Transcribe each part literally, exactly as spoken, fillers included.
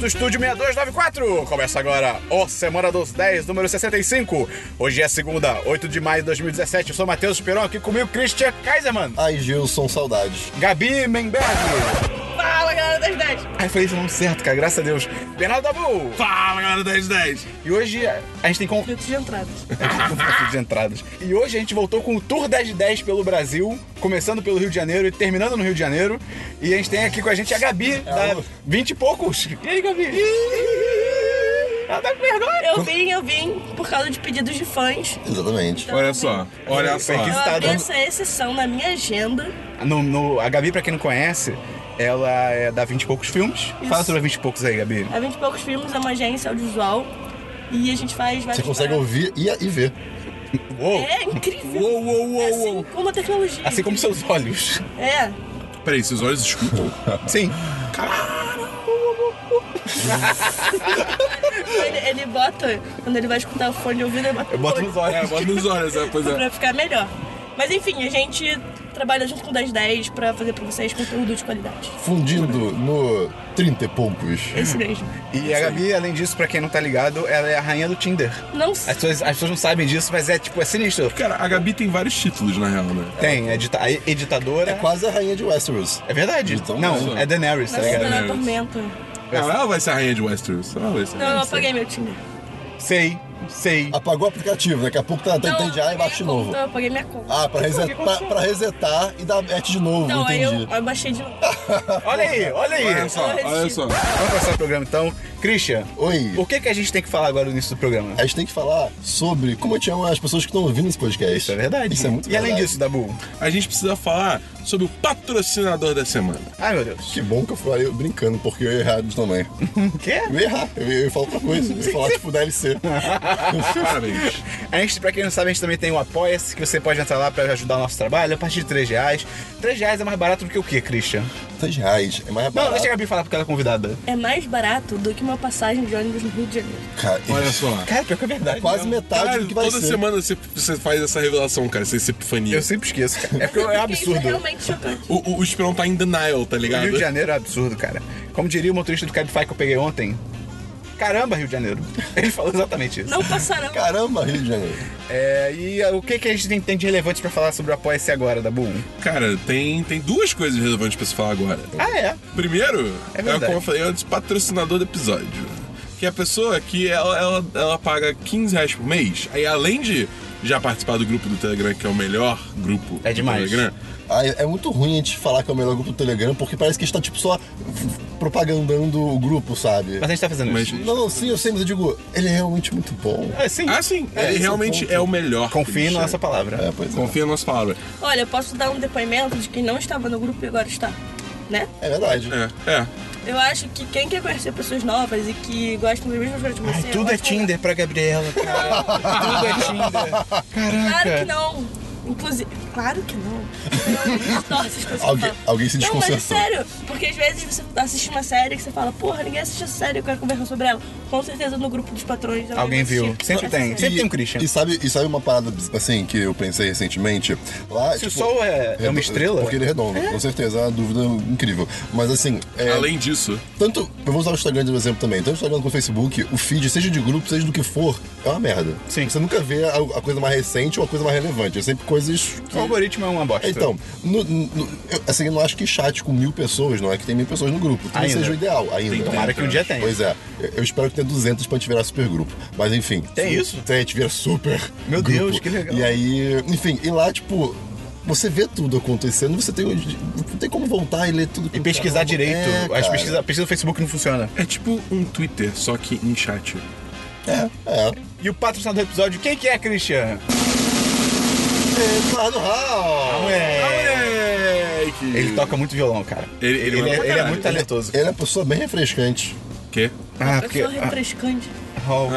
do Estúdio sessenta e dois noventa e quatro. Começa agora o Semana dos dez, número sessenta e cinco. Hoje é segunda, oito de maio de dois mil e dezessete. Eu sou Matheus Esperon, aqui comigo Christian Kaiserman. Ai, Gilson, saudades. Gabi Menberg. Fala, galera das dez. Ai, falei isso nome certo, cara, graças a Deus. Bernardo Dabu. Fala, galera das dez. E hoje a gente tem com... Conflito de entradas. Conflito de entradas. E hoje a gente voltou com o Tour dez de dez pelo Brasil, começando pelo Rio de Janeiro e terminando no Rio de Janeiro. E a gente tem aqui com a gente a Gabi, é da alô. vinte e poucos. E aí, Gabi? Ela tá com vergonha. Eu vim, eu vim por causa de pedidos de fãs. Exatamente. Então, Olha eu só, vim. olha só. Foi aqui. Eu Tá abri dando- essa exceção na minha agenda. No, no- a Gabi, pra quem não conhece, ela é da vinte e poucos filmes. Isso. Fala sobre a vinte e poucos aí, Gabi. A vinte e poucos filmes é uma agência audiovisual e a gente faz vários... Você consegue ouvir e, e ver. Uou. É incrível. Uou, uou, uou, É uou. assim como a tecnologia. Assim como seus olhos. É. Peraí, seus olhos escutam? Sim. Ele, ele bota, quando ele vai escutar o fone de ouvido, ele bota Eu no boto fone. nos olhos. É, bota nos olhos, é, pois é. Pra ficar melhor. Mas enfim, a gente trabalha junto com o dez dez pra fazer pra vocês conteúdo de qualidade. Fundindo no trinta e poucos. Esse mesmo. E a Gabi, além disso, pra quem não tá ligado, ela é a rainha do Tinder. Não As pessoas, as pessoas não sabem disso, mas é tipo, é sinistro. Cara, a Gabi tem vários títulos, na real, né? Tem, é edita a editadora. É quase a rainha de Westeros. É verdade. Então, não, isso. é Daenerys, tá Mas ligado? você na Daenerys. tormenta. Não, ela vai ser a rainha de Westeros. Ela vai ser. Não, eu apaguei meu Tinder. Sei, sei. Apagou o aplicativo, daqui a pouco tá, tá Não, entende ah, e baixa de minha novo. conta, Eu apaguei minha conta. Ah, pra, reset, pra, pra resetar e dar match de novo, Então, aí entendi. eu, eu baixei de novo. Olha aí, olha aí. Olha só, Eu olha só. Vamos começar o programa então. Christian, Oi. o que, que a gente tem que falar agora no início do programa? A gente tem que falar sobre como te amam as pessoas que estão ouvindo esse podcast. Isso é verdade. Isso é muito E além verdade. disso, Dabu? A gente precisa falar sobre o patrocinador da semana. Ai, meu Deus. Que bom que eu falei brincando, porque eu ia errar também. O quê? Eu ia errar, eu ia, eu ia falar outra coisa. Eu ia falar tipo D L C. Parabéns. A gente, pra quem não sabe, a gente também tem o Apoia-se, que você pode entrar lá pra ajudar o nosso trabalho a partir de três reais. três reais é mais barato do que o quê, Christian? três reais. É mais Não, barato. deixa a Gabi falar porque ela é convidada. É mais barato do que uma passagem de ônibus no Rio de Janeiro. Cara, Olha só. Cara, pior que é verdade. quase mesmo. metade Cara, do que vai toda ser. semana você, você faz essa revelação, cara, essa epifania. Eu sempre esqueço, cara. É porque é Porque absurdo. Isso é realmente chocante. O, o, o Esperão tá em denial, tá O ligado? Rio de Janeiro é absurdo, cara. Como diria o motorista do Cabify que eu peguei ontem. Caramba, Rio de Janeiro. Ele falou exatamente isso. Não passarão. Caramba, Rio de Janeiro. É, e uh, o que, que a gente tem, tem de relevante pra falar sobre o Apoia-se agora, Dabu? Cara, tem, tem duas coisas relevantes pra se falar agora. Ah, é? Primeiro, É é, verdade. como eu falei antes, patrocinador do episódio. Que é a pessoa que ela, ela, ela paga quinze reais por mês, aí além de já participar do grupo do Telegram, que é o melhor grupo É demais. do Telegram, Ah, é é muito ruim a gente falar que é o melhor grupo do Telegram, porque parece que a gente tá tipo só f- propagandando o grupo, sabe? Mas a gente tá fazendo Mas- isso. Não, não, sim, eu sei, mas eu digo, ele é realmente muito bom. É, sim. ah, sim, É, ele esse é o realmente ponto. é o melhor. Confie na Christian. nossa palavra. É, pois é. Confia na nossa palavra. Olha, eu posso dar um depoimento de quem não estava no grupo e agora está. Né? É verdade. É, é. Eu acho que quem quer conhecer pessoas novas e que gostam das mesmas coisas que Ai, você... tudo eu é acho que- Tinder pra Gabriela, cara. Tudo é Tinder. Caraca. Claro que não. Inclusive, claro que não. Eu distorço as coisas que eu Alguém- falo. alguém se Não, mas é desconcertou. sério. Porque às vezes você assiste uma série que você fala, porra, ninguém assiste a série, eu quero conversar sobre ela. Com certeza no grupo dos patrões. Alguém viu. Sempre tem. Sempre tem um Christian. E sabe, e sabe uma parada assim que eu pensei recentemente? Lá, Se o Sol é, é uma estrela... Porque ele é redondo, com certeza, é uma dúvida incrível. Mas assim, é, Além disso, tanto. Eu vou usar o Instagram de exemplo também. Tanto o Instagram quanto o Facebook, o feed, seja de grupo, seja do que for, é uma merda. Sim. Você nunca vê a, a coisa mais recente ou a coisa mais relevante. É sempre coisas. que- O algoritmo é uma bosta. Então, no, no- eu, assim, eu não acho que chat com mil pessoas, não é que tem mil pessoas no grupo. Que Ainda. seja o ideal ainda. Tem- Tomara que um dia tenha. Pois é, eu eu espero que tenha duzentos pra gente virar super grupo. Mas enfim. Tem se- isso? Tem, a gente vira super. Meu grupo. Deus, que legal. E aí, enfim, e lá, tipo. Você vê tudo acontecendo, você tem, não tem como voltar e ler tudo. E com pesquisar calma. direito. É, As cara. pesquisa, a pesquisa do Facebook não funciona. é tipo um Twitter, só que em chat. É, é. E o patrocinador do episódio, quem que é, Christian? Eduardo Hall! Moleque! Ele toca muito violão, cara. Ele- ele ele, manda é, pra ele é caralho. muito talentoso. Ele é uma pessoa bem refrescante. Quê? Ah, Eu porque... sou refrescante. ah, Hall.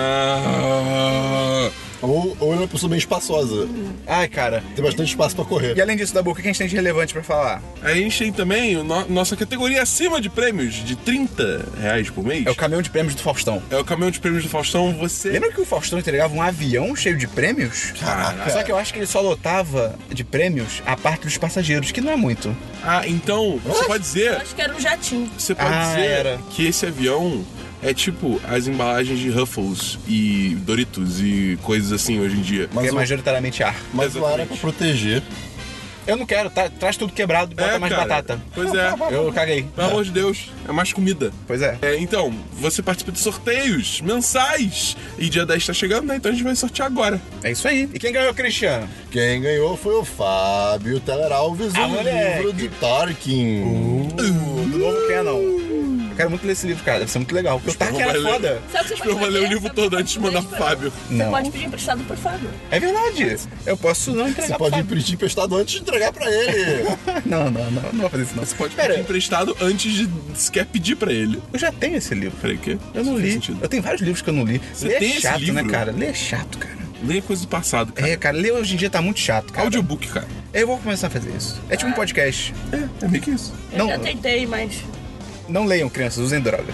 Ah, Ou, ou ele é uma pessoa bem espaçosa. Ai, cara. Tem bastante espaço pra correr. E além disso, Dabu, o que a gente tem de relevante pra falar? a gente tem também o no- nossa categoria acima de prêmios, de trinta reais por mês. É o caminhão de prêmios do Faustão. É o caminhão de prêmios do Faustão. Você. Lembra que o Faustão entregava um avião cheio de prêmios? Caraca. Só que eu acho que ele só lotava de prêmios a parte dos passageiros, que não é muito. Ah, então, você pode Eu dizer. acho que era um jatinho. Você pode Ah, dizer era. que esse avião é tipo as embalagens de Ruffles e Doritos e coisas assim hoje em dia. Mas é o- majoritariamente ar. Mas o ar é pra Exatamente. proteger. Eu não quero, tá, traz tudo quebrado, bota É, mais cara. batata. Pois é. Eu caguei. Pelo amor de Deus, é mais comida. Pois é. É, então, você participa de sorteios mensais. E dia dez tá chegando, né? Então a gente vai sortear agora. É isso aí. E quem ganhou, Cristiano? Quem ganhou foi o Fábio Teller Alves, Ah, o moleque. livro de Tarkin. Uh, do novo Canon. Eu quero muito ler esse livro, cara. Deve ser muito legal. Porque o Tarkin vai era ler. foda. Sabe o que você Espero pode eu ler o fazer? livro Sabe todo o que antes de você mandar pode pro fazer? Fábio. Você Não. pode pedir emprestado pro Fábio. É verdade. Eu posso não entregar Você pro pode Fábio. pedir emprestado antes de entregar pra ele. Não, não, não. Não vou fazer isso, não. Você pode Pera, pedir emprestado antes de sequer pedir pra ele. eu já tenho esse livro. Peraí, o quê? Eu não Isso faz li. sentido. Eu tenho vários livros que eu não li. Você Ler tem é esse chato, né, livro? cara? Ler é chato, cara. Leia coisa do passado, cara. É, cara, ler hoje em dia tá muito chato, cara. Audiobook, cara. Eu vou começar a fazer isso. É tipo um podcast. É, é meio que isso. Eu Não. já tentei, mas... Não leiam, crianças, usem drogas.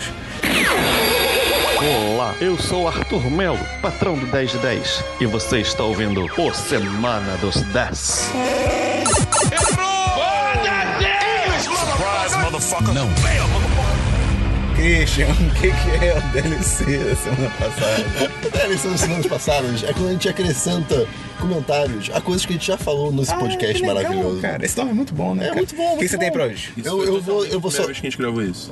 Olá, eu sou Arthur Melo, patrão do dez de dez, e você está ouvindo o Semana dos dez. Christian, o que, que é o D L C da semana passada? O D L C das semanas passadas é quando a gente acrescenta comentários a coisas que a gente já falou nesse podcast Ah, que legal, maravilhoso. cara. Esse nome é muito bom, né, É cara? muito bom, O que muito você tem bom. pra hoje? Isso Eu- foi eu totalmente vou- eu a vou primeira só- vez que a gente gravou isso.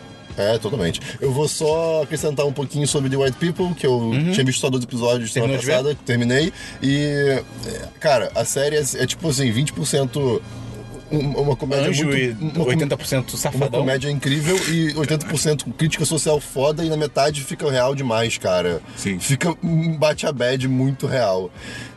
É, totalmente. Eu vou só acrescentar um pouquinho sobre The White People, que eu tinha visto só dois episódios semana Terminou de passada, terminei. E, é, cara, a série é, é tipo assim, vinte por cento um- uma comédia Anjo muito... e uma com- oitenta por cento Uma safadão. comédia incrível e oitenta por cento crítica social foda e na metade fica real demais, cara. Sim. Fica um bate a bad muito real.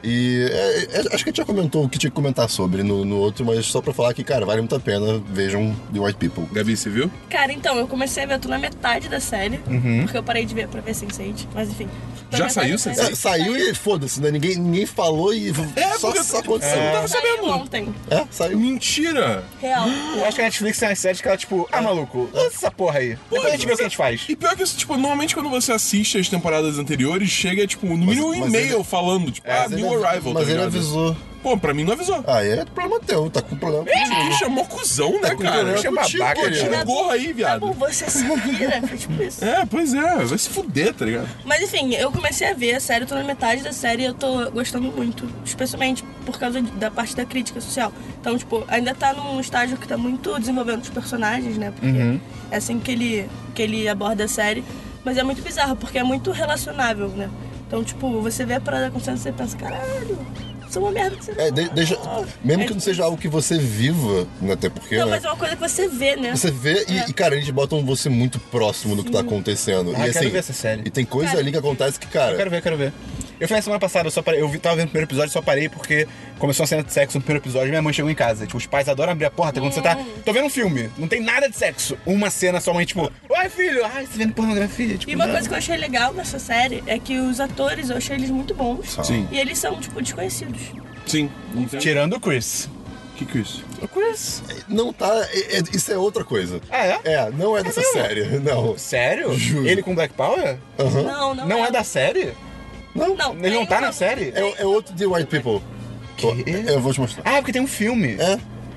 E é, é, acho que a gente já comentou o que tinha que comentar sobre no, no outro, mas só pra falar que, cara, vale muito a pena. Vejam The White People. Gabi, você viu? Cara, então, eu comecei a ver, eu tô na metade da série. Uhum. Porque eu parei de ver pra ver sense eight. Mas enfim. tô Já na metade saiu da sense série. É, saiu e foda-se, né? Ninguém, ninguém falou e É, só, porque- só aconteceu. É. tava Saiu sabendo. ontem. É, saiu. Mentira! Real. Eu acho que a Netflix tem umas séries que ela, tipo, ah, maluco, lança essa porra aí. Depois a gente vê o que a gente faz. E pior que isso, tipo, normalmente quando você assiste as temporadas anteriores, chega, tipo, no mínimo um mas e-mail ele- falando, tipo, É, ah, Mas ele new avi- arrival, Mas tá ele ligado? avisou. Pô, pra mim não avisou. Ah, é problema teu, tá com problema Esse contigo. Christian é mó cuzão, né, com cara? problema Christian é contigo, babaca, querido. Tira cara. o gorro aí, Tá viado. bom, você se vira. Foi tipo isso. É, pois é, vai se fuder, tá ligado? Mas enfim, eu comecei a ver a série, eu tô na metade da série e eu tô gostando muito. Especialmente por causa de- da parte da crítica social. Então, tipo, ainda tá num estágio que tá muito desenvolvendo os personagens, né? Porque é assim que ele, que ele aborda a série. Mas é muito bizarro, porque é muito relacionável, né? Então, tipo, você vê a parada acontecendo e você pensa, caralho, isso é uma merda que você É, de- deixa, mesmo É que não tipo seja algo que você viva, né, até porque, Não, né, mas é uma coisa que você vê, né? você vê e, É. e, cara, eles botam você muito próximo do que tá acontecendo. Ah, e quero ver essa série. E tem coisa Cara, ali que acontece que, cara, Eu quero ver, quero ver. Eu fui na semana passada, eu só parei, eu vi- tava vendo o primeiro episódio e só parei porque começou a cena de sexo no primeiro episódio e minha mãe chegou em casa. Tipo, os pais adoram abrir a porta quando você tá. Tô vendo um filme, não tem nada de sexo. Uma cena, sua mãe, tipo, oi filho, ai, você vendo pornografia? Tipo, E uma não. coisa que eu achei legal nessa série é que os atores, eu achei eles muito bons. Sim. E eles são, tipo, desconhecidos. Sim. Não tem... Tirando o Chris. Que que é isso? O Chris. não tá. é- é- isso é outra coisa. Ah, é? É, não é dessa mesmo? série, não. Sério? Juro. Ele com Black Power? Não, não, Não é da série? Não, Não, Ele não tem tá uma- na série? é, é outro The White People. Que? Eu vou te mostrar. Ah, porque tem um filme. É?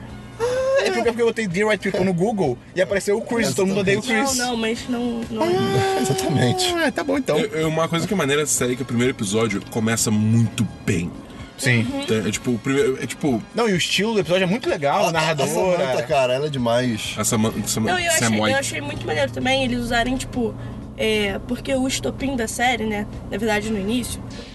É porque, porque eu botei The Right People no Google e apareceu o Chris, todo mundo odeia o Chris. Não, não, mas não. não... Exatamente. Ah, tá bom então. Eu- eu- uma coisa que é maneira dessa série é que o primeiro episódio começa muito bem. Sim. Então, É tipo, o primeiro. É tipo. Não, e o estilo do episódio é muito legal, a A Samantha, narradora. cara, ela é demais. A Sam, Sam, Não, e eu Sam achei, White. eu achei muito maneiro também eles usarem, tipo. É, porque o estopim da série, né? Na verdade, no início.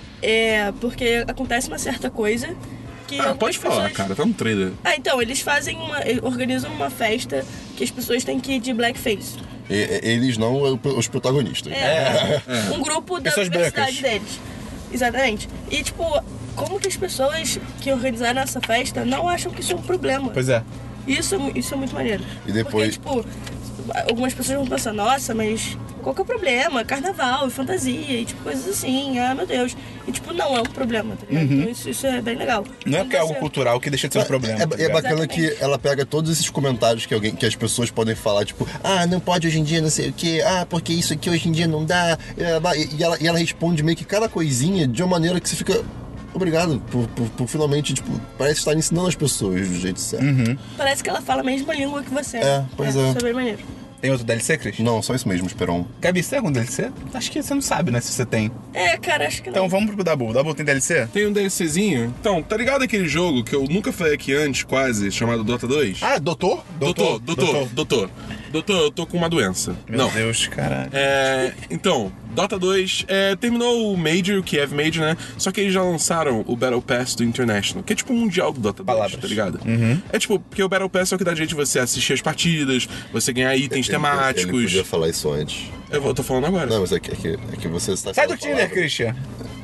É porque acontece uma certa coisa que. Ah, algumas pode falar, pessoas- cara, tá no trailer. Ah, então, eles fazem uma. eles organizam uma festa que as pessoas têm que ir de blackface. E- e- eles não os protagonistas. É. Um grupo da Pessoas universidade brancas. deles. Exatamente. E, tipo, como que as pessoas que organizaram essa festa não acham que isso é um problema? Pois é. Isso, é mu- isso é muito maneiro. E depois- Porque, tipo, algumas pessoas vão pensar, nossa, mas qual que é o problema? Carnaval, fantasia, e tipo, coisas assim, ah, meu Deus. E, tipo, não é um problema, tá ligado? Então isso, isso é bem legal. Não é Quando porque é algo você- cultural que deixa de ser um problema. É, tá é ligado? bacana Exatamente. que ela pega todos esses comentários que, alguém, que as pessoas podem falar, tipo, ah, não pode hoje em dia, não sei o quê, ah, porque isso aqui hoje em dia não dá. E, e ela, e ela responde meio que cada coisinha de uma maneira que você fica. Obrigado por, por, por finalmente, tipo, parece estar ensinando as pessoas do jeito certo. Parece que ela fala a mesma língua que você. É, pois é. Isso é bem maneiro. Tem outro D L C, Cris? Não, só isso mesmo, Esperon. Gabi, você tem algum D L C? Acho que você não sabe, né, se você tem. É, cara, acho que não. Então vamos pro Dabu. Dabu tem D L C? Tem um DLCzinho. Então, tá ligado aquele jogo que eu nunca falei aqui antes, quase, chamado Dota dois? Ah, doutor? doutor, doutor, doutor. Doutor, eu tô com uma doença. Meu Não. Deus, caralho. É, então, Dota dois é, terminou o Major, o Kiev Major, né? Só que eles já lançaram o Battle Pass do International, que é tipo o mundial do Dota dois, Palavras. tá ligado? É tipo, porque o Battle Pass é o que dá jeito de você assistir as partidas, você ganhar itens Ele- temáticos. Ele podia falar isso antes. Eu, vou- eu tô falando agora. Não, mas é que, é que, é que você está Sai do falando Tinder, palavra. Christian.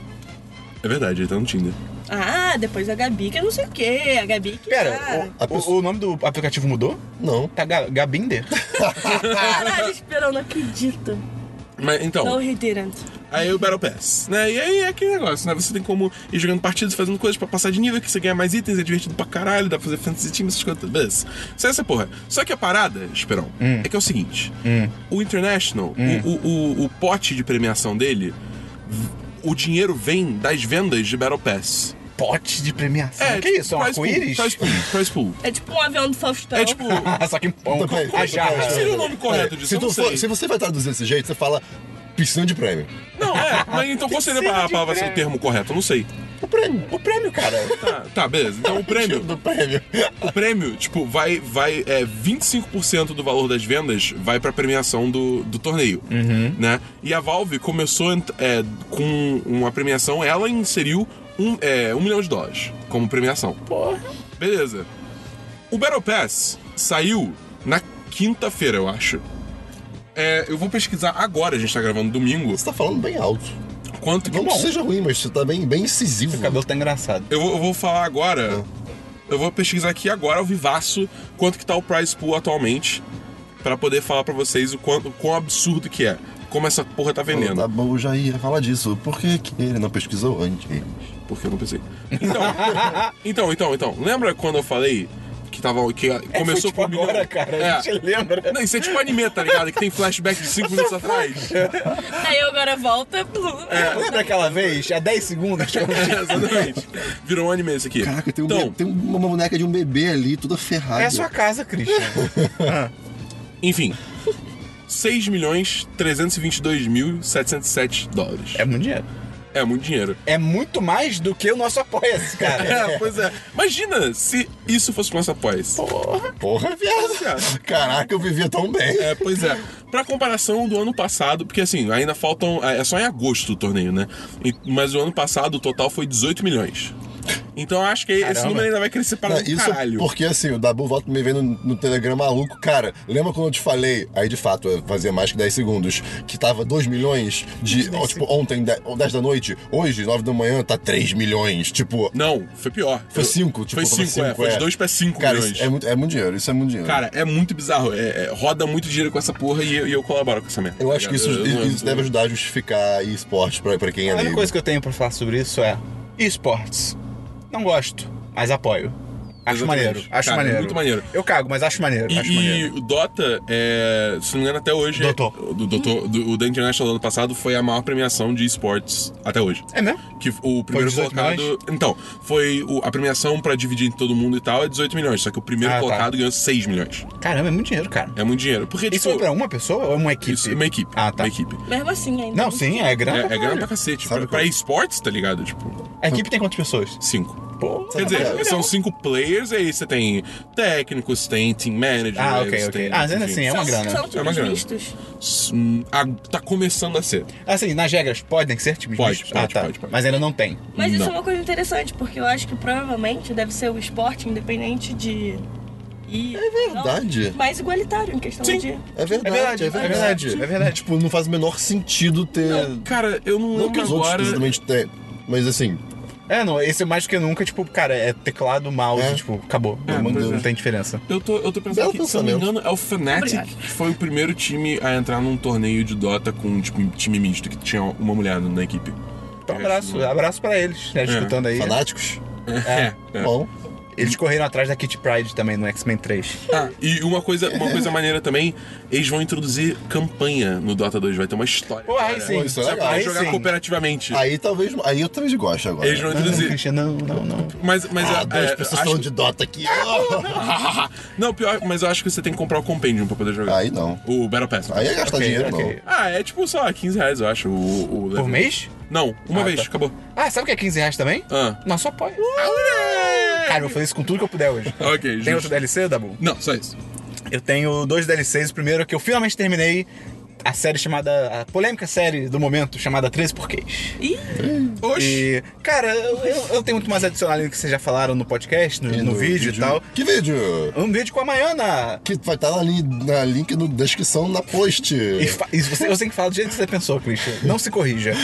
É verdade, ele tá no Tinder. Ah, depois a Gabi, que eu não sei o quê. A Gabi que. Pera, ah. o, A pessoa- o, o nome do aplicativo mudou? Não. Tá Ga- Gabinder? Caralho, esperando, não acredito. Mas então. No, he didn't. Aí o Battle Pass, né? E aí é aquele negócio, né? Você tem como ir jogando partidas, fazendo coisas pra passar de nível, que você ganha mais itens, é divertido pra caralho, dá pra fazer fantasy team, essas coisas. Beleza. Só essa porra. Só que a parada, Esperão, é que é o seguinte: o International, o, o, o, o pote de premiação dele, v- o dinheiro vem das vendas de Battle Pass. Pote de premiação. que isso? É um prize pool, arco-íris? Prize pool, prize pool. É tipo um avião do Faustão. É tipo. Só que um pão. Então, peraí, A peraí, jarra. peraí, Seria o nome correto disso, Se, eu tu não for- sei. se você vai traduzir desse jeito, você fala piscina de prêmio. Não, é, mas então qual seria a palavra, assim, o termo correto? Eu não sei. O prêmio. O prêmio, cara. Tá, tá, beleza. Então o prêmio. Do prêmio. O prêmio, tipo, vai. vai é, vinte e cinco por cento do valor das vendas vai pra premiação do, do torneio. Né? E a Valve começou ent- é, com uma premiação, ela inseriu um, é, um milhão de dólares como premiação. Porra. Beleza. O Battle Pass saiu na quinta-feira, eu acho. É, eu vou pesquisar agora, a gente tá gravando domingo, Você tá falando bem alto. quanto que. Não que seja ruim, mas você tá bem, bem incisivo. O cabelo tá engraçado. Eu vou, eu vou falar agora. Eu vou pesquisar aqui agora ao vivaço quanto que tá o prize pool atualmente pra poder falar pra vocês o quanto, o quão absurdo que é. Como essa porra tá vendendo. Tá bom, eu já ia falar disso. Por que, que ele não pesquisou antes? Porque eu não pensei. Então, então, então, então. Lembra quando eu falei que tava. Que começou Foi tipo com um milhão? agora, cara. É. A gente lembra. Não, isso é tipo anime, tá ligado? Que tem flashback de cinco minutos atrás. Aí eu agora volta. Lembra aquela vez? Há dez segundos? É, exatamente. Virou um anime esse aqui. Caraca, tem, um então, be- tem uma boneca de um bebê ali, toda ferrada. É a sua casa, Christian. enfim. seis milhões trezentos e vinte e dois mil setecentos e sete dólares. É muito dinheiro. É muito dinheiro. É muito mais do que o nosso apoia-se, cara. É, pois é. Imagina se isso fosse o nosso apoio. Porra. Porra, viado. Caraca, eu vivia tão bem. É, pois é. Pra comparação do ano passado, porque assim, ainda faltam. É só em agosto o torneio, né? E- Mas o ano passado o total foi dezoito milhões. Então eu acho que esse Caramba. número ainda vai crescer para Não, um isso caralho. porque assim, o Dabu volta me vendo no, no Telegram maluco. Cara, lembra quando eu te falei, aí de fato é, fazia mais que dez segundos, que tava dois milhões de. ó, tipo, ontem, dez da noite, hoje, nove da manhã, tá três milhões. Tipo. Não, foi pior. Foi Eu- cinco, tipo, Foi foi cinco, é. cinco, Foi é. de dois pra cinco Cara, milhões. isso é muito, é muito dinheiro, isso é muito dinheiro. Cara, é muito bizarro. É, é, roda muito dinheiro com essa porra e eu, e eu colaboro com essa merda. eu tá acho que isso, ligado? Eu- eu- isso deve ajudar a justificar esportes pra, pra quem é A única leigo. coisa que eu tenho pra falar sobre isso é esportes. Não gosto, mas apoio. Acho Exatamente. maneiro, acho Cara, maneiro. muito maneiro. Eu cago, mas acho maneiro, E, acho e maneiro. o Dota, é, se não me engano, até hoje. Doutor. O, do, Doutor, do, o da International do ano passado foi a maior premiação de esportes até hoje. É mesmo? Que o primeiro dezoito colocado. milhões? Então, foi o- a premiação pra dividir entre todo mundo e tal é dezoito milhões. Só que o primeiro Ah, tá. colocado ganhou seis milhões. Caramba, é muito dinheiro, cara. É muito dinheiro. Porque, Isso tipo. foi pra uma pessoa ou é uma equipe? Isso, uma equipe. Ah, tá. Uma equipe. Mesmo assim, ainda. Não, sim, é grana. É, pra é grana caralho. pra cacete. Sabe Pra, pra qual- esportes, tá ligado? Tipo, A equipe tem quantas pessoas? cinco. Pô, Quer dizer, legal. são cinco players, e aí você tem técnicos, tem team manager. Ah, aí ok, você ok. tem, Ah, mas ainda enfim. assim, é uma São- grana. São É uma times grana. mistos. Hum, ah, tá começando a ser. Assim, nas regras, podem ser times Pode, mistos? pode, ah, tá. pode, pode. Mas ainda não tem. Mas isso Não. é uma coisa interessante, porque eu acho que provavelmente deve ser o esporte independente de. E, É verdade. não, mais igualitário em questão Sim. de. É verdade, É verdade, é é verdade. verdade, é verdade. Tipo, não faz o menor sentido ter. Cara, eu não Não que lembro os outros agora. exatamente têm. Mas assim, É, não, esse é mais do que nunca, tipo, cara, é teclado, mouse, É. tipo, acabou. É, não, pois não é. tem diferença. Eu tô, eu tô pensando Belo que, se eu não me pensamento. engano, é o Fnatic Obrigado. que foi o primeiro time a entrar num torneio de Dota com tipo, time misto, que tinha uma mulher na equipe. Então, abraço, abraço pra eles, né, escutando aí. fanáticos. É. é. Bom. E Eles correram atrás da Kitty Pryde também no X-Men três. Ah, e uma coisa, uma coisa maneira também, eles vão introduzir campanha no Dota dois, vai ter uma história. Pô, aí cara. sim. Pô, isso é Você legal. vai Aí jogar sim. cooperativamente. Aí talvez. Aí eu talvez gosto agora. Eles vão Não, introduzir. Christian, não, não, não. Mas, mas Ah, é, duas é, pessoas acho- falando de Dota aqui. Não, pior, mas eu acho que você tem que comprar o Compendium pra poder jogar. Aí não. O Battle Pass. Aí é gastar Ok, dinheiro, ok. Ah, é tipo, sei lá, quinze reais, eu acho. O, o Por level. mês? Não, uma Ah, vez, tá. acabou. Ah, sabe o que é quinze reais também? Ah. Nosso apoio. Cara, eu vou fazer isso com tudo que eu puder hoje. Ok, Tem justo. outro D L C, Dabu? Não, só isso. Eu tenho dois D L Cs. O primeiro é que eu finalmente terminei a série chamada... A polêmica série do momento, chamada treze Porquês. Ih, Oxi. E, cara, eu, eu, eu tenho muito mais a adicionar ali do que vocês já falaram no podcast, no, E no vídeo, e tal. Que vídeo? Um vídeo com a Maiana. Que vai estar na, li- na link na descrição na post. E, fa- e você, você tem que falar do jeito que você pensou, Christian. Não se corrija.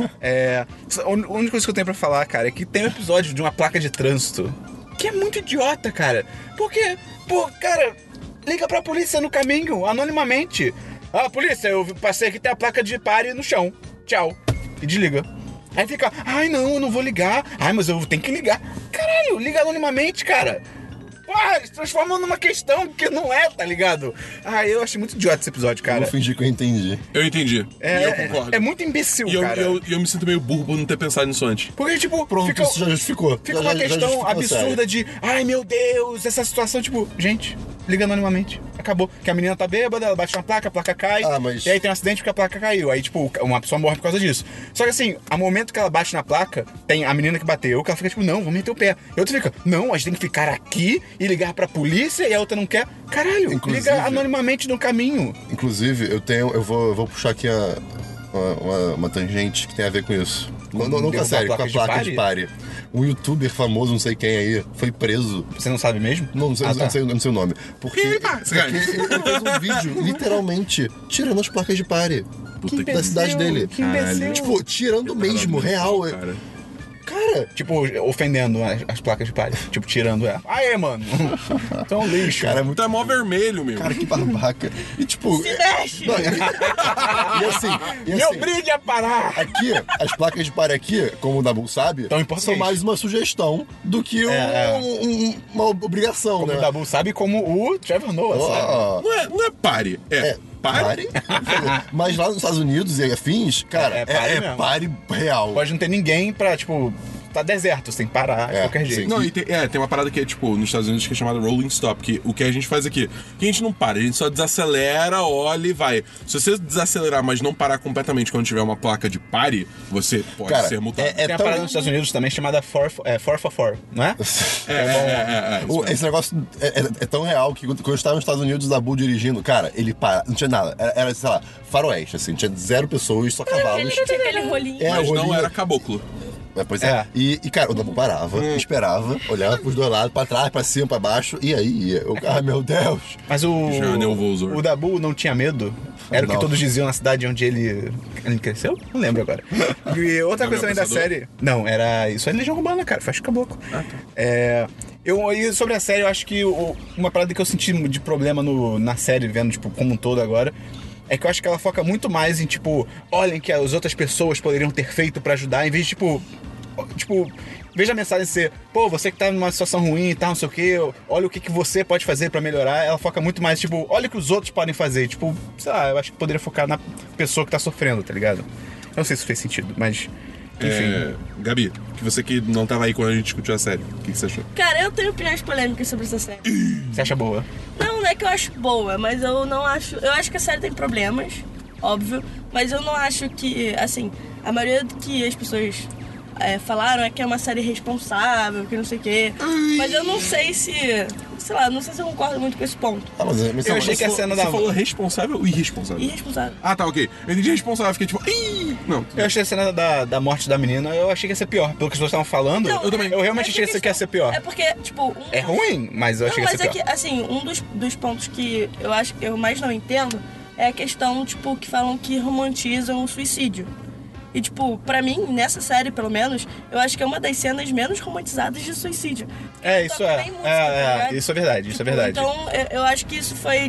É, a un- a única coisa que eu tenho pra falar, cara, é que tem um episódio de uma placa de trânsito que é muito idiota, cara. Por quê? Pô, cara, liga pra polícia no caminho, anonimamente. Ah, polícia, eu passei aqui, tem a placa de pare no chão. Tchau. E desliga. Aí fica, ai não, eu não vou ligar. Ai, mas eu tenho que ligar. Caralho, liga anonimamente, cara. Porra, eles transformam numa questão que não é, tá ligado? Ah, eu achei muito idiota esse episódio, Eu cara. vou fingir que eu entendi. Eu entendi. É, e eu concordo. é, é muito imbecil, E eu, cara. e eu, e eu me sinto meio burro por não ter pensado nisso antes. Porque, tipo, Pronto, fica, isso já justificou. fica já, uma já- já questão justificou a absurda série. de ai meu Deus, essa situação, tipo, gente, liga anonimamente. Acabou. Que a menina tá bêbada, ela bate na placa, a placa cai. Ah, mas- E aí tem um acidente porque a placa caiu. Aí, tipo, uma pessoa morre por causa disso. Só que assim, ao momento que ela bate na placa, tem a menina que bateu, que ela fica tipo, não, vamos meter o pé. E a outra fica, não, a gente tem que ficar aqui e ligar pra polícia, e a outra não quer. Caralho, Inclusive- liga anonimamente no caminho. Inclusive, eu tenho. Eu vou, eu vou puxar aqui a, uma, uma- uma tangente que tem a ver com isso. Não, não, não com a Derrubar série, com a placa de placa pare? de pare. Um youtuber famoso, não sei quem aí, foi preso. Você não sabe mesmo? Não, não sei, Ah, não tá. sei, não sei o nome. Porque, Ih, porque pá, esse cara. ele fez um vídeo, literalmente, tirando as placas de pare. Puta da cidade dele. Que imbecil. Tipo, tirando mesmo, real. Cara. Cara, Tipo, ofendendo as, as placas de pare. Tipo, tirando ela. Aê, mano. Então lixo. cara, é muito. Tu é mó vermelho, meu. Cara, que babaca. E tipo. se mexe! Não, e, e assim, e Me assim, obrigue a parar. aqui, as placas de pare aqui, como o Dabu sabe, Tão importantes. são mais uma sugestão do que um- É, é. um- uma obrigação, Como né? o Dabu sabe, como o Trevor Noah sabe. Ó, Não é, não é pare, é, é, pare. pare. Mas lá nos Estados Unidos e afins, cara, É, é, é pare é mesmo. pare real. Pode não ter ninguém pra, tipo, tá deserto, você tem que parar de É, qualquer sim. jeito. Não, e tem, é, tem uma parada que é, tipo, nos Estados Unidos que é chamada rolling stop, que o que a gente faz aqui, que a gente não para, a gente só desacelera, olha e vai. Se você desacelerar, mas não parar completamente quando tiver uma placa de pare, você pode Cara, ser multado. é- Tem uma tão- parada nos Estados Unidos também chamada four é, four for four, não é? É, é, é, é, isso O- mesmo. Esse negócio é, é- é tão real que quando eu estava nos Estados Unidos, o Dabu dirigindo, cara, ele para, não tinha nada. Era, era, sei lá, faroeste, assim, tinha zero pessoas, só cavalos. Aquele, tinha aquele rolinho. É, Mas o não rolinho- era caboclo. É, pois é. É. E, e, cara, o Dabu parava, esperava, olhava pros dois lados, pra trás, pra cima, pra baixo, e aí ia. Eu, ai, meu Deus. Mas o. Já é nervoso. O Dabu não tinha medo? Era o Não. que todos diziam na cidade onde ele. Ele cresceu? Não lembro agora. E outra Não, coisa também meu da pensador? série. Não, era. Isso é Legião Urbana, cara. Faz caboclo. Ah, tá. É. Eu, e sobre a série, eu acho que o- uma parada que eu senti de problema no, na série, vendo, tipo, como um todo agora, é que eu acho que ela foca muito mais em, tipo, olhem que as outras pessoas poderiam ter feito pra ajudar, em vez de, tipo. Tipo, veja a mensagem ser, pô, você que tá numa situação ruim e tal, não sei o quê, olha o que, que você pode fazer pra melhorar. Ela foca muito mais, tipo, olha o que os outros podem fazer. Tipo, sei lá, eu acho que poderia focar na pessoa que tá sofrendo, tá ligado? Eu não sei se fez sentido, mas. Enfim. É, Gabi, que você que não tava aí quando a gente discutiu a série, o que, que você achou? Cara, eu tenho opiniões polêmicas sobre essa série. Você acha boa? Não, não é que eu acho boa, mas eu não acho. Eu acho que a série tem problemas, óbvio, mas eu não acho que, assim, a maioria do que as pessoas é, falaram é que é uma série responsável, que não sei o quê. Mas eu não sei se. Sei lá, não sei se eu concordo muito com esse ponto. Ah, mas, mas, Eu achei que a Você cena você da. falou responsável ou irresponsável? Irresponsável. Ah, tá, ok. Eu entendi responsável, fiquei tipo, ih! Não. Eu achei a cena da, da morte da menina, eu achei que ia ser pior. Pelo que as pessoas estavam falando, Não, eu, também, eu realmente essa achei que ia ser pior. É porque, tipo. Um É ruim, mas eu achei Não, que ia mas ser é pior. que, assim, um dos, dos pontos que eu acho que eu mais não entendo é a questão, tipo, que falam que romantizam o suicídio. E, tipo, pra mim, nessa série, pelo menos, eu acho que é uma das cenas menos romantizadas de suicídio. É, isso Toca é. bem música, É, tá é, ligado? isso é verdade, isso é Tipo, verdade. Então, eu, eu acho que isso foi, tipo,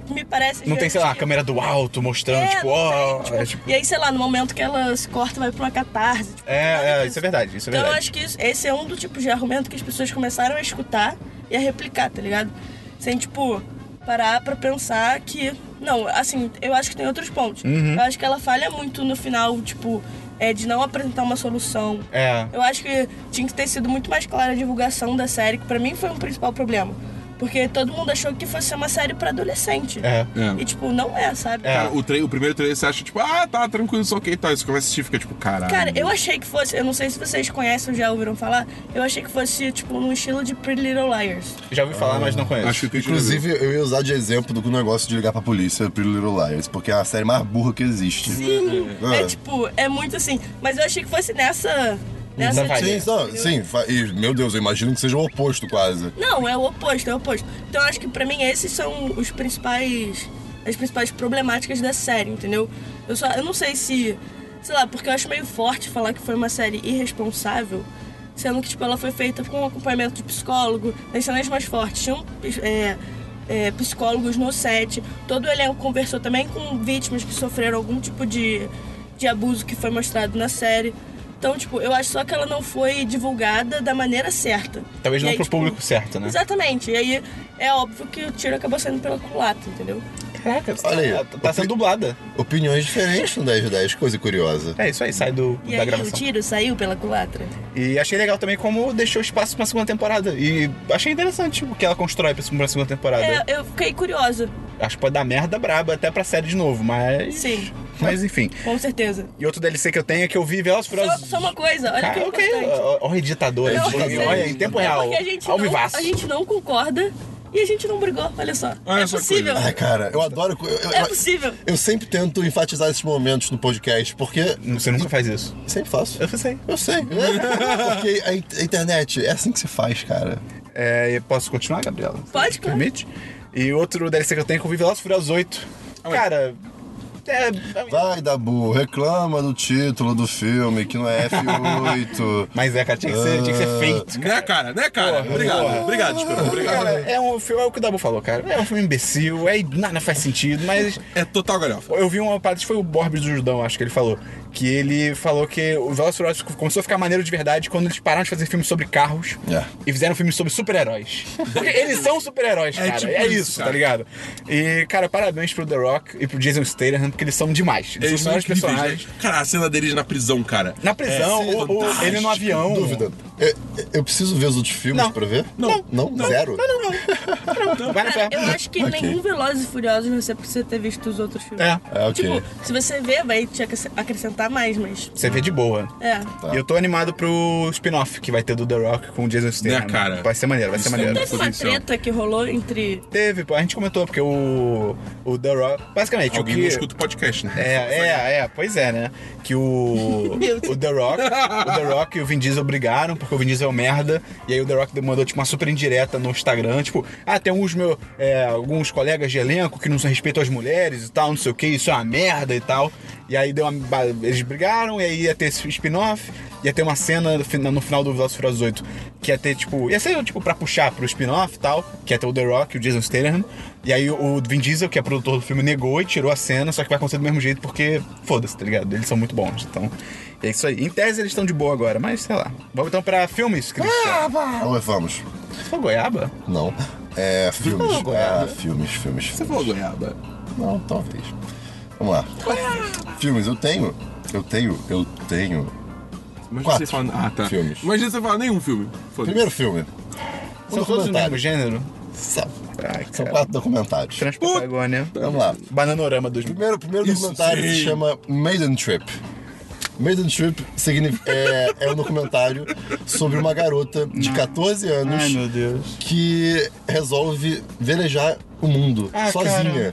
me parece... às Não tem, vezes, sei lá, a que- câmera do alto mostrando, É, tipo, não ó. tem, tipo, é, tipo, E aí, sei lá, no momento que ela se corta, vai pra uma catarse. Tipo, nada é, é, disso. isso é verdade, isso é Então eu verdade. acho que isso- esse é um do tipo de argumento que as pessoas começaram a escutar e a replicar, tá ligado? Sem, tipo, parar pra pensar que... Não, assim, eu acho que tem outros pontos. Uhum. Eu acho que ela falha muito no final, tipo, é, de não apresentar uma solução. É. Eu acho que tinha que ter sido muito mais clara a divulgação da série, que pra mim foi um principal problema. Porque todo mundo achou que fosse uma série pra adolescente. É. É. E, tipo, não é, sabe? É. Cara, o, tra- o primeiro trailer você acha, tipo, ah, tá, tranquilo, só ok, tá. Isso começa a assistir e fica, tipo, caralho. Cara, eu achei que fosse, eu não sei se vocês conhecem ou já ouviram falar, eu achei que fosse, tipo, no estilo de Pretty Little Liars. Já ouvi falar, mas não conheço. Acho que tem Inclusive, eu ia usar de exemplo do negócio de ligar pra polícia, Pretty Little Liars, porque é a série mais burra que existe. Sim, É. é tipo, é muito assim. Mas eu achei que fosse nessa. nessa Não vai. Sim, não, sim, fa- e, meu Deus, eu imagino que seja o oposto quase. Não, é o oposto, é o oposto. Então eu acho que pra mim esses são os principais. As principais problemáticas da série, entendeu? Eu só. Eu não sei se. Sei lá, porque eu acho meio forte falar que foi uma série irresponsável, sendo que, tipo, ela foi feita com acompanhamento de psicólogo, nas cenas mais fortes. Tinham é, é, psicólogos no set, todo o elenco conversou também com vítimas que sofreram algum tipo de, de abuso que foi mostrado na série. Então, tipo, eu acho só que ela não foi divulgada da maneira certa. Talvez E não aí, pro tipo, público certo, né? Exatamente. E aí é óbvio que o tiro acabou saindo pela culatra, entendeu? Caraca, Olha aí. tá, tá sendo dublada. Opiniões diferentes no dez de dez, coisa curiosa. É isso aí, sai do, E da aí gravação. o tiro saiu pela culatra. E achei legal também como deixou espaço pra uma segunda temporada. E achei interessante o que ela constrói pra uma segunda temporada. É, eu fiquei curiosa. Acho que pode dar merda braba até pra série de novo, mas. Sim. Mas enfim. Com certeza. E outro D L C que eu tenho é que eu vi Velozes e Só, Furiosos. só uma coisa, olha que Ah, ok. importante. Olha, ditador. Não, Olha, sério. olha, em tempo É real. porque a gente, Ao não, vivaço. a gente não concorda e a gente não brigou, olha só. Olha é só que possível. coisa. Ai, cara, eu adoro. Eu, eu- É possível. eu sempre tento enfatizar esses momentos no podcast, porque. Você nunca faz isso. Sempre faço. Eu sei. Eu sei. Porque a in- a internet é assim que se faz, cara. É, e posso continuar, Gabriela? Pode, Você claro. Permite? E outro D L C que eu tenho é que eu vi Velozes e Furiosos oito. Cara, é... Vai, Dabu, reclama do título do filme, que não é F oito. Mas é, cara, tinha que ser, tinha que ser feito. Né, cara? Né, cara? Porra, obrigado, porra. obrigado, Esperão. Obrigado. Cara, é um filme, é o que o Dabu falou, cara. É um filme imbecil, é, nada faz sentido, mas É total galhofa. eu vi uma parte, foi o Borbs do Judão, acho que ele falou, que ele falou que o Velozes e Furiosos começou a ficar maneiro de verdade quando eles pararam de fazer filmes sobre carros É. e fizeram filmes sobre super-heróis. Porque eles são super-heróis, É cara. tipo é isso, isso, cara. tá ligado? E, cara, parabéns pro The Rock e pro Jason Statham, porque eles são demais. Eles, Eles são são os melhores incríveis, personagens. né? Cara, a cena deles na prisão, cara. Na prisão, É, o- o- fantástico. ele no avião. Dúvida. Eu, eu preciso ver os outros filmes Não. pra ver? Não. Não? Zero? Não, não, não. não. Vai na fé. Eu acho que Ok. nenhum Velozes e Furiosos você precisa ter visto os outros filmes. É, É, ok. Tipo, se você ver, vai te acres- acrescentar mais, mas. você vê de boa. É. E eu tô animado pro spin-off que vai ter do The Rock com o Jason Statham. Né, cara? Vai ser maneiro, vai ser Isso maneiro. é Teve uma potencial. treta que rolou entre. Teve, pô, a gente comentou, porque o, o The Rock. Basicamente, Alguém o que. não escuta o podcast, né? É, é, é, pois é, né? Que o. Meu Deus. O The Rock. O The Rock e o Vin Diesel brigaram, porque o Vin Diesel é um merda. E aí o The Rock mandou, tipo, uma super indireta no Instagram, tipo, ah, tem alguns meus. É, alguns colegas de elenco que não respeitam as mulheres e tal, não sei o que, isso é uma merda e tal. E aí deu uma. ba- Eles brigaram, e aí ia ter esse spin-off, ia ter uma cena no fina- no final do Velozes e Furiosos oito, que ia ter, tipo. Ia ser, tipo, pra puxar pro spin-off e tal, que ia ter o The Rock e o Jason Statham. E aí o Vin Diesel, que é produtor do filme, negou e tirou a cena, só que vai acontecer do mesmo jeito, porque foda-se, tá ligado? Eles são muito bons, então. É isso aí. Em tese eles estão de boa agora, mas sei lá. Vamos então pra filmes, Cristian. Vamos, vamos. Você falou goiaba? Não. É, filmes. falou goiaba? É, filmes, filmes, Você filmes. falou goiaba. Não, talvez. Vamos lá. Filmes, eu tenho. Eu tenho, eu tenho. Imagina Quatro você falar. Ah, tá. filmes. Imagina você falar nenhum filme. Foda-se. Primeiro filme. Um São todos do mesmo documentário. gênero? São, Ai, são cara. quatro documentários. Transpatagônia. Vamos lá. Bananorama dos Primeiro, primeiro Isso documentário sim. se chama Maiden Trip. Maiden Trip significa, é, é um documentário sobre uma garota de catorze anos Ai, meu Deus. que resolve velejar o mundo Ah, sozinha.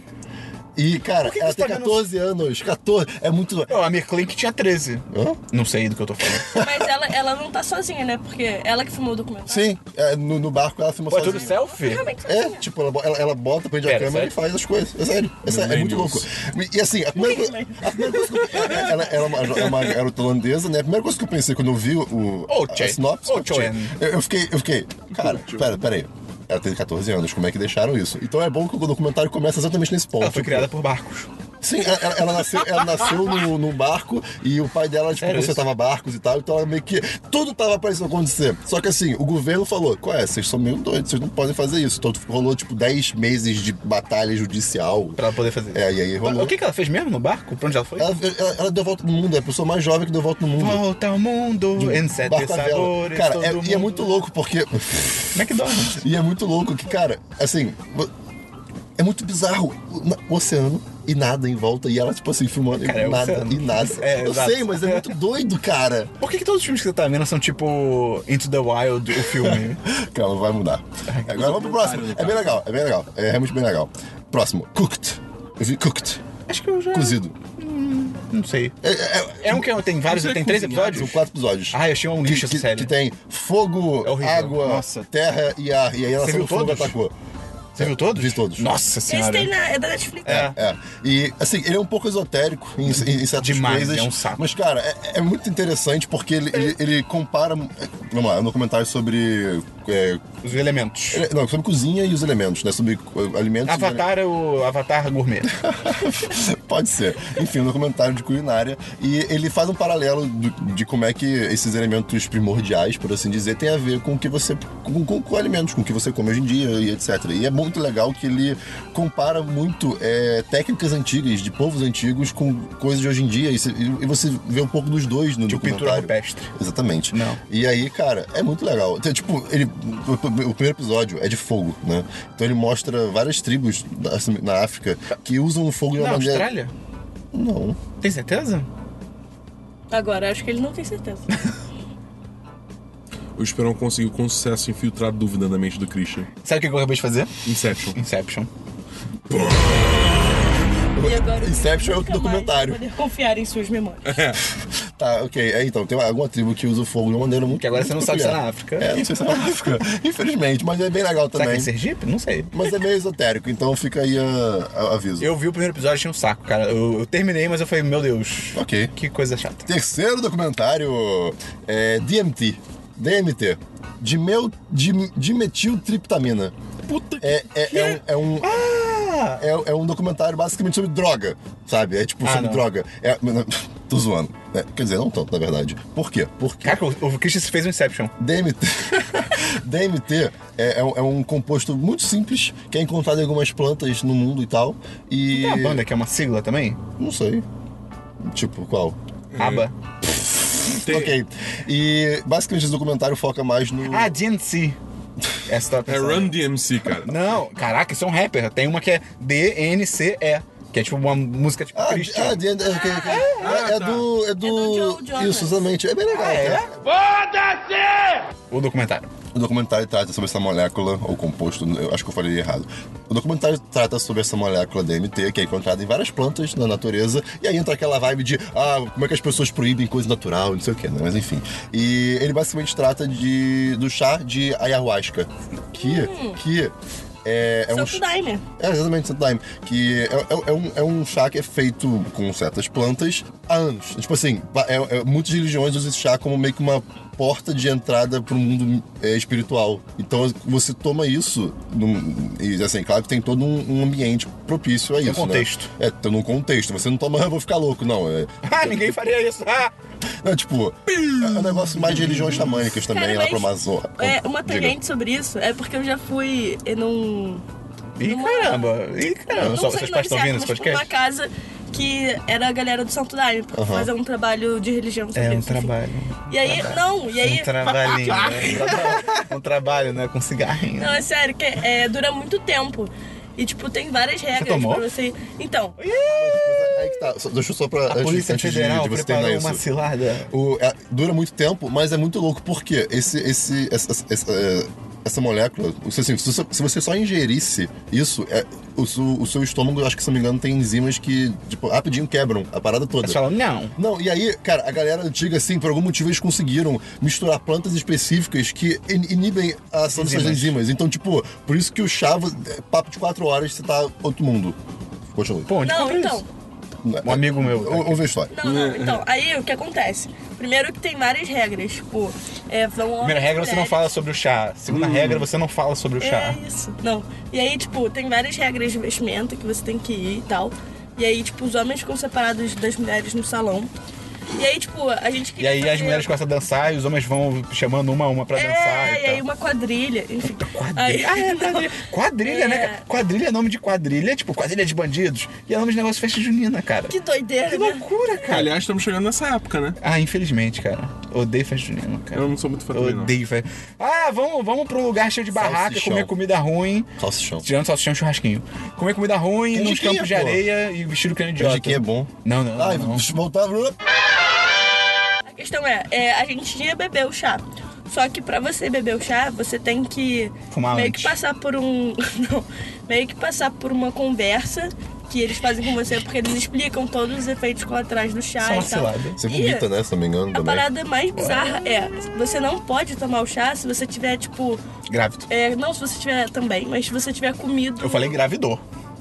E, cara, que ela você tem tá vendo- catorze anos. catorze. É muito. Pô, a Mirklink tinha treze. Hã? Não sei do que eu tô falando. Mas ela, ela não tá sozinha, né? Porque ela que filmou o documentário. Sim, é, no, no barco ela filma Pô, é sozinha. tudo selfie? Realmente É, sozinha. tipo, ela, bo- ela, ela bota, prende a Pera, câmera sério? e faz as coisas. É sério, é, sério, é muito louco. Millennials. E, e assim, a primeira, coisa, a primeira coisa que eu, ela, ela é uma, é uma garota holandesa, né? A primeira coisa que eu pensei quando eu vi o, Ô, a Tchê. sinopse, Ô, Tchê. eu, eu fiquei, eu fiquei, cara, pera, pera aí. ela tem catorze anos, como é que deixaram isso? Então é bom que o documentário começa exatamente nesse ponto. Ela foi Tipo, criada por barcos. Sim, ela, ela nasceu, ela nasceu no, num barco e o pai dela, tipo, Sério consertava barcos e tal, então ela meio que... Tudo tava parecendo acontecer. Só que assim, o governo falou, qual é? Vocês são meio doidos, vocês não podem fazer isso. Então rolou, tipo, dez meses de batalha judicial. Pra ela poder fazer isso. É, e aí rolou. O que, que ela fez mesmo no barco? Pra onde ela foi? Ela, ela, ela deu volta no mundo, é a pessoa mais jovem que deu volta no mundo. Volta ao mundo em sete Barco à vela. sabores. Cara, todo é, mundo... e é muito louco porque... McDonald's. E é muito louco que, cara, assim... É muito bizarro o oceano e nada em volta. E ela, tipo assim, filmando Cara, e é nada oceano. e nada. É, Eu exato. sei, mas é muito doido, cara. Por que, que todos os filmes que você tá vendo são tipo Into the Wild, o filme? Calma, vai mudar. Agora vamos pro próximo. É bem legal, é bem legal. É realmente bem legal. Próximo, Cooked. Eu vi Cooked. Acho que eu já... Cozido. Não sei. É, é, É um que tem vários, Não sei tem três cozinhar, episódios? são quatro episódios. Ah, eu achei um que, lixo essa que, série. que tem fogo, É horrível. água, Nossa. terra e ar. E aí ela Você saiu viu fogo e todos? atacou. Você viu todos? Vi todos. Nossa Esse senhora. tem na, é da Netflix. É. É. E, assim, ele é um pouco esotérico em, em, em certas Demais, coisas. é um saco. Mas, cara, é, é muito interessante porque ele, ele, ele compara... Vamos lá, é um documentário sobre... É, Os elementos. ele- não, sobre cozinha e os elementos, né? Sobre uh, alimentos... e Avatar é o Avatar gourmet. Pode ser. Enfim, um documentário de culinária. E ele faz um paralelo do- de como é que esses elementos primordiais, por assim dizer, tem a ver com o que você. Com, com, com alimentos, com o que você come hoje em dia e etcétera. E é muito legal que ele compara muito é, técnicas antigas, de povos antigos, com coisas de hoje em dia. E, se- e você vê um pouco dos dois no Tipo pintura documentário. rupestre. Exatamente. Não. E aí, cara, é muito legal. Então, tipo, ele, o, o primeiro episódio é de fogo, né? Então ele mostra várias tribos da- na África que usam o fogo de uma Na maneira. Austrália? Não. Tem certeza? Agora, acho que ele não tem certeza. O Esperão conseguiu com sucesso infiltrar dúvida na mente do Christian. Sabe o que eu acabei de fazer? Inception. Inception. E agora, Inception é outro nunca mais documentário. vai poder confiar em suas memórias. Tá, ok. É, então, tem alguma tribo que usa o fogo de uma maneira muito. Que agora você não sabe se é na África. É, não sei se é na África. Infelizmente, mas é bem legal Será que é também. em Sergipe? Não sei. Mas é meio esotérico, então fica aí a, a- aviso. Eu vi o primeiro episódio e tinha um saco, cara. Eu, eu terminei, mas eu falei, meu Deus. Ok. Que coisa chata. Terceiro documentário é D M T. D M T. Dimel, dim, dimetiltriptamina. Puta É, é, é um. É um Ah! É, é um documentário basicamente sobre droga, sabe? É tipo Ah, sobre não. droga. É, tô zoando. É, quer dizer, não tanto, na verdade. Por quê? Porque Caraca, o, o Christian fez um Inception. D M T, D M T é, é um, é um composto muito simples que é encontrado em algumas plantas no mundo e tal. E. Tem uma banda que é uma sigla também? Não sei. Tipo, qual? ABBA. Tem- Ok. E basicamente esse documentário foca mais no. Ah, D N C. Essa tá É pensando. Run D M C, cara. Não, caraca, isso é um rapper. Tem uma que é D N C E. Que é tipo uma música tipo Ah, Christian. ah, de- é, ok, ok. É- é tá. do. É do. É do Joe Jonas. Isso, exatamente. É bem legal, Ah, é? cara. O documentário. O documentário trata sobre essa molécula, ou composto, eu acho que eu falei errado. O documentário trata sobre essa molécula D M T, que é encontrada em várias plantas na natureza, e aí entra aquela vibe de, ah, como é que as pessoas proíbem coisa natural, não sei o que, né? Mas enfim. E ele basicamente trata de, do chá de ayahuasca, que, que é, é um Santo Daime. é, exatamente, Santo Daime. Que é, é- é um, é um chá que é feito com certas plantas há anos. Tipo assim, é, é- muitas religiões usam esse chá como meio que uma porta de entrada para o mundo é, espiritual. Então você toma isso, num, e assim, claro que tem todo um, um ambiente propício a Tem um isso. né? contexto. É, tem um contexto. Você não toma, ah, vou ficar louco, não. É, Ah, ninguém faria isso. Ah! não, tipo, é um negócio mais de religiões xamânicas também, Cara, lá mas pro Amazônia. É, uma Diga. tangente sobre isso é porque eu já fui num. Ih, numa- caramba. Ih, caramba. Não Só, sei seus o pais estão nome ouvindo esse certo, mas, tipo, uma podcast? casa que era a galera do Santo Daime, pra Aham. fazer um trabalho de religião sobre É um isso, enfim. trabalho. E aí, não, e aí. Um trabalhinho, né? Um trabalho, né? Com cigarrinho. Não, é sério, que é, dura muito tempo. E, tipo, tem várias regras tomou? pra você. Então, Aí que tá. Só- Deixa eu só pra. A antes, Polícia antes de- Federal de, você preparou terminar uma isso. cilada. O- é, dura muito tempo, mas é muito louco, porque esse, esse, essa, essa, é, essa molécula, assim, se, você, se você só ingerisse isso, é, o, seu, o seu estômago, acho que se não me engano, tem enzimas que, tipo, rapidinho quebram a parada toda. Você fala, não. Não, e aí, cara, a galera antiga, assim, por algum motivo eles conseguiram misturar plantas específicas que in- inibem a ação dessas Enzimas. enzimas. Então, tipo, por isso que o chá, é, papo de quatro horas, você tá outro mundo. Continue. Pô, onde não, compra então. isso? Um amigo meu. tá Ou- aqui. Ouve a história. Não, não, então, aí o que acontece? Primeiro que tem várias regras, tipo, é, vão homens Primeira regra, e você não mulheres. fala sobre o chá. Segunda regra, você não fala sobre o chá. É isso. Não. E aí, tipo, tem várias regras de vestimenta que você tem que ir e tal. E aí, tipo, os homens ficam separados das mulheres no salão. E aí, tipo, a gente E queria aí as fazer- mulheres começam a dançar e os homens vão chamando uma a uma pra dançar É, e e aí tal. uma quadrilha, enfim. Quadrilha. Ah, é, quadrilha. Quadrilha, É. né, cara? Quadrilha é nome de quadrilha, tipo, quadrilha de bandidos. E é nome de negócio de festa junina, cara. Que doideira, Que né? loucura, cara. Aliás, estamos chegando nessa época, né? Ah, infelizmente, cara. Odeio festa junina, cara. Eu não sou muito fã também, não. Odeio festa. Ah, vamos, vamos pra um lugar cheio de barraca, Salsichão. comer comida ruim. Salsichão. Tirando salsichão e churrasquinho. Comer comida ruim nos Canjiquinha, campos de pô. areia e vestido que nem idiota. Canjiquinha é bom. Não, não, Ai, não. deixa eu voltar. A questão é, é, a gente ia beber o chá. Só que pra você beber o chá, você tem que Fumar meio antes. que passar por um. Não, meio que passar por uma conversa que eles fazem com você, porque eles explicam todos os efeitos colaterais do chá Isso é uma e tal. cilada. Você E vomita, né? Se não me engano, A também. parada mais bizarra é, você não pode tomar o chá se você tiver, tipo. Grávido. É, não se você tiver também, mas se você tiver comido. Eu falei engravidou.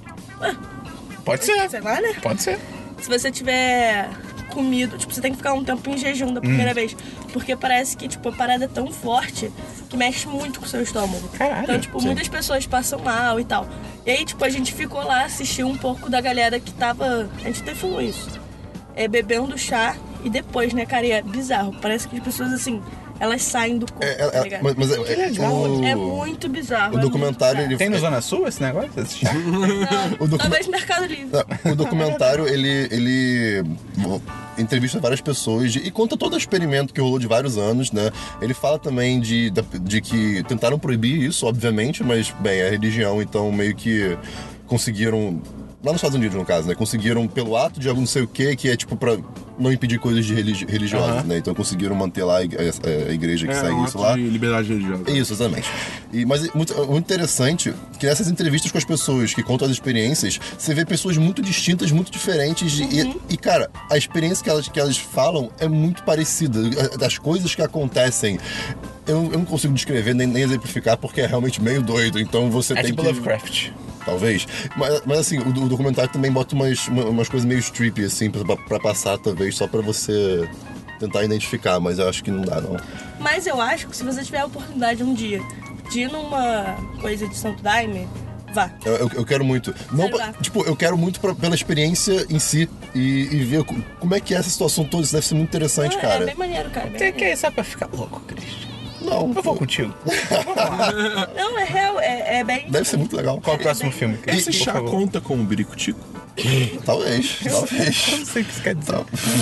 Pode ser. Sei lá, né? Pode ser. Se você tiver comido, tipo, você tem que ficar um tempo em jejum da primeira Hum. vez. Porque parece que, tipo, a parada é tão forte que mexe muito com o seu estômago. Caralho, Então, tipo, sim. muitas pessoas passam mal e tal. E aí, tipo, a gente ficou lá, assistiu um pouco da galera que tava. A gente até falou isso. É, bebendo chá e depois, né, cara? E é bizarro. Parece que as pessoas, assim, elas saem do corpo, É, é, tá é, ligado? mas mas é, é, o, É muito bizarro. o é documentário, muito ele- Tem no Zona Sul esse negócio? Esse chá? bizarro. Não, o documen- talvez Mercado Livre. Não, o documentário, ele, ele entrevista várias pessoas de- e conta todo o experimento que rolou de vários anos, né? Ele fala também de, da- de que tentaram proibir isso, obviamente, mas, bem, é religião, então meio que conseguiram... Lá nos Estados Unidos, no caso, né? Conseguiram, pelo ato de algum não sei o quê, que é tipo pra não impedir coisas de religi- religiosas, Aham. né? Então conseguiram manter lá a, a- a igreja que É segue um isso ato lá. de liberdade religiosa. Isso, exatamente. E, mas é muito, muito interessante que nessas entrevistas com as pessoas que contam as experiências, você vê pessoas muito distintas, muito diferentes. E, e, cara, a experiência que elas, que elas falam é muito parecida. As coisas que acontecem, eu, eu não consigo descrever nem, nem exemplificar porque é realmente meio doido. Então você É tem tipo que... Lovecraft. Talvez. Mas, mas assim, o, o documentário também bota umas, uma- umas coisas meio trippy, assim, pra, pra passar, talvez, só pra você tentar identificar. Mas eu acho que não dá, não. Mas eu acho que se você tiver a oportunidade um dia de ir numa coisa de Santo Daime, vá. Eu, eu, eu quero muito. Não, Sei pra- lá. tipo, eu quero muito pra- pela experiência em si e, e ver co- como é que é essa situação toda. Isso deve ser muito interessante, Ah, cara. É bem maneiro, cara. Bem Você maneiro. quer ir só pra ficar louco, Cristian? Não, Eu vou contigo. Vamos lá. Não, é real, é, é bem. deve ser muito legal. Qual é o próximo filme? Esse Por chá favor. conta como biricutico? Talvez, Eu talvez. não sei o que isso quer dizer.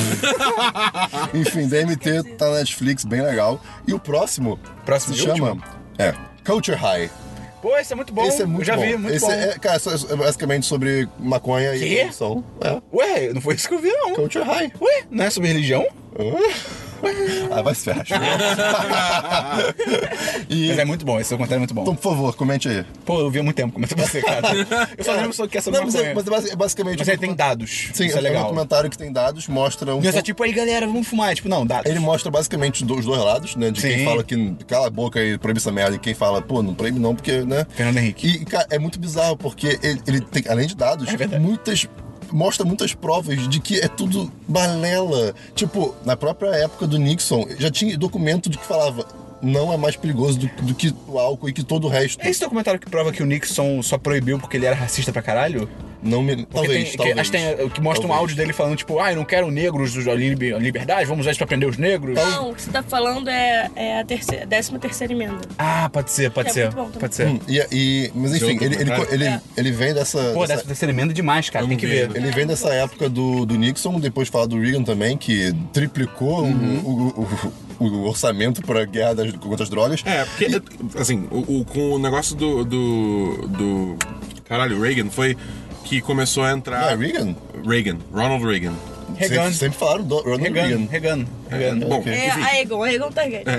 Enfim, D M T tá na Netflix, bem legal. E o próximo Próximo se e chama... último? É, Culture High. Pô, esse é muito bom. Esse é muito Eu já bom. vi, muito Esse bom. É, cara, é é basicamente sobre maconha Quê? e produção. É, Ué, não foi isso que eu vi, não. Culture High. Ué, não é sobre religião? Ah, vai se ferrar. e, Mas é muito bom, esse documentário é muito bom. então, por favor, comente aí. Pô, eu vi há muito tempo, comenta você, cara. Eu só lembro só que é sobre Não, mas é, maconha. mas é basi- é basicamente... Mas ele tem dados. Sim, isso é é um legal. documentário que tem dados, mostra um Não é só pouco- tipo, aí galera, vamos fumar. É tipo, não, dados. Ele mostra basicamente os do- os dois lados, né? De quem Sim. fala que cala a boca e proíbe essa merda, e quem fala, pô, não proíbe não, porque, né? Fernando Henrique. E, cara, é muito bizarro, porque ele, ele tem, além de dados, É verdade. muitas. Mostra muitas provas de que é tudo balela. Tipo, na própria época do Nixon, já tinha documento de que falava não é mais perigoso do, do que o álcool e que todo o resto. É esse documentário que prova que o Nixon só proibiu porque ele era racista pra caralho? Não me. Porque Talvez, tem, que- talvez. acho que tem, que mostra um Talvez. áudio dele falando, tipo, ah, eu não quero negros a liber- liberdade, vamos usar isso pra prender os negros. Não, o que você tá falando é, é a terceira, décima terceira emenda. Ah, pode ser, pode É ser. muito bom também. Pode ser. Hum, e, e- mas Esse enfim, outro ele, ele, documentário? ele, É. ele vem dessa. Pô, dessa- décima terceira emenda é demais, cara. Tem que ver. Vamos Ele vem dessa época do, do Nixon, depois fala do Reagan também, que triplicou o- o, o, o orçamento para a guerra das, contra as drogas. É, porque, assim, o, o- com o negócio do, do. do. Caralho, Reagan foi que começou a Não, entrar. é Reagan? Reagan, Ronald Reagan. Reagan. Sempre, sempre falaram do Ronald Regan, Reagan. Regan, Regan. Bom, Ok. É enfim. a Egon, a Egon Targaryen. É,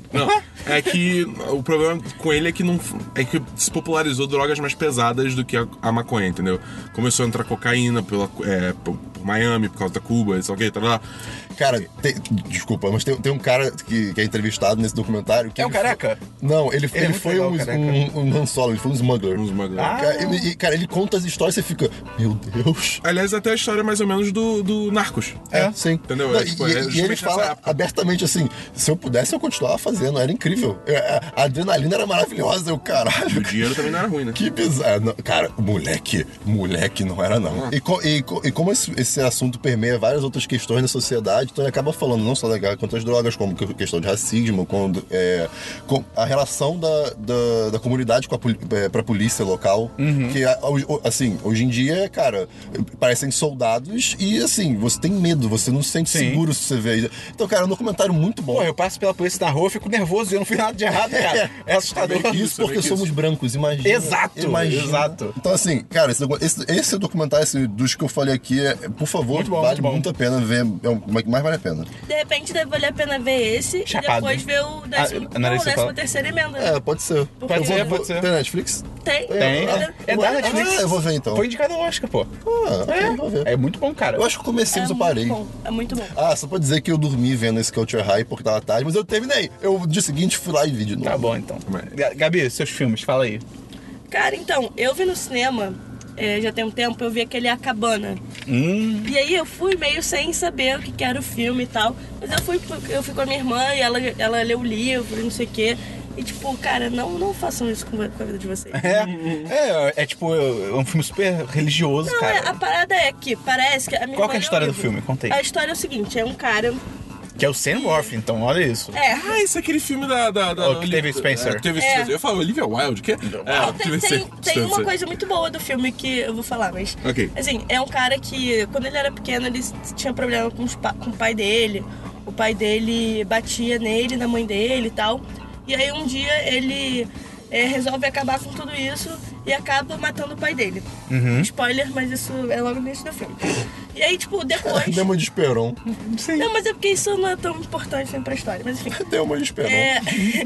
Não, é que o problema com ele é que não é que se popularizou drogas mais pesadas do que a, a maconha, entendeu? Começou a entrar cocaína pela, é, por, por Miami, por causa da Cuba, sei lá o que, tá lá. Cara, tem- desculpa, mas tem, tem um cara que, que é entrevistado nesse documentário que É o ele careca? foi- Não, ele, Ele é ele muito foi legal, um, careca. um, um Han Solo, ele foi um smuggler. Uns bagulho. Ah. Cara, ele, e, cara, ele conta as histórias e você fica, meu Deus. Aliás, até a história mais ou menos do, do Narcos. É, sim. Entendeu? Não, É, tipo, e, é e justamente ele nessa fala época. abertamente assim: se eu pudesse, eu continuava fazendo, era incrível. É, A adrenalina era maravilhosa, eu E caralho. o dinheiro também não era ruim, né? Que bizarro. Não, cara, moleque, moleque não era não. E, co- e co- e como esse, esse assunto permeia várias outras questões da sociedade, então ele acaba falando não só da guerra contra as drogas, como que- questão de racismo, quando, é, com a relação da, da, da comunidade com a poli- é, pra polícia local, que a- o- assim, hoje em dia, cara, parecem soldados e assim, você tem medo, você não se sente Sim. seguro se você vê. Então, cara, é um documentário muito bom. Pô, eu passo pela polícia na rua, eu fico nervoso e eu não fiz nada de errado, cara. É assustador. Também Isso Isso, porque também somos isso. brancos, imagina. Exato, imagina. exato. Então, assim, cara, esse, docu- esse, esse documentário assim, dos que eu falei aqui, é, por favor, Muito bom, vale muito bom. muito a pena ver. É o que mais vale a pena. De repente deve valer a pena ver esse Chapado. e depois ver o décimo, Ah, não era não, isso que você décima fala? terceira emenda. É, pode ser. Pode Eu ser, vou- pode ser. Tem Netflix? Tem. Tem. Entendeu? É da Netflix. Ah, eu vou ver então. Foi indicado ao Oscar, pô. Ah, ok, É. vou ver. É muito bom, cara. Eu acho que comecei, É mas eu muito parei. bom. É muito bom. Ah, só pra dizer que eu dormi vendo esse Culture High porque tava tarde, mas eu terminei. Eu, no dia seguinte, fui lá e vi de novo. Tá bom, então. Mas- Ga- Gabi, seus filmes, fala aí. Cara, então, eu vi no cinema, é, já tem um tempo, eu vi aquele A Cabana. Hum. E aí eu fui meio sem saber o que, que era o filme e tal. Mas eu fui, eu fui com a minha irmã e ela, ela leu o livro e não sei o quê. E tipo, cara, não, não façam isso com a, com a vida de vocês. É, é, é tipo, é um filme super religioso, Não, é, a cara. parada é que parece que a minha Qual que é a irmã leu história o do livro. filme? Conta aí. A história é o seguinte, é um cara... Que é o Sam Worth, então, olha isso. É, Ah, esse é aquele filme da... da, da O Octavia Spencer. É, Octavia É. Spencer. Eu falo Olivia Wilde, o quê? É, tem, Octavia tem, tem Spencer. uma coisa muito boa do filme que eu vou falar, mas... Ok. Assim, é um cara que, quando ele era pequeno, ele tinha problema com, os pa- com o pai dele. O pai dele batia nele, na mãe dele e tal. E aí um dia ele é, resolve acabar com tudo isso e acaba matando o pai dele. Spoiler, mas isso é logo no início do filme. E aí, tipo, depois... Demo de Esperon. Não, mas é porque isso não é tão importante assim pra história, mas enfim. Demo de Esperon. É,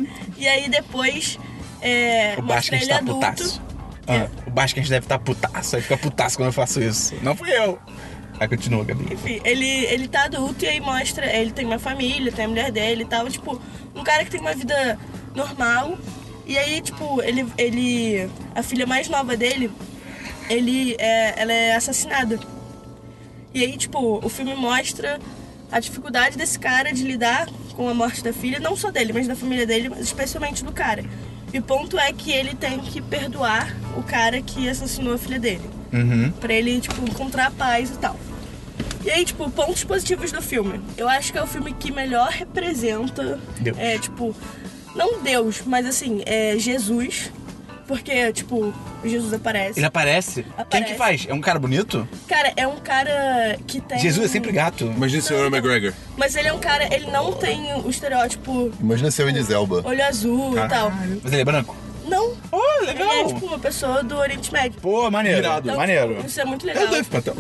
e aí depois é, O mostra Basquens ele tá adulto. putaço. Ah, o Basquens deve estar tá putaço, aí fica putaço quando eu faço isso. Não fui eu. Aí continua, Gabi. Enfim, ele, ele tá adulto e aí mostra, ele tem uma família, tem a mulher dele e tal, tipo, um cara que tem uma vida normal. E aí, tipo, ele, ele a filha mais nova dele, ele é, ela é assassinada. E aí, tipo, o filme mostra a dificuldade desse cara de lidar com a morte da filha, não só dele, mas da família dele, mas especialmente do cara. E o ponto é que ele tem que perdoar o cara que assassinou a filha dele. Uhum. Pra ele, tipo, encontrar a paz e tal. E aí, tipo, pontos positivos do filme. Eu acho que é o filme que melhor representa... Deus. É, tipo... Não Deus, mas assim, é Jesus. Porque, tipo, Jesus aparece. Ele aparece? Quem Aparece. que faz? É um cara bonito? Cara, é um cara que tem... Jesus é sempre gato. Imagina se o Ewan McGregor. Mas ele é um cara... Ele não tem o estereótipo Imagina ser o Idris Elba. olho azul e tal. Mas ele é branco? Não. Oh, Ele legal. é, tipo, uma pessoa do Oriente Médio. Pô, maneiro. Irado. Então, Maneiro. tipo, isso é muito É legal. o Dave Patel.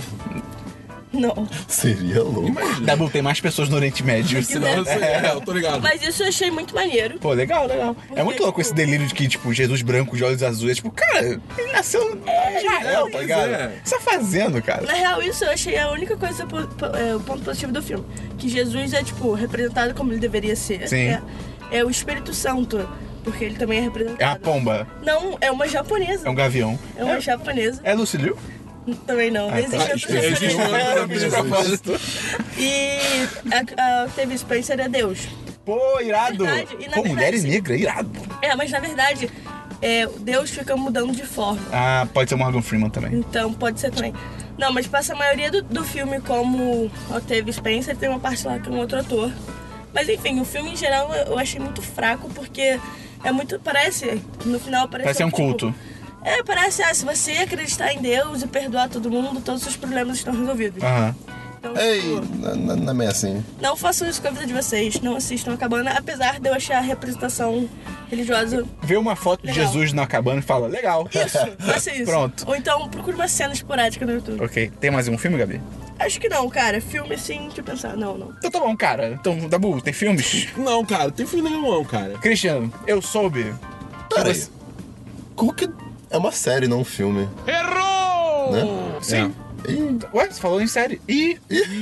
Não. Seria louco. Dabu, tem mais pessoas no Oriente Médio. Senão, eu sei, é, eu tô ligado. Mas isso eu achei muito maneiro. Pô, legal, legal. É muito louco esse delírio de que, tipo, Jesus branco de olhos azuis. Tipo, cara, ele nasceu em Israel, tá pois ligado? é. O que você tá fazendo, cara? Na real, isso eu achei a única coisa, po- po- é, o ponto positivo do filme. Que Jesus é, tipo, representado como ele deveria ser. Sim. É, é o Espírito Santo, porque ele também é representado. É uma pomba. Não, é uma japonesa. É um gavião. É uma japonesa. É Lucy Liu? Também não. Ah, existe tá. outra Existe japonesa. uma outra Eu fiz de propósito. E a, a Octavia Spencer é Deus. Pô, irado. Verdade, e na Pô, verdade, mulher sim. negra, irado. É, mas na verdade, é, Deus fica mudando de forma. Ah, pode ser o Morgan Freeman também. Então, pode ser também. Não, mas passa a maioria do, do filme como Octavia Spencer, tem uma parte lá que é um outro ator. Mas enfim, o filme em geral eu eu achei muito fraco, porque é muito... Parece, no final parece... Parece um tipo, culto. É, parece, ah, se você acreditar em Deus e perdoar todo mundo, todos os seus problemas estão resolvidos. Aham. Então, Ei, tipo, não, não, não é bem assim. não façam isso com a vida de vocês, não assistam a Cabana, apesar de eu achar a representação religiosa... Vê uma foto de Legal. Jesus na cabana e fala, legal. Isso, faça isso. Pronto. Ou então procure uma cena esporádica no YouTube. Ok. Tem mais um filme, Gabi? Acho que não, cara. Filme assim, deixa eu pensar. Não, não. Então tá bom, cara. Então, Dabu, tem filmes? Não, cara, tem filme nenhum não, cara. Cristiano, eu soube. que Peraí. você- Como que é uma série, não um filme? Errou! Né? Sim. Ih. Ué, você falou em série. Ih!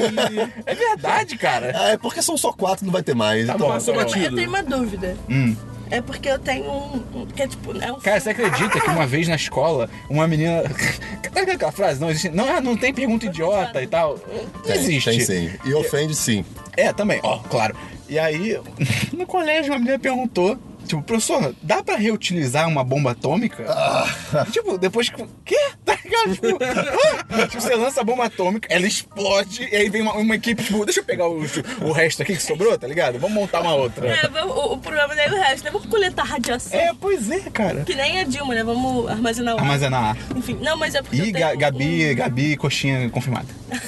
É verdade, cara. Ah, é porque são só quatro, não vai ter mais. Tá então, bom. Passou Não, Eu batido. tenho uma dúvida. Hum. É porque eu tenho um. um que é tipo. É um Cara, você acredita que uma vez na escola, uma menina. Sabe aquela frase? Não existe. Não, ah, não tem pergunta idiota e tal. Não tem, existe. tem sim. E ofende sim. É, também, ó, claro. E aí, no colégio, uma menina perguntou. Tipo, professor, dá pra reutilizar uma bomba atômica? Ah. Tipo, depois que. Quê? Tá ligado? Tipo, ah! Tipo, você lança a bomba atômica, ela explode, e aí vem uma, uma equipe, tipo, deixa eu pegar o, o resto aqui que sobrou, tá ligado? Vamos montar uma outra. É, vamos- o, o problema daí é o resto, né? Vamos coletar radiação. É, pois é, cara. Que nem a Dilma, né? Vamos armazenar o ar. Armazenar. Enfim, não, mas é porque. Ih, eu tenho Ga- Gabi, um- Gabi, coxinha confirmada.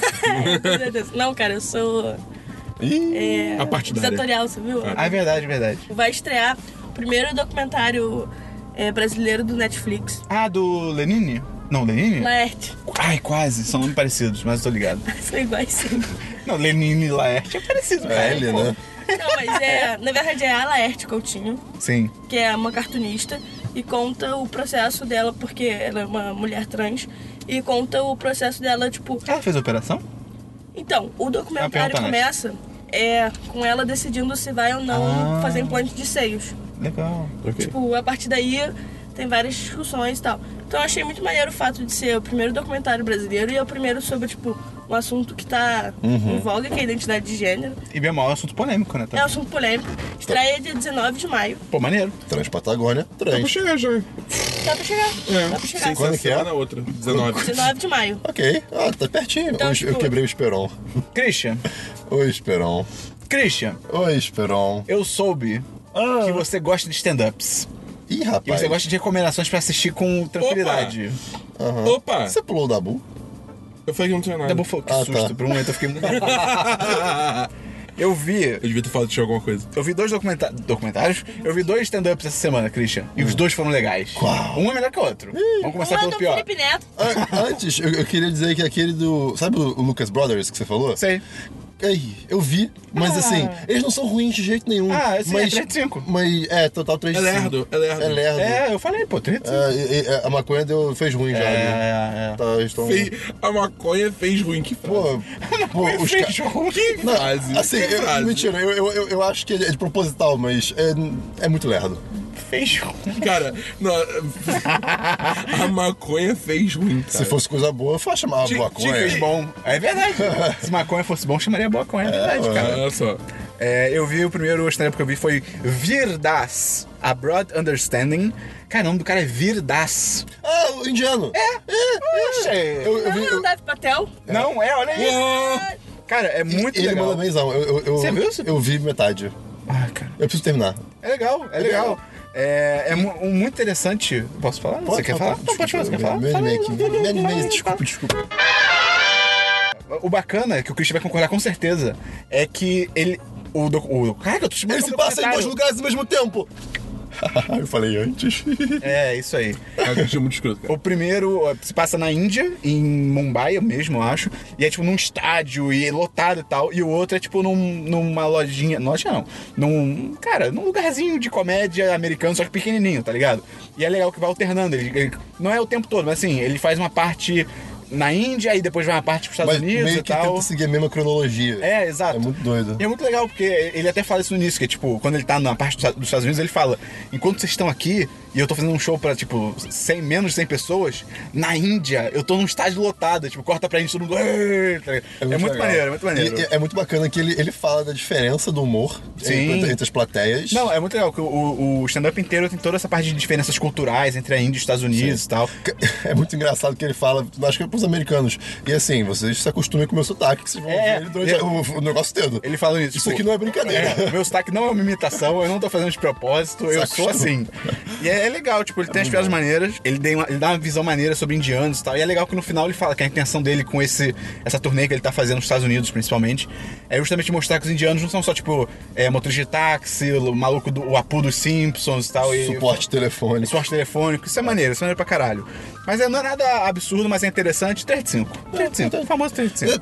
Com certeza. Não, cara, eu sou. Ih. É, A partidária. ditatorial, você viu? Ah, é verdade, é verdade. Vai estrear o primeiro documentário é, brasileiro do Netflix. Ah, do Lenine? Não, Lenine? Laerte. Ai, quase, são nomes parecidos, mas eu tô ligado. São iguais sim. Não, Lenine e Laerte é parecido, cara. É ele, pô. né? Não, mas é. Na verdade é a Laerte Coutinho, Sim. que é uma cartunista, e conta o processo dela, porque ela é uma mulher trans, e conta o processo dela, tipo. Ela fez a operação? Então, o documentário pergunta começa é, com ela decidindo se vai ou não Ah. fazer implante de seios. Legal. Ok. Tipo, a partir daí tem várias discussões e tal. Então eu achei muito maneiro o fato de ser o primeiro documentário brasileiro e é o primeiro sobre, tipo, um assunto que tá em voga, que é a identidade de gênero. E bem mal, é um assunto polêmico, né? É um assunto polêmico. Estreia dia dezenove de maio. Pô, maneiro. Transpatagônia, Tá pra trans. chegar já. Dá pra chegar. É. Dá pra chegar. Sim, Quando que é? semana outra. dezenove. dezenove de maio. Ok. Ah, tá pertinho. Então, Hoje eu tipo- quebrei o Esperon. Christian, Oi, Esperon. Christian, Oi, Esperon. eu soube que você gosta de stand-ups. Ih, E rapaz. você gosta de recomendações pra assistir com tranquilidade. Aham. Opa! Você pulou o Dabu? Eu falei que não tinha nada. Dabu falou, que Ah, susto, tá. por um momento eu fiquei muito... Eu vi, Eu devia ter falado de alguma coisa. eu vi dois documenta- documentários, eu vi dois stand-ups essa semana, Christian, e os dois foram legais. Qual? Um é melhor que o outro. Vamos começar Um é pelo do pior. Felipe Neto. An- Antes, eu, eu queria dizer que aquele do. Sabe o Lucas Brothers que você falou? Sei. Ai, eu vi, mas Ah. assim, eles não são ruins de jeito nenhum. Ah, sim, é mas, três de cinco. Mas é, total três É de cinco. lerdo, é lerdo. É lerdo. É, eu falei, pô, trinta. É, e- e- a maconha deu, fez ruim já. É, né? é, é. Tá, eles tão... Fez- A maconha fez ruim. Que frase. Pô, pô os Fez caras. ruim. Que Não, frase. assim, que eu, frase. mentira, eu, eu, eu, eu acho que é de proposital, mas é, é muito lerdo. Fez ruim. Cara, não, a maconha fez ruim, cara. Se fosse coisa boa, eu chamava Tinha- maconha. Fez bom. É verdade. Se maconha fosse bom, chamaria maconha. É verdade, cara. Olha só. É, eu vi o primeiro stand-up que eu vi foi Virdas, A Broad Understanding. Cara, o nome do cara é Virdas. Ah, o indiano. É, Oxe. Eu, eu Não, vi. é o Eu, Dev Patel. Não, é, olha aí. Uou! Cara, é muito ele legal. manda benzão. Eu, eu, eu, Você viu isso? Eu vi metade. Ah, cara. Eu preciso terminar. É legal, é legal. É, é mu- um muito interessante. Posso falar? você quer falar? Não, pode falar, você quer falar? Me Fala animei aí. aqui. Me animei, desculpa, desculpa. O bacana, que o Christian vai concordar com certeza, é que ele... O, doc- o cara que eu tô chamando Ele de se passa em dois documentário. lugares ao mesmo tempo. Eu falei antes. É, isso aí. Cara, que eu achei muito escroto, cara. O primeiro ó, se passa na Índia, em Mumbai mesmo, eu acho. E é tipo num estádio e é lotado e tal. E o outro é tipo num, numa lojinha. Loja não. Num. Cara, num lugarzinho de comédia americano, só que pequenininho, tá ligado? E é legal que vai alternando. Ele, ele- não é o tempo todo, mas assim, ele faz uma parte na Índia e depois vai uma parte pros Estados Mas Unidos meio e que tal. tenta seguir a mesma cronologia. É, exato. É muito doido. E é muito legal, porque ele até fala isso no início, que é tipo, quando ele tá na parte dos Estados Unidos, ele fala, enquanto vocês estão aqui, e eu tô fazendo um show pra, tipo, cem, menos de cem pessoas, na Índia, eu tô num estádio lotado, tipo, corta pra gente, todo mundo... "Êêê", tá ligado? É muito, legal. maneiro, é muito maneiro. E- e é muito bacana que ele, ele fala da diferença do humor Sim. entre, entre as plateias. Não, é muito legal, que o, o stand-up inteiro tem toda essa parte de diferenças culturais entre a Índia e os Estados Unidos e tal. É muito engraçado que ele fala, acho que é pros americanos. E assim, vocês se acostumem com o meu sotaque, que vocês vão É, ver ele durante é. o, o negócio todo. Ele fala isso. Isso tipo, aqui não é brincadeira. É, meu sotaque não é uma imitação, eu não tô fazendo de propósito, eu Saco sou cheio. assim. E é, é legal, tipo, ele tem as piadas maneiras, ele, tem uma- ele dá uma visão maneira sobre indianos e tal. E é legal que no final ele fala que a intenção dele com esse, essa turnê que ele tá fazendo nos Estados Unidos, principalmente, é justamente mostrar que os indianos não são só, tipo, é, motorista de táxi, o maluco do o Apu dos Simpsons e tal. E, Suporte telefônico. Suporte telefônico, isso é maneiro, isso é maneiro pra caralho. Mas é, não é nada absurdo, mas é interessante. três de cinco. três de cinco, o famoso três de cinco.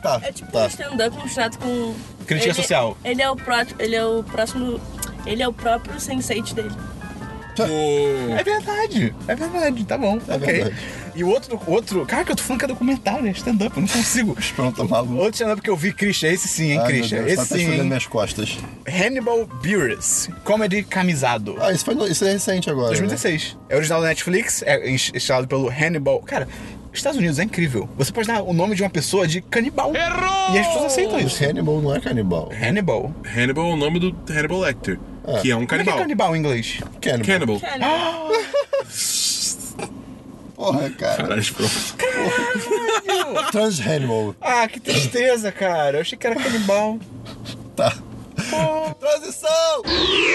Tá, É tipo tá. um stand-up misturado com... Crítica ele, social. Ele é, o pró- ele é o próximo... Ele é o próprio sense eight dele. Pô, É verdade, é verdade, tá bom, ok. verdade. E o outro, outro. Cara, que eu tô falando que é documentário, é stand-up, eu não consigo. Pronto, tá maluco. Outro stand-up que eu vi, Christian, esse sim, hein, Ai, meu Christian? Deus, tá Esse esfregando sim. minhas costas. Hannibal Buress, comedy camisado. Ah, isso, foi no- isso é recente agora, dois mil e né? dezesseis. É original da Netflix, é estrelado pelo Hannibal. Cara, Estados Unidos é incrível. Você pode dar o nome de uma pessoa de canibal. Errou! E as pessoas aceitam Mas isso. Hannibal não é canibal. Hannibal. Hannibal é o nome do Hannibal Lecter, Ah. que é um Como é que é canibal. canibal em inglês? Cannibal. Cannibal. Porra, cara. Caralho, pronto. Trans Hannibal. Ah, que tristeza, cara. Eu achei que era canibal. Tá. Transição!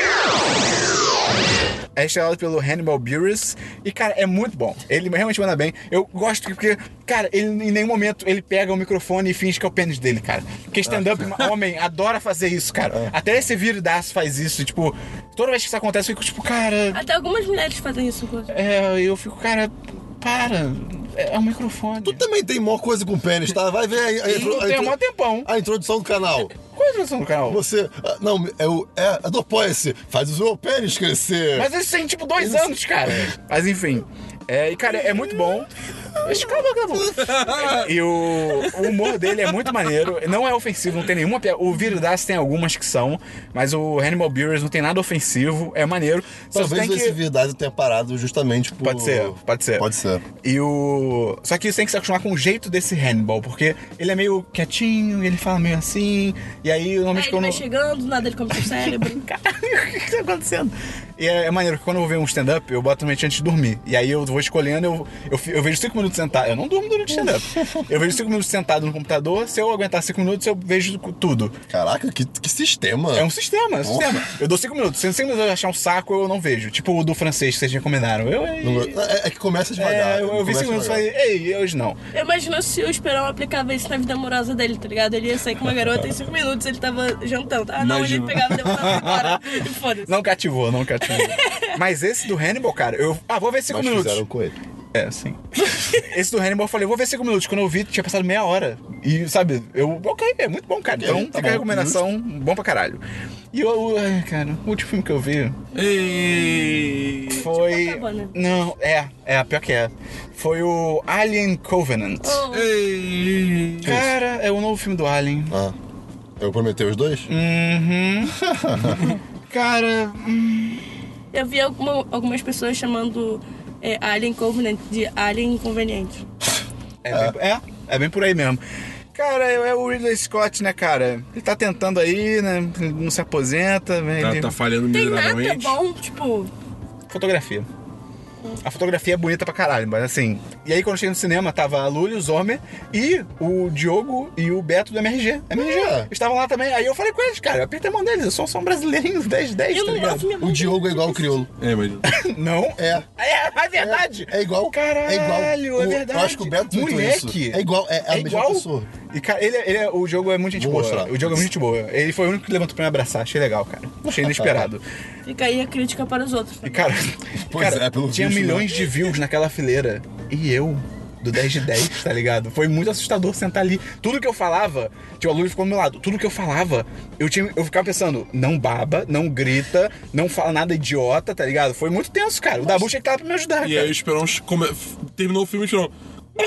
É estrelado pelo Hannibal Buress. E, cara, é muito bom. Ele realmente manda bem. Eu gosto porque, cara, ele em nenhum momento ele pega o microfone e finge que é o pênis dele, cara. Porque stand-up, homem, adora fazer isso, cara. Até esse viridaço faz isso. Tipo, toda vez que isso acontece, eu fico tipo, cara. Até algumas mulheres fazem isso, inclusive. É, eu fico, cara, para. É um microfone. Tu também tem maior coisa com pênis, tá? Vai ver aí a, intro- a, Tem intro- um maior tempão. a introdução do canal. Qual é a introdução do canal? Você. ah, Não, é o. É, é do Apoia-se. Faz o seu pênis crescer. Mas eles têm tipo dois anos, cara. Mas enfim. É, e, cara, é muito bom. Deixa calma, calma. E o, o humor dele é muito maneiro. Não é ofensivo, não tem nenhuma piada. O Viridace tem algumas que são, mas o Hannibal Buress não tem nada ofensivo. É maneiro. Só Talvez tem que... esse verdade tenha parado justamente por. Pode ser, pode ser. Pode ser. E o. Só que você tem que se acostumar com o jeito desse Hannibal, porque ele é meio quietinho, ele fala meio assim. E aí, Aí normalmente ele quando. vai chegando, do nada ele come seu cérebro. Caralho, o que que tá acontecendo? E é, é maneiro que quando eu vou ver um stand-up, eu boto normalmente antes de dormir. E aí eu vou escolhendo, eu, eu, fi- eu vejo cinco minutos sentado. Eu não durmo durante o stand-up. Eu vejo cinco minutos sentado no computador. Se eu aguentar cinco minutos, eu vejo tudo. Caraca, que, que sistema. É um sistema, é um sistema. Eu dou cinco minutos. Se em cinco minutos eu achar um saco, eu não vejo. Tipo o do francês que vocês recomendaram. Eu, Não- É, é que começa devagar. é, eu, eu vi começa cinco minutos e devagar. falei, ei, hoje não. Eu imagino se o Esperão aplicava isso na vida amorosa dele, tá ligado? Ele ia sair com uma garota e em cinco minutos ele tava jantando. Ah, não, Imagina. ele pegava e levantava embora. E foda-se. Não cativou, não cativou. Mas esse do Hannibal, cara, eu. Ah, vou ver cinco Mas minutos. fizeram com ele. É, sim. Esse do Hannibal eu falei, vou ver cinco minutos. Quando eu vi, tinha passado meia hora. E, sabe, eu. Ok, é muito bom, cara. Ok, Então, tá fica bom, a recomendação, bom pra caralho. E eu. Ai, cara, o último filme que eu vi Ei. foi. Copacabana. Não, é, é, pior que é. Foi o Alien Covenant. Oh, Ei. Cara, é o novo filme do Alien. Ah. Eu prometi os dois? Uhum. Cara. hum, eu vi alguma- algumas pessoas chamando é, Alien Covenant de Alien Inconveniente. É, bem, é, é bem por aí mesmo. Cara, é, é o Ridley Scott, né, cara? Ele tá tentando aí, né? Não se aposenta. né, Tá, ele... tá falhando Tem nada miseravelmente. bom, tipo... Fotografia. A fotografia é bonita pra caralho, mas assim. E aí, quando eu cheguei no cinema, tava a Luli, o Zomer e o Diogo e o Beto do M R G. M R G. É. Eles estavam lá também. Aí eu falei com eles, cara, eu apertei a mão deles, eu sou só um brasileirinho dez dez, Eu tá não ligado? gosto minha mão. O Diogo é igual o crioulo. É, mas... Não? É. É, é verdade. É igual. Caralho, é igual. é O- verdade. Eu acho que o Beto tweetou Moleque. isso. É igual, é, é a mesma igual? pessoa. E, cara, ele, ele é- o Diogo é muito gente Vou boa. mostrar. O Diogo é muito gente boa. Ele foi o único que levantou pra me abraçar. Achei legal, cara. Achei inesperado. Fica aí a crítica para os outros. E, cara, Pois cara é, pelo tinha visto, milhões de views naquela fileira. E eu, do dez de dez, tá ligado? Foi muito assustador sentar ali. Tudo que eu falava, tipo, a Luli ficou do meu lado. Tudo que eu falava, eu, tinha, eu ficava pensando, não baba, não grita, não fala nada idiota, tá ligado? Foi muito tenso, cara. O Dabu tinha que estar pra me ajudar, E cara. aí o Esperão come... terminou o filme e tirou...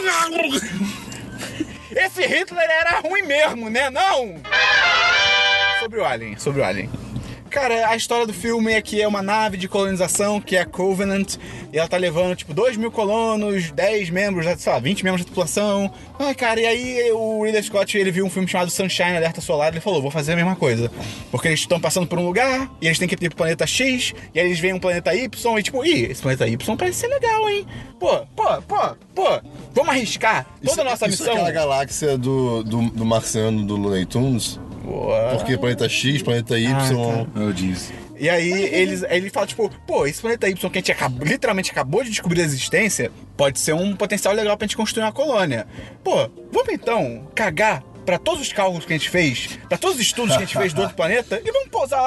Esse Hitler era ruim mesmo, né? Não! Sobre o Alien, sobre o Alien. Cara, a história do filme é que é uma nave de colonização, que é a Covenant, e ela tá levando, tipo, dois mil colonos, dez membros, sei lá, vinte membros da tripulação. Ai, cara, e aí o Ridley Scott, ele viu um filme chamado Sunshine, Alerta Solar, e ele falou, vou fazer a mesma coisa. Porque eles estão passando por um lugar, e eles têm que ir pro planeta X, e aí eles veem um planeta Y, e tipo, ih, esse planeta Y parece ser legal, hein? Pô, pô, pô, pô, vamos arriscar toda Isso- a nossa isso missão. é aquela galáxia do, do, do marciano do Looney Tunes. Boa. Porque planeta X, planeta Y. Ah, Eu disse. E aí eles, aí ele fala, tipo, pô, esse planeta Y que a gente acabou, literalmente acabou de descobrir a existência, pode ser um potencial legal pra gente construir uma colônia. Pô, vamos então cagar pra todos os cálculos que a gente fez, pra todos os estudos que a gente fez do outro planeta, e vamos pousar lá.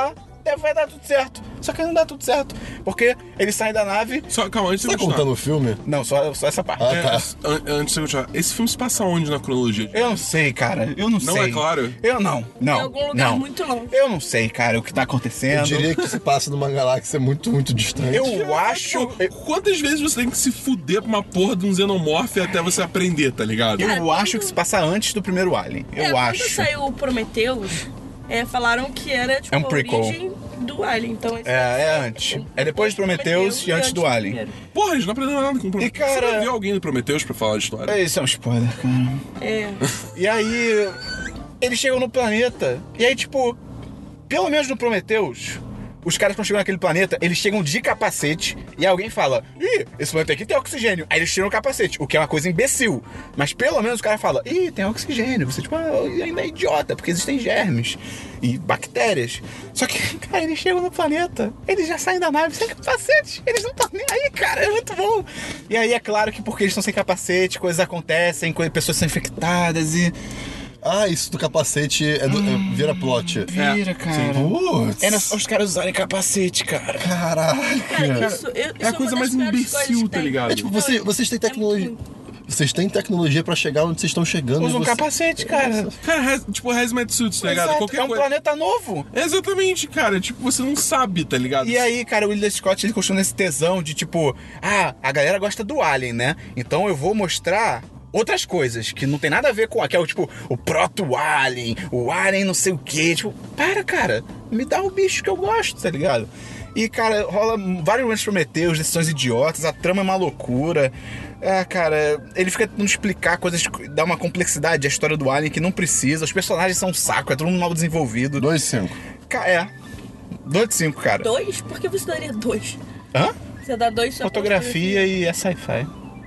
deve, vai dar tudo certo. Só que não dá tudo certo. Porque eles saem da nave... Só, calma, antes de Tá eu continuar. contando o filme? Não, só, só essa parte. Ah, É, tá. an- antes de eu continuar. Esse filme se passa onde na cronologia? Eu não sei, cara. Eu não, Não sei. é claro? Eu não. Não. Em algum lugar não. muito longe. Eu não sei, cara, o que tá acontecendo. Eu diria que se passa numa galáxia muito, muito distante. Eu acho... Pô, quantas vezes você tem que se fuder pra uma porra de um xenomorfo até você aprender, tá ligado? Eu Cara, acho quando- que se passa antes do primeiro Alien. Eu é, Quando acho. saiu o Prometheus, é, falaram que era tipo É um a prequel. origem do Alien. Então, esse É, é antes. É depois do Prometheus e antes do Alien. primeiro. Porra, eles não aprenderam nada com o Prometheus. E, cara- Você vai ver alguém do Prometheus pra falar de história? Isso é um spoiler, cara. É. E aí, eles chegam no planeta. E aí, tipo, pelo menos no Prometheus, os caras quando chegam naquele planeta, eles chegam de capacete e alguém fala: Ih, esse planeta aqui tem oxigênio. Aí eles tiram o capacete, o que é uma coisa imbecil. Mas pelo menos o cara fala: Ih, tem oxigênio. Você, tipo, ah, ainda é idiota, porque existem germes e bactérias. Só que, cara, eles chegam no planeta, eles já saem da nave sem capacete. Eles não estão nem aí, cara, é muito bom. E aí é claro que porque eles estão sem capacete, coisas acontecem, co- pessoas são infectadas e. Ah, isso do capacete é do, é- vira plot. Vira, cara. Putz. É nos- os caras usarem capacete, cara. Caraca. Cara, isso, eu, isso é a uma coisa das mais piores imbecil, coisas que tá tem. ligado? É tipo, Não, você, vocês têm é muito tecnologia. ruim. Vocês têm tecnologia pra chegar onde vocês estão chegando. Usa e um você... capacete, cara. Cara, res- tipo, hazmat suits, tá ligado? Exato, Qualquer é um coisa. planeta novo. Exatamente, cara. Tipo, você não sabe, tá ligado? E aí, cara, o Ridley Scott, ele continua nesse tesão de tipo, ah, a galera gosta do Alien, né? Então eu vou mostrar outras coisas que não tem nada a ver com aquele, tipo, o proto-Alien, o Alien não sei o quê. Tipo, para, cara, me dá o bicho que eu gosto, tá ligado? E, cara, rola vários momentos Prometheus, decisões idiotas, a trama é uma loucura. Ah, cara, ele fica tentando explicar coisas, dá uma complexidade à história do Alien que não precisa. Os personagens são um saco, é todo mundo mal desenvolvido. Dois e cinco. Ca- É. dois de cinco, cara. Dois? Por que você daria dois? Hã? Você dá dois só pra Fotografia e é sci-fi.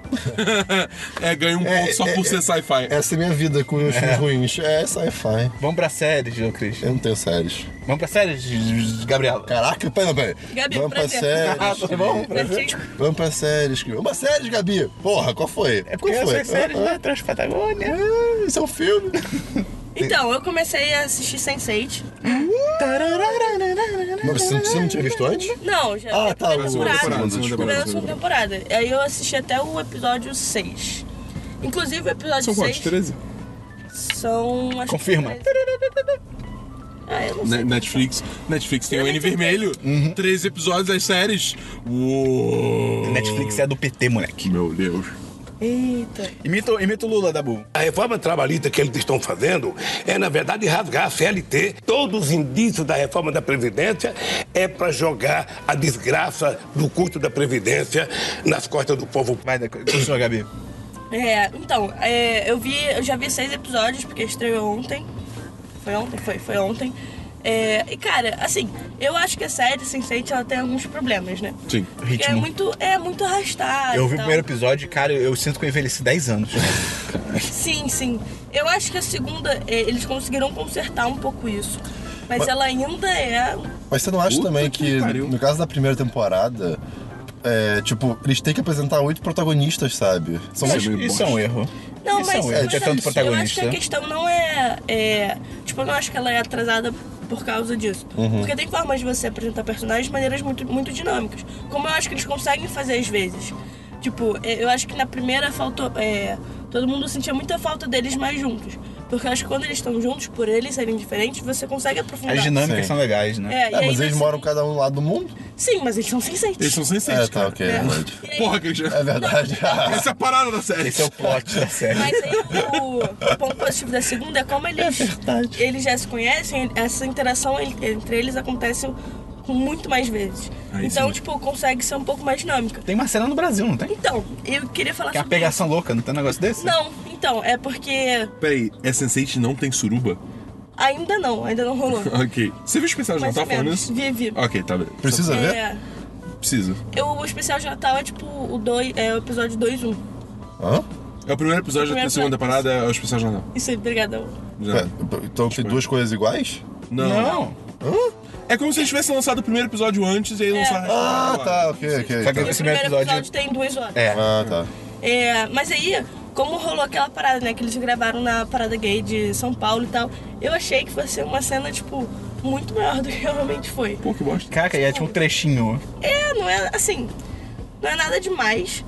É, ganha um ponto só por ser sci-fi. Essa é minha vida com os filmes ruins. É sci-fi. Vamos pra séries, ô Cris. Eu não tenho séries. Vamos pra séries, Gabriela. Caraca, pera, pera. Gabi, Vamos pra prazer. séries. Ah, tá bom. Prazer. Vamos pra séries. Vamos pra séries, Gabi. Porra, qual foi? É porque qual eu foi? sei séries, Ah, né? Transpatagônia. ah, Isso é um filme. Então, eu comecei a assistir sense eight. Mas você, você não tinha visto antes? Não, já Ah, é a tá, primeira o- temporada. segunda, segunda desculpa. Primeira e segunda temporada. Aí eu assisti até o episódio seis. Inclusive o episódio São quantos? seis treze? são... acho que Confirma. treze. Ah, eu não sei. Ne- Netflix. Netflix tem Eu o nem N tenho vermelho. treze episódios das séries. Uou. Netflix é do P T, moleque. Meu Deus. Eita. Imita, o- imita o Lula, Dabu. A reforma trabalhista que eles estão fazendo é, na verdade, rasgar a C L T. Todos os indícios da reforma da Previdência é para jogar a desgraça do custo da Previdência nas costas do povo. Vai, continua, Gabi. É, então, é, eu vi, eu já vi seis episódios, porque estreou ontem. Foi ontem? Foi, foi ontem. É, e cara, assim, eu acho que a série sense eight ela tem alguns problemas, né? Sim. Porque é Ritmo. muito, é muito arrastada. Eu e vi o tal. primeiro episódio e, cara, eu sinto que eu envelheci dez anos. Sim, sim. Eu acho que a segunda, é, eles conseguiram consertar um pouco isso. Mas, ela ainda é. Mas você não acha Puta também que que, pariu. no caso da primeira temporada, é, tipo, eles têm que apresentar oito protagonistas, sabe? São Mas meio isso é um erro. Não, Isso mas, é um erro, mas ter tanto eu acho que protagonista. a questão não é, é. Tipo, eu não acho que ela é atrasada por causa disso. Uhum. Porque tem formas de você apresentar personagens de maneiras muito, muito dinâmicas. Como eu acho que eles conseguem fazer às vezes. Tipo, é, eu acho que na primeira faltou. É, todo mundo sentia muita falta deles mais juntos. Porque eu acho que quando eles estão juntos, por eles serem diferentes, você consegue aprofundar. As dinâmicas Sim. são legais, né? É, e É, aí mas eles você- moram cada um lado do mundo? Sim, mas eles são sensatos. Eles são sensatos, É, tá, cara. ok, é verdade. E aí- Porra, Cristian. É verdade. Essa é a parada da série. Esse é o plot da série. Mas aí o, o ponto positivo da segunda é como eles, eles já se conhecem, essa interação en- entre eles acontece com muito mais vezes. Aí então, sim. tipo, consegue ser um pouco mais dinâmica. Tem uma cena no Brasil, não tem? Então, eu queria falar Que é uma sobre pegação louca, não tem um negócio desse? isso. Não, então, é porque Peraí, é sense eight não tem suruba? ainda não, ainda não rolou. Ok. Você viu o especial de Mais Natal ou falando menos. isso? Vi, vi. Ok, tá bem. Precisa ver? É, Precisa. eu, o especial de Natal é tipo o, dois, é o episódio dois um. Hã? É o primeiro episódio da Primeiro segunda episódio. temporada, é o especial de Natal. Isso aí, obrigada. Já. É, então tem duas coisas iguais? Não. Não. É como se eles tivessem lançado o primeiro episódio antes e aí lançaram Ah, agora. tá, ok, ok. Só que E tá. o esse primeiro episódio- episódio tem duas horas. É. Ah, tá. É, mas aí, como rolou aquela parada, né, que eles gravaram na parada gay de São Paulo e tal, eu achei que fosse uma cena, tipo, muito maior do que realmente foi. Pô, que bosta. Caraca, e é tipo um trechinho. É, não é assim, não é nada demais.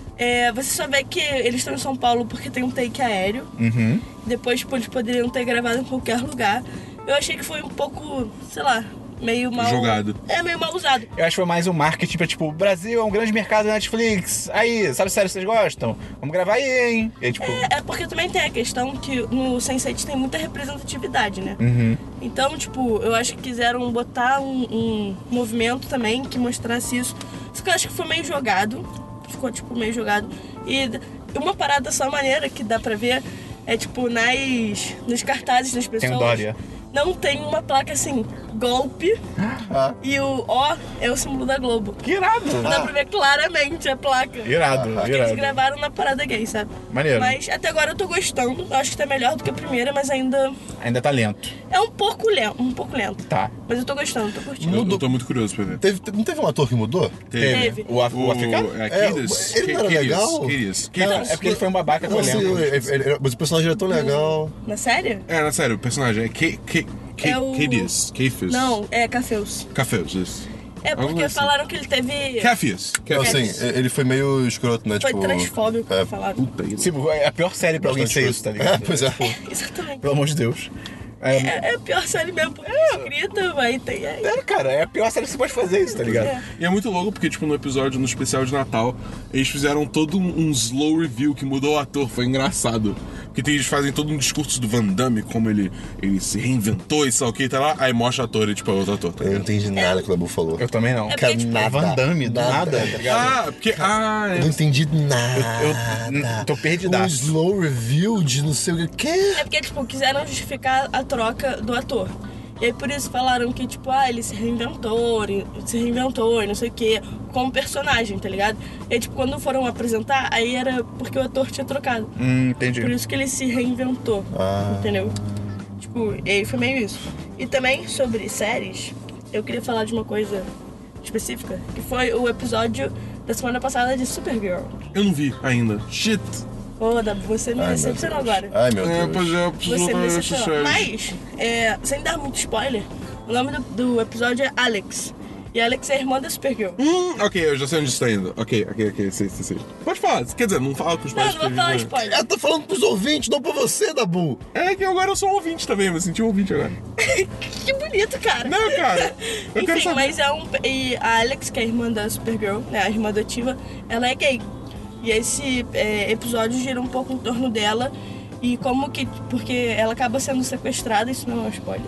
É, você só vê que eles estão em São Paulo porque tem um take aéreo. Uhum. Depois, tipo, eles poderiam ter gravado em qualquer lugar. Eu achei que foi um pouco, sei lá, meio mal... Jogado. É, meio mal usado. Eu acho que foi mais um marketing pra, tipo, o Brasil é um grande mercado da Netflix. Aí, sabe sério, vocês gostam? Vamos gravar aí, hein? E aí, tipo... É, é porque também tem a questão que no sense eight tem muita representatividade, né? Uhum. Então, tipo, eu acho que quiseram botar um, um movimento também que mostrasse isso. Só que eu acho que foi meio jogado. Ficou, tipo, meio jogado. E uma parada só maneira que dá pra ver é, tipo, nas, nos cartazes das pessoas. Tem o Dória. Não tem uma placa assim, golpe. Ah. E o O é o símbolo da Globo. Que irado! Dá pra ver claramente a placa. Irado, Porque eles irado. gravaram na parada gay, sabe? Maneiro. Mas até agora eu tô gostando. Eu acho que tá melhor do que a primeira, mas ainda Ainda tá lento. é um pouco lento. Um pouco lento. Tá. Mas eu tô gostando, tô curtindo. Eu, eu tô muito curioso pra ver. Teve, não teve um ator que mudou? Teve. O, af- o africano? É, É, Cadis? ele não era legal? Cadis. Não, é porque ele foi um babaca com o Não, assim, elenco. ele- ele- mas o personagem era tão legal. Na série? É, na sério, o personagem é K- K- K- É o- Cadis. Cafis. Não, é Cafeus. Cafés, isso. É Alguma porque coisa assim. falaram que ele teve... Cafis. Não, assim, Cafés. ele foi meio escroto, né? Foi tipo, transfóbico, é, falaram. Puta, isso. Tipo, é a pior série pra alguém ser isso, tá É, ligado? pois é. Exatamente. Pelo amor de Deus. É, É, é a pior série mesmo, porque é escrita, vai ter... É, é, cara, é a pior série que você pode fazer isso, tá ligado? É. E é muito louco porque, tipo, no episódio, no especial de Natal, eles fizeram todo um, um slow review que mudou o ator, foi engraçado. Porque tem- eles fazem todo um discurso do Van Damme, como ele, ele se reinventou e sei lá o que, tá lá, aí mostra o ator e, tipo, é outro ator, tá Eu não ligado? entendi nada que o Dabu falou. Eu também não. É Cara, porque, tipo, nada. Van Damme, do nada, tá ligado? Ah, porque... Ah, Eu não é. entendi nada. Eu- eu tô perdidaço. Um slow review de não sei o que. É porque, tipo, quiseram justificar a troca do ator. E aí por isso falaram que, tipo, ah, ele se reinventou, ele se reinventou e não sei o que, como personagem, tá ligado? E aí, tipo, quando foram apresentar, aí era porque o ator tinha trocado. Hum, entendi. Por isso que ele se reinventou, Ah. entendeu? Tipo, e aí foi meio isso. E também sobre séries, eu queria falar de uma coisa específica, que foi o episódio da semana passada de Supergirl. Eu não vi ainda. Shit. Ô, Dabu, você me Ai, meu decepcionou Deus. agora. Ai, meu É, Deus. pois é, eu preciso Você me ver essas decepcionou. séries. Mas, é, sem dar muito spoiler, o nome do, do episódio é Alex. E Alex é a irmã da Supergirl. Hum, ok, eu já sei onde isso tá indo. Ok, ok, ok, sei, sei, sei. Pode falar, quer dizer, não fala com os Não, pais. não vou que- falar spoiler. Ela tá falando pros ouvintes, não pra você, Dabu. É que agora eu sou um ouvinte também, eu me senti um ouvinte agora. Que bonito, cara. Não, cara, eu quero Enfim, saber. mas é um... E a Alex, que é a irmã da Supergirl, né, a irmã adotiva, ela é gay. E esse é, episódio gira um pouco em torno dela e como que... Porque ela acaba sendo sequestrada, isso não é um spoiler.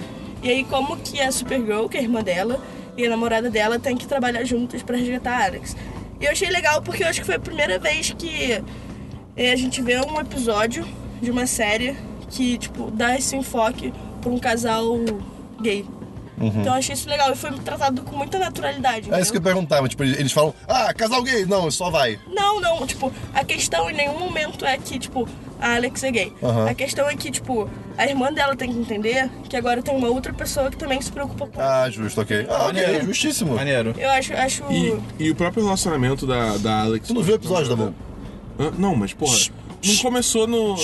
E aí como que a Supergirl, que é a irmã dela, e a namorada dela tem que trabalhar juntas pra resgatar a Alex. E eu achei legal porque eu acho que foi a primeira vez que é, a gente vê um episódio de uma série que, tipo, dá esse enfoque pra um casal gay. Então eu achei isso legal e foi tratado com muita naturalidade. É isso que eu entendeu? perguntava. Tipo, eles falam, ah, casal gay. Não, só vai. Não, não, tipo, a questão em nenhum momento é que, tipo, a Alex é gay. Aham. A questão é que, tipo, a irmã dela tem que entender que agora tem uma outra pessoa que também se preocupa com ela. Ah, justo, ok. Ah, ok, Maneiro. justíssimo. Maneiro. Eu acho, acho... E, e o próprio relacionamento da, da Alex... Tu não viu o episódio, Dabu? Hã? Não, mas porra, não começou no...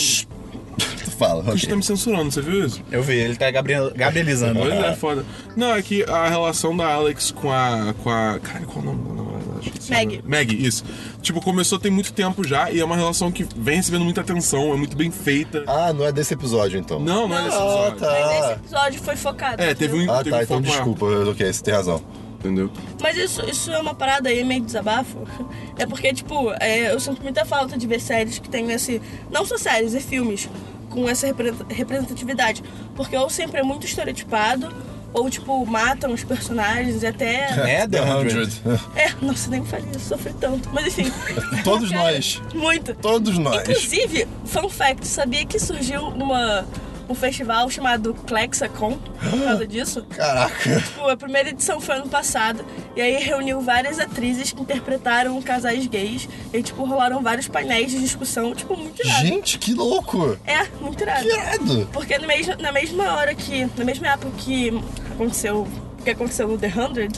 Tu fala, A gente tá ok. me censurando, você viu isso? Eu vi, ele tá Gabriel, gabrielizando. Pois é, foda. Não, é que a relação da Alex com a. com a. Cara, qual é o nome da namorada? Acho que esse Maggie. nome- Maggie, isso. Tipo, começou tem muito tempo já e é uma relação que vem recebendo muita atenção, é muito bem feita. Ah, não é desse episódio, então. Não, não é desse Ah, episódio. tá. Mas esse episódio foi focado. É, teve um. Ah, teve tá, um então foco maior, desculpa. Ok, você tem razão. Entendeu? Mas isso, isso é uma parada aí meio desabafo. É porque, tipo, é, eu sinto muita falta de ver séries que tem esse... Não só séries, é filmes com essa repre- representatividade. Porque ou sempre é muito estereotipado, ou, tipo, matam os personagens e até... Né, The Hundred? É, nossa, nem me fale isso, sofri tanto. Mas enfim. Todos Cara, nós. Muito. Todos nós. Inclusive, fun fact, sabia que surgiu uma, um festival chamado Clexacon por causa disso? Caraca. Tipo, a primeira edição foi ano passado, e aí reuniu várias atrizes que interpretaram casais gays, e aí, tipo, rolaram vários painéis de discussão, tipo, muito irado. Gente, que louco. É, muito irado. Que irado. Porque no mesmo, na mesma hora que, na mesma época que aconteceu, que aconteceu no The Hundred,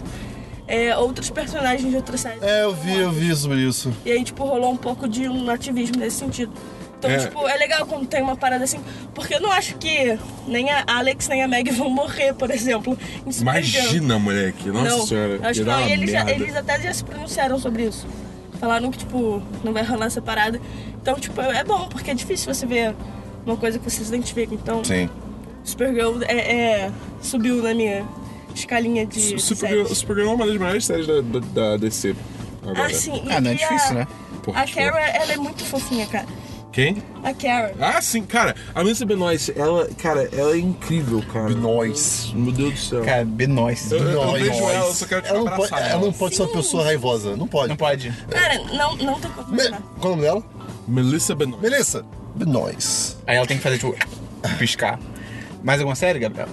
é, outros personagens de outras séries. É, eu vi, eu vi sobre isso. E aí, tipo, rolou um pouco de um ativismo nesse sentido. Então, É. tipo, é legal quando tem uma parada assim, porque eu não acho que nem a Alex nem a Meg vão morrer, por exemplo, em Supergirl. Imagina, moleque. Nossa Não, senhora. acho ia que dar não. uma E eles, já- merda. eles até já se pronunciaram sobre isso. Falaram que, tipo, não vai rolar essa parada. Então, tipo, é bom, porque é difícil você ver uma coisa que você se identifica. Então, Sim. Supergirl é, é, subiu na minha escalinha de Supergirl, séries. Supergirl é uma das melhores séries da, da, da D C. Agora. Ah, sim. E, Ah, não é e difícil, a, né? Porra, A Kara, ela é muito fofinha, cara. Quem? A Kara. Ah, sim, cara. A Melissa Benoist, ela, cara, ela é incrível, cara. Nós. Meu Deus do céu. Cara, Benoist. Eu- eu Nós. vejo ela, eu só quero, tipo, ela não pode, abraçar ela não ela. pode ser uma pessoa raivosa. Não pode. Não pode. Cara, não, não tem como Me... imaginar. Qual é o nome dela? Melissa Benoist. Melissa. Nós. Aí ela tem que fazer, tipo, piscar. Mais alguma série, Gabriel?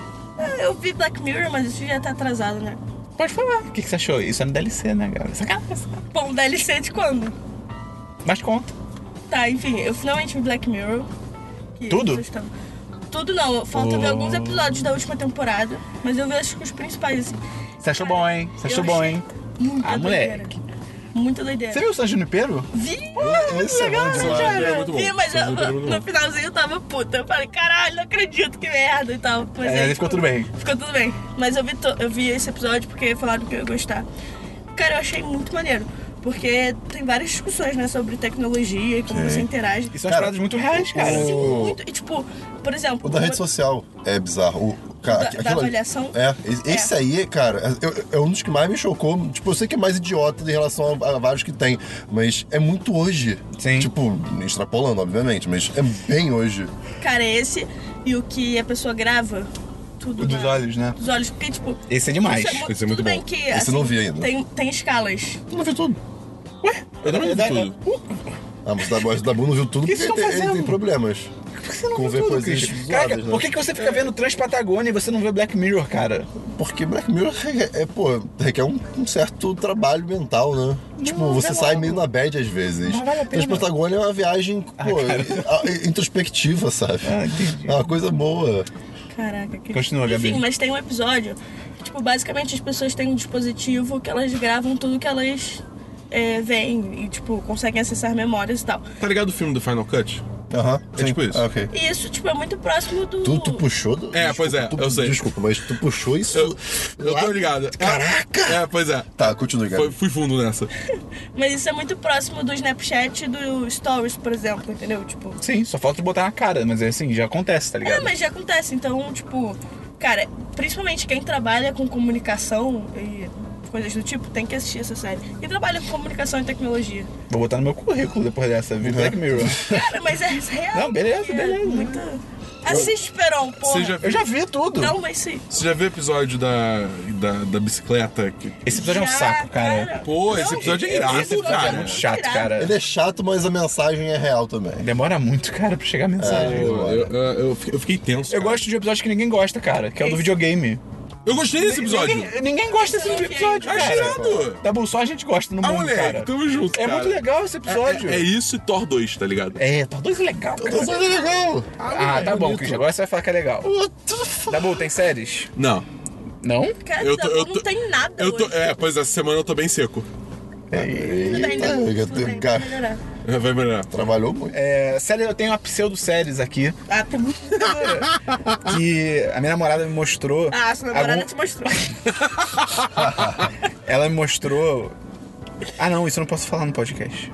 Eu vi Black Mirror, mas isso já tá atrasado, né? Pode falar. O que, que você achou? Isso é no D L C, né, Gabriel? Sacanagem. Bom, D L C de quando? Mas conta. Tá, enfim, eu finalmente vi Black Mirror. que Tudo? vocês estão- Tudo não, falta Oh. ver alguns episódios da última temporada, mas eu vi acho que os principais, assim. Você achou bom, hein? Você achou Eu bom, achei hein? Muita Ah, doideira. moleque. Muita doideira. Você viu o San Junipero? Vi? Esse é bom demais. Cara, é muito bom. vi, mas San eu- Junipero é muito no bom. finalzinho eu tava puta. Eu falei, caralho, não acredito, que merda e tal. Mas É, aí, ficou tipo, tudo bem. Ficou tudo bem. Mas eu vi, to- eu vi esse episódio porque falaram que eu ia gostar. Cara, eu achei muito maneiro. Porque tem várias discussões, né, sobre tecnologia e como você interage. E são Cara, paradas muito reais, cara. o- Sim, muito. E tipo, por exemplo. O da rede uma- social é bizarro. O, cara, Da- aquilo da ali- avaliação? É, e- esse É. aí, cara, eu- é um dos que mais me chocou. Tipo, eu sei que é mais idiota em relação a, a vários que tem, mas é muito hoje. Sim. Tipo, extrapolando, obviamente, mas é bem hoje. Cara, esse e o que a pessoa grava. Tudo O dos na- olhos, né? Dos olhos, porque, tipo. Esse é demais. isso mu- Esse é muito tudo bem bom. que. Esse assim, eu não vi ainda. Tem, tem escalas. Tu não viu tudo? Eu também vi É, tudo. Ah, mas o Dabu, o Dabu não viu tudo O que porque vocês tem, estão ele fazendo? tem problemas. Por que você não Com viu ver tudo, coisinhas Christian? zoadas, Cara, né? por que, que você fica vendo Transpatagônia e você não vê Black Mirror, cara? Porque Black Mirror é, é, pô, requer um, um certo trabalho mental, né? tipo, você é sai logo. meio na bad às vezes. Mas vale a pena. Transpatagônia é uma viagem, pô, a- introspectiva, sabe? Ah, entendi. É uma coisa boa. Caraca, que... Continua, Gabi. Enfim, mas tem um episódio que, tipo, basicamente as pessoas têm um dispositivo que elas gravam tudo que elas é, veem e, tipo, conseguem acessar memórias e tal. Tá ligado o filme do Final Cut? Aham. É tipo isso. Ah, ok. E isso, tipo, é muito próximo do... Tu, tu puxou do... É, pois é, tu- eu sei. Desculpa, mas tu puxou isso... Eu, eu lá- tô ligado. Caraca! É, pois é. Tá, continue, Foi, Gabi. fui fundo nessa. Mas isso é muito próximo do Snapchat e do Stories, por exemplo, entendeu? Tipo... Sim, só falta botar na cara, mas é assim, já acontece, tá É, ligado? mas já acontece, então, tipo... Cara, principalmente quem trabalha com comunicação e coisas do tipo, tem que assistir essa série. Quem trabalha com comunicação e tecnologia. Vou botar no meu currículo depois dessa, vi Black Mirror. Cara, mas é real. Não, beleza, é beleza. Muita... Assiste, Peron, porra. Você já, Eu já vi tudo. Não, mas sim. você já viu o episódio da, da, da bicicleta? Que... Esse episódio é um Já, saco, cara. Pô, esse episódio é irado, Esse episódio cara. é muito chato, Irado. cara. Ele é chato, mas a mensagem é real também. Demora muito, cara, pra chegar a mensagem. Pô, eu, eu, eu fiquei- eu fiquei tenso. Eu cara. gosto de um episódio que ninguém gosta, cara, que é o do Esse. videogame. Eu gostei desse episódio. Ninguém, ninguém gosta desse episódio, Achei cara. irado. Tá bom, só a gente gosta no Ah, mundo, moleque, cara. tamo junto, É cara. muito legal esse episódio. É, é isso e Thor dois, tá ligado? É, Thor dois é legal, cara. Mas é legal. Ah, tá bom, Christian, agora você vai falar que é legal. What the fuck? Tá bom, tem séries? Não. Não? Cara, Eu tô- eu não tô- tem nada Eu tô, hoje. é, pois essa semana eu tô bem seco. Tudo bem, Eita, né? Tudo bem, cara, vai melhorar. Vai melhorar. trabalhou muito. É, série, eu tenho uma pseudo-séries aqui Ah, tem muito... que a minha namorada me mostrou. Ah, sua namorada algum- te mostrou. Ela me mostrou. Ah, não, isso eu não posso falar no podcast.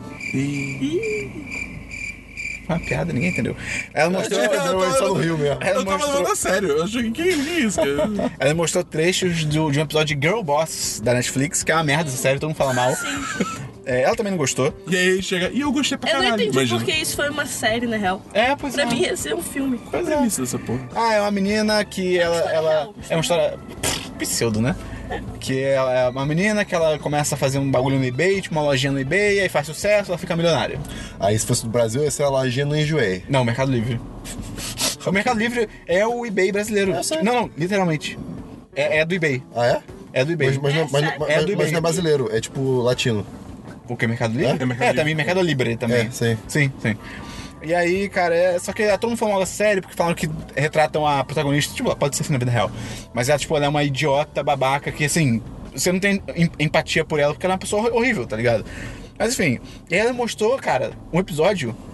Foi uma piada, ninguém entendeu. Ela mostrou. Não, só no Rio mesmo. Ela Eu tava mostrou, levando a sério. Eu achei que que isso, cara? ela mostrou trechos do- de um episódio de Girl Boss da Netflix, que é uma merda essa série, todo mundo fala mal. É, ela também não gostou. E aí chega. E eu gostei pra Eu caralho. não entendi imagina. porque isso foi uma série, na real. É, pois Pra é. mim ia ser um filme. Qual é a premissa dessa porra? Ah, é uma menina que ela. história ela real, é uma história. pff, pseudo, né? Que ela é uma menina que ela começa a fazer um bagulho no eBay, tipo uma lojinha no eBay, aí faz sucesso, ela fica milionária. Aí se fosse do Brasil, ia ser a lojinha no Enjoei. Não, Mercado Livre. O Mercado Livre é o eBay brasileiro. Eu sei. Não, não, literalmente. É, é do eBay. Ah, é? É do eBay. Mas, mas, não- mas, É, mas, é do mas eBay. não é brasileiro, é tipo latino. O que? Mercado Livre? É? É Mercado É, Livre. também Mercado Livre também. É, sim. Sim, sim. E aí, cara, é... só que todo mundo falou mal da série porque falaram que retratam a protagonista, tipo, pode ser assim na vida real. Mas ela, tipo, ela é uma idiota babaca que, assim, você não tem em- empatia por ela porque ela é uma pessoa horrível, tá ligado? Mas enfim, e aí ela mostrou, cara, um episódio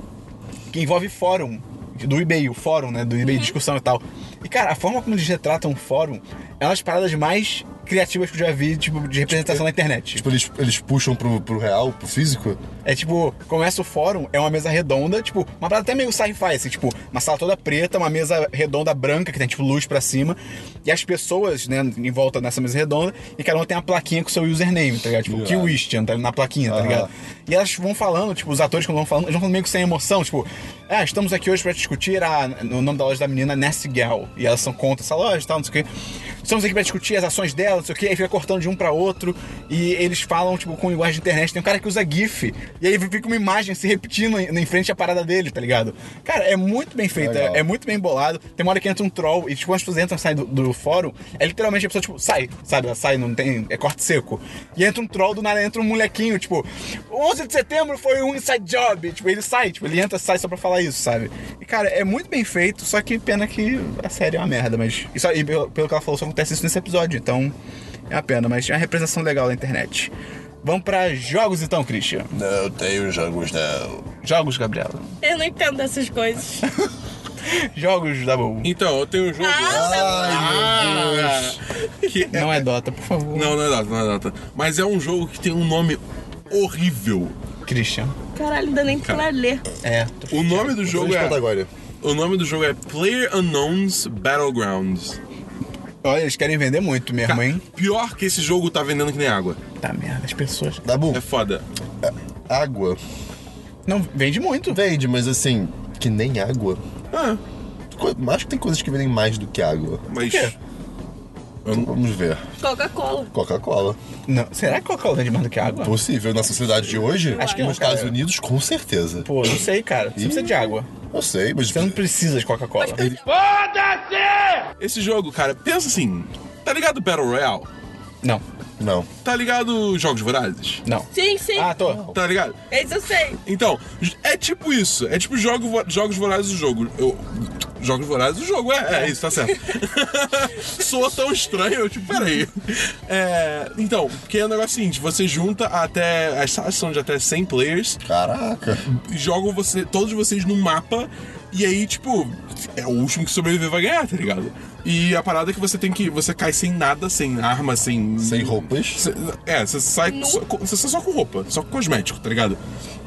que envolve fórum. Do eBay, o fórum, né? Do eBay, Uhum. discussão e tal. E, cara, a forma como eles retratam o fórum é uma das paradas mais criativas que eu já vi, tipo, de representação na internet. Tipo, eles, eles puxam pro, pro real, pro físico? É tipo, começa o fórum, é uma mesa redonda, tipo, uma parada até meio sci-fi, assim, tipo, uma sala toda preta, uma mesa redonda branca, que tem, tipo, luz pra cima, e as pessoas, né, em volta dessa mesa redonda, e cada uma tem uma plaquinha com o seu username, tá ligado? Tipo, Irado. Kiwistian, tá na plaquinha, tá Aham. ligado? E elas vão falando, tipo, os atores quando vão falando, eles vão falando meio que sem emoção, tipo, ah, estamos aqui hoje pra discutir a, o nome da loja da menina, Nessie Gal, e elas são contra essa loja e tal, não sei o quê. Estamos aqui pra discutir as ações dela, não sei o quê, aí fica cortando de um pra outro, e eles falam, tipo, com linguagem de internet. Tem um cara que usa GIF, e aí fica uma imagem se repetindo em, em frente à parada dele, tá ligado? Cara, é muito bem feito, Legal. é, é muito bem bolado. Tem uma hora que entra um troll, e tipo, quando as pessoas entram e saem do, do fórum, é literalmente a pessoa, tipo, sai, sabe? Ela sai, não tem, é corte seco. E entra um troll, do nada entra um molequinho, tipo, onze de setembro foi um inside job, tipo, ele sai, tipo, ele entra e sai só pra falar isso, sabe? E cara, é muito bem feito, só que pena que a série é uma merda, mas... E, só, e pelo, pelo que ela falou, só acontece isso nesse episódio, então é uma pena, mas é uma representação legal da internet. Vamos pra jogos então, Christian. Não tenho jogos, não. Jogos, Gabriela. Eu não entendo dessas coisas. Jogos da Boom. Então, eu tenho um jogo. Ah, que é- Não é Dota, por favor. Não, não é Dota, não é Dota. Mas é um jogo que tem um nome horrível. Christian. Caralho, não dá nem pra ler. É. O nome do jogo é. Patagônia. O nome do jogo é Player Unknown's Battlegrounds. Olha, eles querem vender muito mesmo, hein? Pior que esse jogo tá vendendo que nem água. Tá merda, as pessoas. Dabu, É foda. água. Não, vende muito. Vende, mas assim, que nem água. Ah, Co- Acho que tem coisas que vendem mais do que água. mas. quê? Eu não- Vamos ver. Coca-Cola. Coca-Cola. Não. Será que Coca-Cola vende mais do que água? Possível na sociedade de hoje? Acho que não, Nos Estados cara. Unidos, com certeza. Pô, não sei, cara. Você precisa de água. Eu sei, mas. Você não precisa de Coca-Cola. Esse jogo, cara, pensa assim. Tá ligado Battle Royale? Não, Não. Tá ligado Jogos Vorazes? não. Sim, sim. Ah, tô. Tá ligado? Esse eu sei. Então, é tipo isso. É tipo jogo, vo- Jogos Vorazes do jogo. Eu, jogos Vorazes do jogo, é, é isso, tá certo. Soa tão estranho, eu tipo, peraí. É, então, porque é o negócio seguinte, você junta até. As salas são de até cem players, Caraca. jogam você, todos vocês num mapa, e aí, tipo, é o último que sobreviver vai ganhar, tá ligado? E a parada é que você tem que. Você cai sem nada, sem arma, sem. Sem roupas. Cê- É, você sai, só, com- você sai só com roupa, só com cosmético, tá ligado?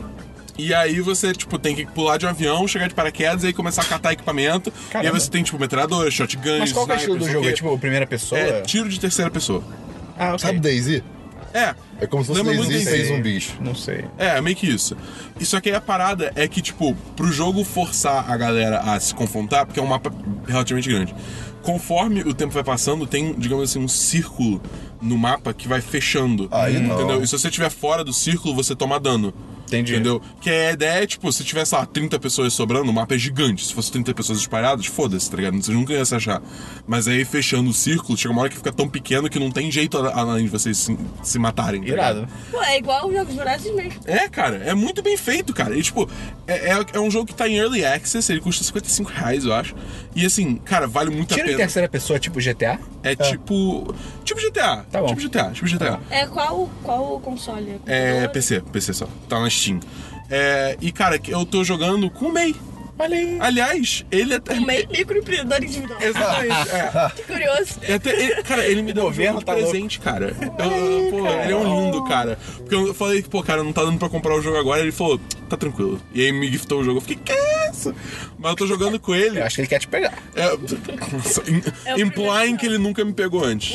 E aí você, tipo, tem que pular de um avião, chegar de paraquedas e aí começar a catar equipamento. Caramba. E aí você tem, tipo, metralhadora, shotgun, Mas qual que é o estilo do sniper, jogo? sei É o quê. tipo primeira pessoa? É tiro de terceira pessoa. Ah, ok. Sabe Daisy? É. É como se fosse Lembra muito Daisy Daisy. sem zumbis. Não sei. É, meio que isso. E só que aí a parada é que, tipo, pro jogo forçar a galera a se confrontar, porque é um mapa relativamente grande. Conforme o tempo vai passando, tem, digamos assim, um círculo no mapa que vai fechando. Aí não. Entendeu? E se você estiver fora do círculo, você toma dano. Entendi. Entendeu? Que a ideia é, tipo, se tivesse lá trinta pessoas sobrando, o mapa é gigante. Se fosse trinta pessoas espalhadas, foda-se, tá ligado? Você nunca ia se achar. Mas aí, fechando o círculo, chega uma hora que fica tão pequeno que não tem jeito a- além de vocês se, se matarem. tá ligado? Irado. Pô, é igual os Jogos Vorazes mesmo. É, cara, é muito bem feito, cara. E, tipo, é, é, é um jogo que tá em Early Access, ele custa cinquenta e cinco reais, eu acho. E, assim, cara, vale muito a Tiro em pena. terceira pessoa, tipo G T A? É tipo... Tipo G T A. Tá bom. Tipo G T A, tipo G T A. É qual, qual console? É P C, P C só. Tá na Steam. É, e, cara, eu tô jogando com o Mei. Olha aí. Aliás, ele até... Um meio microempreendedor individual. Exatamente, é. Que curioso. É até- ele- cara, ele me deu um governo jogo de tá presente, cara. Eu- pô, ele é um lindo, cara. Porque eu falei, pô, cara, não tá dando pra comprar o jogo agora. Ele falou, tá tranquilo. E aí me giftou o jogo. Eu fiquei, que é isso? Mas eu tô jogando com ele. Eu acho que ele quer te pegar. É, nossa, im- É o implying primeiro. que ele nunca me pegou antes.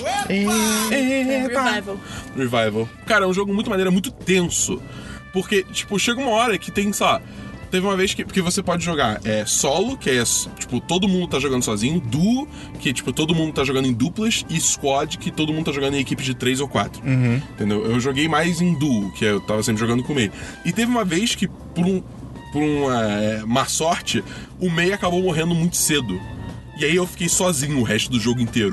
Revival. Revival. Cara, é um jogo muito maneiro, é muito tenso. Porque, tipo, chega uma hora que tem, sei lá. Teve uma vez que, que você pode jogar é, solo, que é, tipo, todo mundo tá jogando sozinho. Duo, que, tipo, todo mundo tá jogando em duplas. E squad, que todo mundo tá jogando em equipe de três ou quatro. Entendeu? Eu joguei mais em duo, que eu tava sempre jogando com o Mei. E teve uma vez que, por um... Por uma é, má sorte, o Mei acabou morrendo muito cedo. E aí eu fiquei sozinho o resto do jogo inteiro.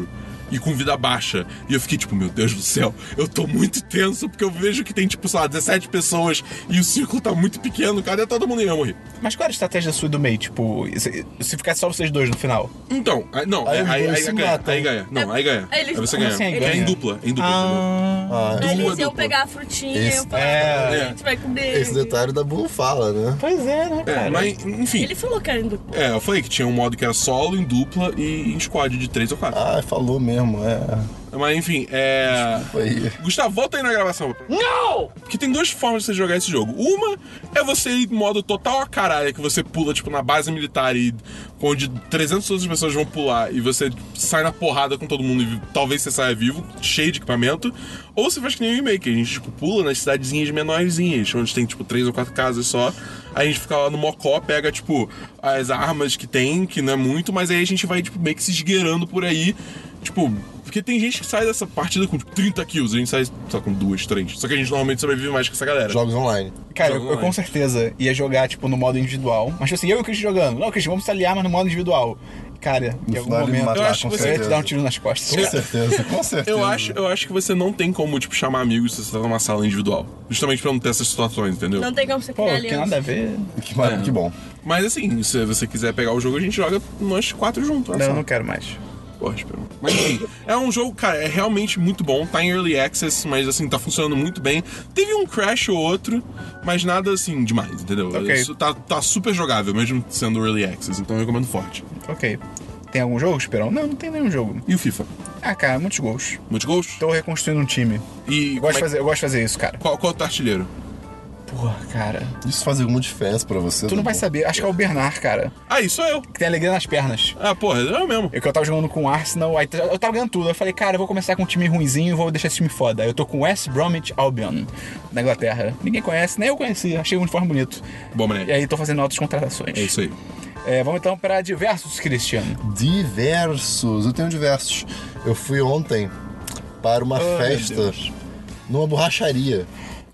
e com vida baixa. E eu fiquei tipo, meu Deus do céu, eu tô muito tenso, porque eu vejo que tem, tipo, sei lá, dezessete pessoas e o círculo tá muito pequeno, cadê todo mundo ia morrer? Mas qual era a estratégia sua e do meio? Tipo, se, se ficasse só vocês dois no final? Então, aí- não, Aí aí, os aí, dois aí se ganha, matam. aí ganha. Não, aí ganha. Aí eles- Aí você como ganha. assim aí É ganha? em dupla, é em dupla. Ah, Aí Duas eles iam dupla. pegar a frutinha Esse- e eu falava, é. a gente vai comer. esse detalhe da Boom fala, né? Pois é, né, É, cara? mas, enfim. Ele falou que era em dupla. É, eu falei que tinha um modo que era solo, em dupla e em squad de três ou quatro. Ah, falou mesmo, é. Mas enfim, é. Foi. Gustavo, volta aí na gravação. Não! Porque tem duas formas de você jogar esse jogo. Uma é você ir em modo total a caralho, que você pula, tipo, na base militar e onde trezentas outras pessoas vão pular e você sai na porrada com todo mundo e talvez você saia vivo, cheio de equipamento. Ou você faz que nem o remake, a gente, tipo, pula nas cidadezinhas menorzinhas, onde tem, tipo, três ou quatro casas só. Aí a gente fica lá no mocó, pega, tipo, as armas que tem, que não é muito, mas aí a gente vai, tipo, meio que se esgueirando por aí. Tipo, porque tem gente que sai dessa partida com, tipo, trinta kills, a gente sai só com duas, três. Só que a gente normalmente sobrevive mais que essa galera. Jogos online. Cara, eu, Jogo eu com online. certeza ia jogar, tipo, no modo individual. Mas, tipo assim, eu e o Christian jogando. Não, Christian, vamos se aliar, mas no modo individual. Cara, em No algum final ele momento, matar, Eu acho que com você- eu ia te certeza. dar um tiro nas costas. Com certeza, com certeza. Eu acho, eu acho que você não tem como, tipo, chamar amigos se você tá numa sala individual. Justamente pra não ter essas situações, entendeu? Não tem como você Pô, criar que aliança. nada a ver. Que, mar... É. que bom. Mas assim, se você quiser pegar o jogo, a gente joga nós quatro juntos. olha Não, só. eu não quero mais. Porra, espero. Mas enfim, é um jogo, cara, é realmente muito bom. Tá em Early Access, mas assim, tá funcionando muito bem. Teve um crash ou outro, mas nada assim demais, entendeu? Ok. Isso tá, tá super jogável, mesmo sendo Early Access, então eu recomendo forte. Ok. Tem algum jogo, Esperão? Não, não tem nenhum jogo. E o FIFA? Ah, cara, muitos gols. Muitos gols? Tô reconstruindo um time. E Eu gosto, como de é- fazer, eu gosto de fazer isso, cara. qual, qual é o teu artilheiro? Porra, cara. Isso faz alguma diferença pra você? Tu não vai Dudu? saber. Acho que é o Bernard, cara. Ah, isso sou eu. Que tem alegria nas pernas. Ah, porra, é eu mesmo. Eu que eu tava jogando com o Arsenal, aí eu tava ganhando tudo. Eu falei, cara, eu vou começar com um time ruinzinho e vou deixar esse time foda. Aí eu tô com o West Bromwich Albion, na Inglaterra. Ninguém conhece, nem eu conheci. Achei um uniforme bonito. Bom, E mané. aí tô fazendo altas contratações. É isso aí. É, vamos então para diversos, Cristiano. Diversos. Eu tenho diversos. Eu fui ontem para uma Oh, meu festa Deus. numa borracharia.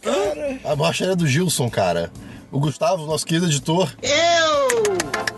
A borracharia do Gilson, cara. O Gustavo, nosso querido editor. Eu!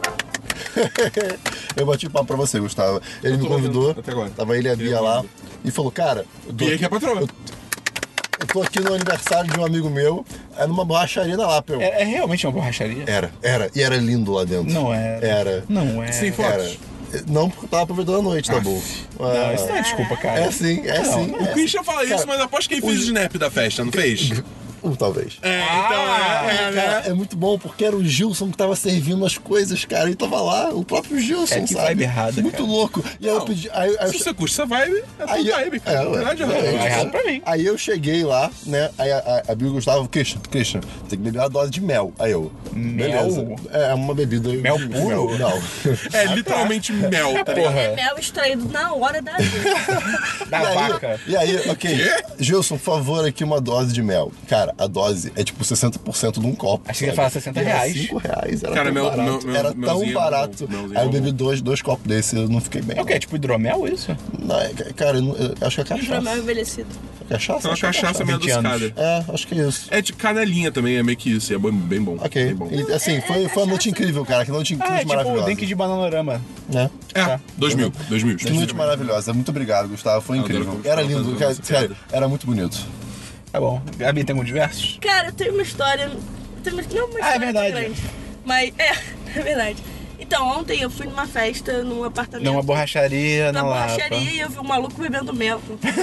Eu bati papo pra você, Gustavo. Ele Eu me tô convidou. ouvindo até agora. Tava ele e a Bia Eu lá. ouvindo. E falou, cara, eu tô, Bia aqui, que é a patroa. eu, eu tô aqui no aniversário de um amigo meu. É numa borracharia na Lapa. Eu, É, é realmente uma borracharia? Era, era. E era lindo lá dentro. Não era. Era. Não é. Sim, fotos. Era. Não, porque eu tava aproveitando a noite, tá bom? Não, isso não é desculpa, cara. É sim, é Não, sim. O Christian fala isso, Cara, mas aposto que ele fez o snap da festa, não fez? Um, talvez. É, então é, é, Cara, né? é muito bom, porque era o Gilson que tava servindo as coisas, cara. E tava lá, o próprio Gilson, É que sabe? vibe errada, Muito cara. louco. E aí eu Não, pedi. Aí, aí eu Se che- você curte essa vibe, é tua Aí eu- vibe, cara. é, Não ué. tem nada de errado. É, Tá errado pra mim. Aí eu cheguei lá, né? Aí a, a, a Bia e o Gustavo, Christian, Christian, tem que beber uma dose de mel. Aí eu, Mel? beleza. É uma bebida. Mel puro? Não. É literalmente mel, tá ligado? É Porra, mel extraído na hora da vida. da E aí, vaca. e aí, ok. Gilson, por favor, aqui uma dose de mel. Cara, a dose é tipo sessenta por cento de um copo. Achei que ia sabe? falar sessenta E era reais. cinco reais. Era Cara, tão meu- barato. meu- meu- era tão melzinho é barato. bom, melzinho Aí eu é bebi bom. dois, dois copos desses e eu não fiquei bem. É o quê? Tipo hidromel, isso? Não, é- cara, eu, não- eu acho que é Hidromel cachaça. envelhecido. Cachaça? É uma Acho que é cachaça meio vinte anos. adocicada. É, acho que é isso. É de canelinha também, é meio que isso. É bom- bem bom. Ok. Bem bom. E, assim, foi, foi uma noite incrível, cara. Que noite, que Ah, é noite tipo o maravilhosa. drink de Bananorama. Né? É, dois mil. Dois mil. Que noite maravilhosa. Muito obrigado, Gustavo. Foi Eu incrível. adoro Era Gustavo, lindo, adoro cara, essa sério. piada. Era muito bonito. Tá bom. Gabi, tem algum diversos? Cara, tem uma história. Tem uma, não uma história é verdade. grande. Mas é, é verdade. Então, ontem eu fui numa festa num apartamento. Numa borracharia na na Lapa. borracharia e eu vi um maluco bebendo mel.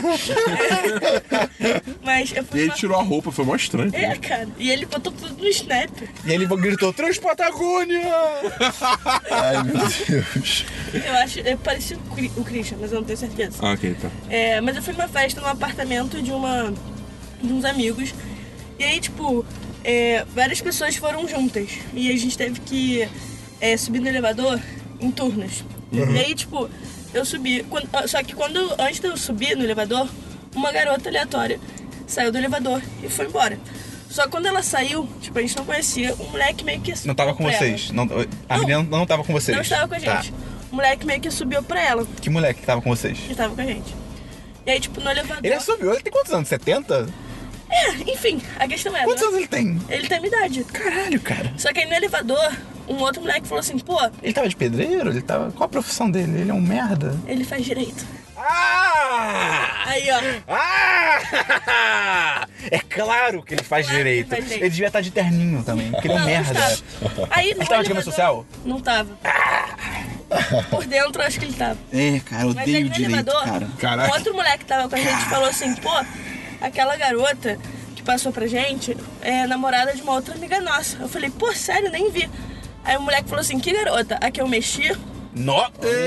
Mas eu E fui ele numa... tirou a roupa, foi mó estranho. É, cara. E ele botou tudo no Snap. E ele gritou, Transpatagônia! Ai, meu Deus. Eu acho. É parecido com o Cri- o Christian, mas eu não tenho certeza. Ah, ok, tá. É, mas eu fui numa festa num apartamento de uma de uns amigos. E aí, tipo, é, várias pessoas foram juntas. E a gente teve que é, subir no elevador em turnos. E aí, tipo, eu subi. Quando- só que quando antes de eu subir no elevador, uma garota aleatória saiu do elevador e foi embora. Só que quando ela saiu, tipo, a gente não conhecia, um moleque meio que Não tava com subiu pra vocês. Não, a Não. menina não tava com vocês. Ela. Não estava com a gente. Tá. O moleque meio que subiu pra ela. Que moleque que tava com vocês? Que estava com a gente. E aí, tipo, no elevador. Ele subiu, ele tem quantos anos? setenta? É, enfim, a questão é. Quantos né? anos ele tem? Ele tem minha idade. Caralho, cara. Só que aí no elevador, um outro moleque falou assim, pô, Ele tava de pedreiro? Ele tava... Qual a profissão dele? Ele é um merda? ele faz direito. Ah! Aí, ó. Ah! É claro que ele faz Claro que ele direito. faz direito. Ele devia estar de terninho também, porque ele é um Não, merda. não estava. Aí, Ele tava de cama social? Não tava. Por dentro, acho que ele tava. É, cara, eu Mas odeio aí no direito, elevador, cara. Caraca. um outro moleque que tava com a gente falou assim, pô, aquela garota que passou pra gente é namorada de uma outra amiga nossa. Eu falei, pô, sério, nem vi. Aí o moleque falou assim, que garota? A que eu mexi? No...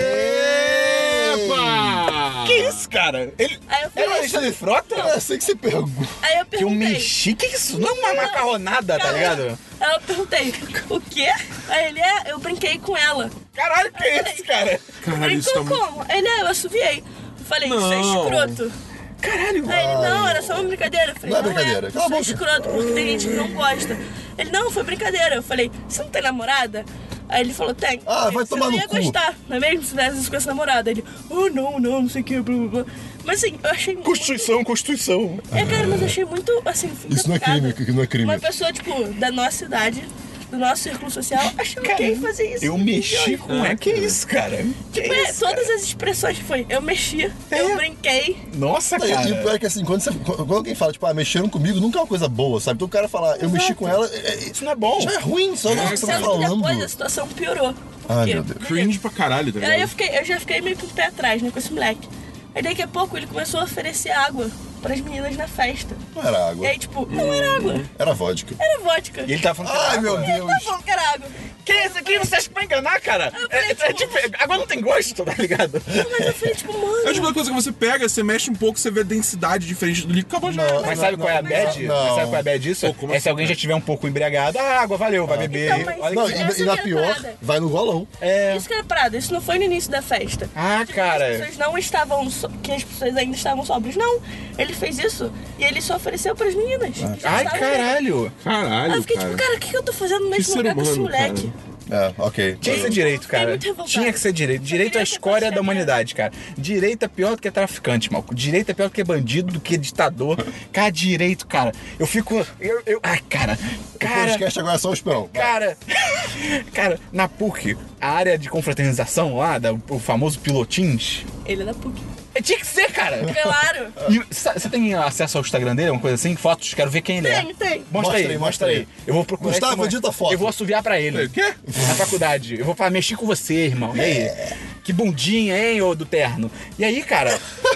Epa! Que isso, cara? Ele... Aí eu falei, Era isso de frota? É assim que você pergunta. aí eu Que eu perguntei. mexi? Que isso? Não é uma macarronada, tá Cara, ligado? Aí eu perguntei, o quê? Aí ele, é, eu brinquei com ela. Caralho, que é isso, cara? Caralho, isso tá Brincou muito... como? Aí ele, é, eu assoviei. Eu falei, isso é Não. escroto. Caralho. Aí ele, não, era só uma brincadeira. Eu falei, Não é brincadeira, é, cala a isso é boca. escroto, porque tem gente que não gosta. Ele, não, foi brincadeira. Eu falei, você não tem namorada? Aí ele falou, tem. Ah, Eu falei, vai tomar você no não ia cu. gostar, não é mesmo? Se fizesse isso com essa namorada. Ele, oh, não, não, não sei o que, blá, blá, blá. Mas assim, eu achei muito... Constituição, Constituição. É, cara, mas eu achei muito, assim, Isso não é crime, educado. que não é crime. Uma pessoa, tipo, da nossa idade, do nosso círculo social, achando que ia fazer isso. Eu mexi com... É, que isso, cara? Que Tipo, é, isso, todas cara? as expressões foi, eu mexi, É. eu brinquei. Nossa, Não, cara. E o pior é que assim, quando, você, quando alguém fala, tipo, ah, mexeram comigo, nunca é uma coisa boa, sabe? Então o cara fala, eu mexi com ela, é, é- Isso não é bom. já é ruim, só não Sendo tá que falando. depois a situação piorou. Ai, Porque- meu Deus. Cringe pra caralho, tá Aí eu, ligado? fiquei, eu já fiquei meio com o pé atrás, né, com esse moleque. Aí daqui a pouco ele começou a oferecer água pras meninas na festa. Não era E água, aí, tipo, não era água, era vodka. era vodka. E ele tava falando que era Ai, água. meu Ele Deus. tá falando que era água. Que isso aqui? Você acha que vai enganar, cara? Eu É, falei, é, tipo- tipo, água não tem gosto, tá ligado? Mas eu falei, tipo, mano... É tipo uma coisa que você pega, você mexe um pouco, você vê a densidade diferente do líquido, acabou já. Não, Mas sabe qual é a bad? não. Mas sabe qual é a bad disso? Pô, como é se assim, alguém cara? já tiver um pouco embriagado. Ah, água, valeu, vai beber. Então, mas- Olha Não, que- e, Essa e na que é a pior, parada. vai no golão. É. Isso que era parada, isso não foi no início da festa. Ah, As cara. pessoas não estavam... so- Que as pessoas ainda estavam sóbrias. Não, ele fez isso e ele só ofereceu pras meninas. que Ai, estavam caralho. Aí Caralho, eu fiquei cara. tipo, cara, o que que eu tô fazendo no mesmo ser lugar com esse humano, moleque? cara. É, ok. Tinha que ser direito, cara. muito revoltada. Tinha que ser direito. Direito é a queria que escória fosse da humanidade, cara. Direito é pior do que traficante, maluco. Direito é pior do que bandido, do que ditador. Cara, direito, cara. Eu fico. Eu, eu... Ai, cara. O Cara. podcast agora é só o Esperão. Cara, cara, na P U C, a área de confraternização lá, da, o famoso pilotins, Ele é da P U C. é, tinha que ser, cara. Claro. Você tem acesso ao Instagram dele, alguma coisa assim? Fotos? Quero ver quem ele é. Tem, tem. Mostra, Mostra aí, aí, mostra mostra aí. aí. Eu vou procurar. Gustavo, esse moleque. edita a foto. Eu vou assoviar pra ele. O quê? Na faculdade. Eu vou falar, mexi com você, irmão. E aí? Que bundinha, hein, ô do terno? E aí, cara,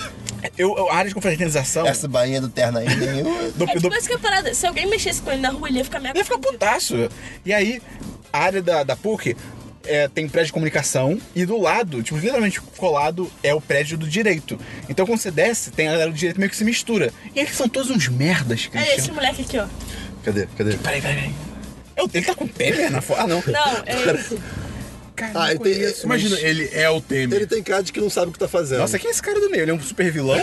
eu, eu- a área de confraternização. Essa bainha do terno aí, nem eu. Do, É tipo do, essa que é a parada. Se alguém mexesse com ele na rua, ele ia ficar mega... Ia ficar putaço. E aí, a área da, da P U C é, tem prédio de comunicação e do lado, tipo, literalmente colado, é o prédio do direito. Então quando você desce, tem a galera do direito meio que se mistura. E eles são todos uns merdas, É esse Christian. moleque aqui, ó. Cadê? Cadê? Peraí, peraí, peraí. Eu- Ele tá com Temer na foto? Ah, não. Não, é esse. Cara, Ah, não ele tem- conheço, Imagina, mas- ele é o Temer. Ele tem cara de que não sabe o que tá fazendo. Nossa, quem é esse cara do meio? Ele é um super vilão?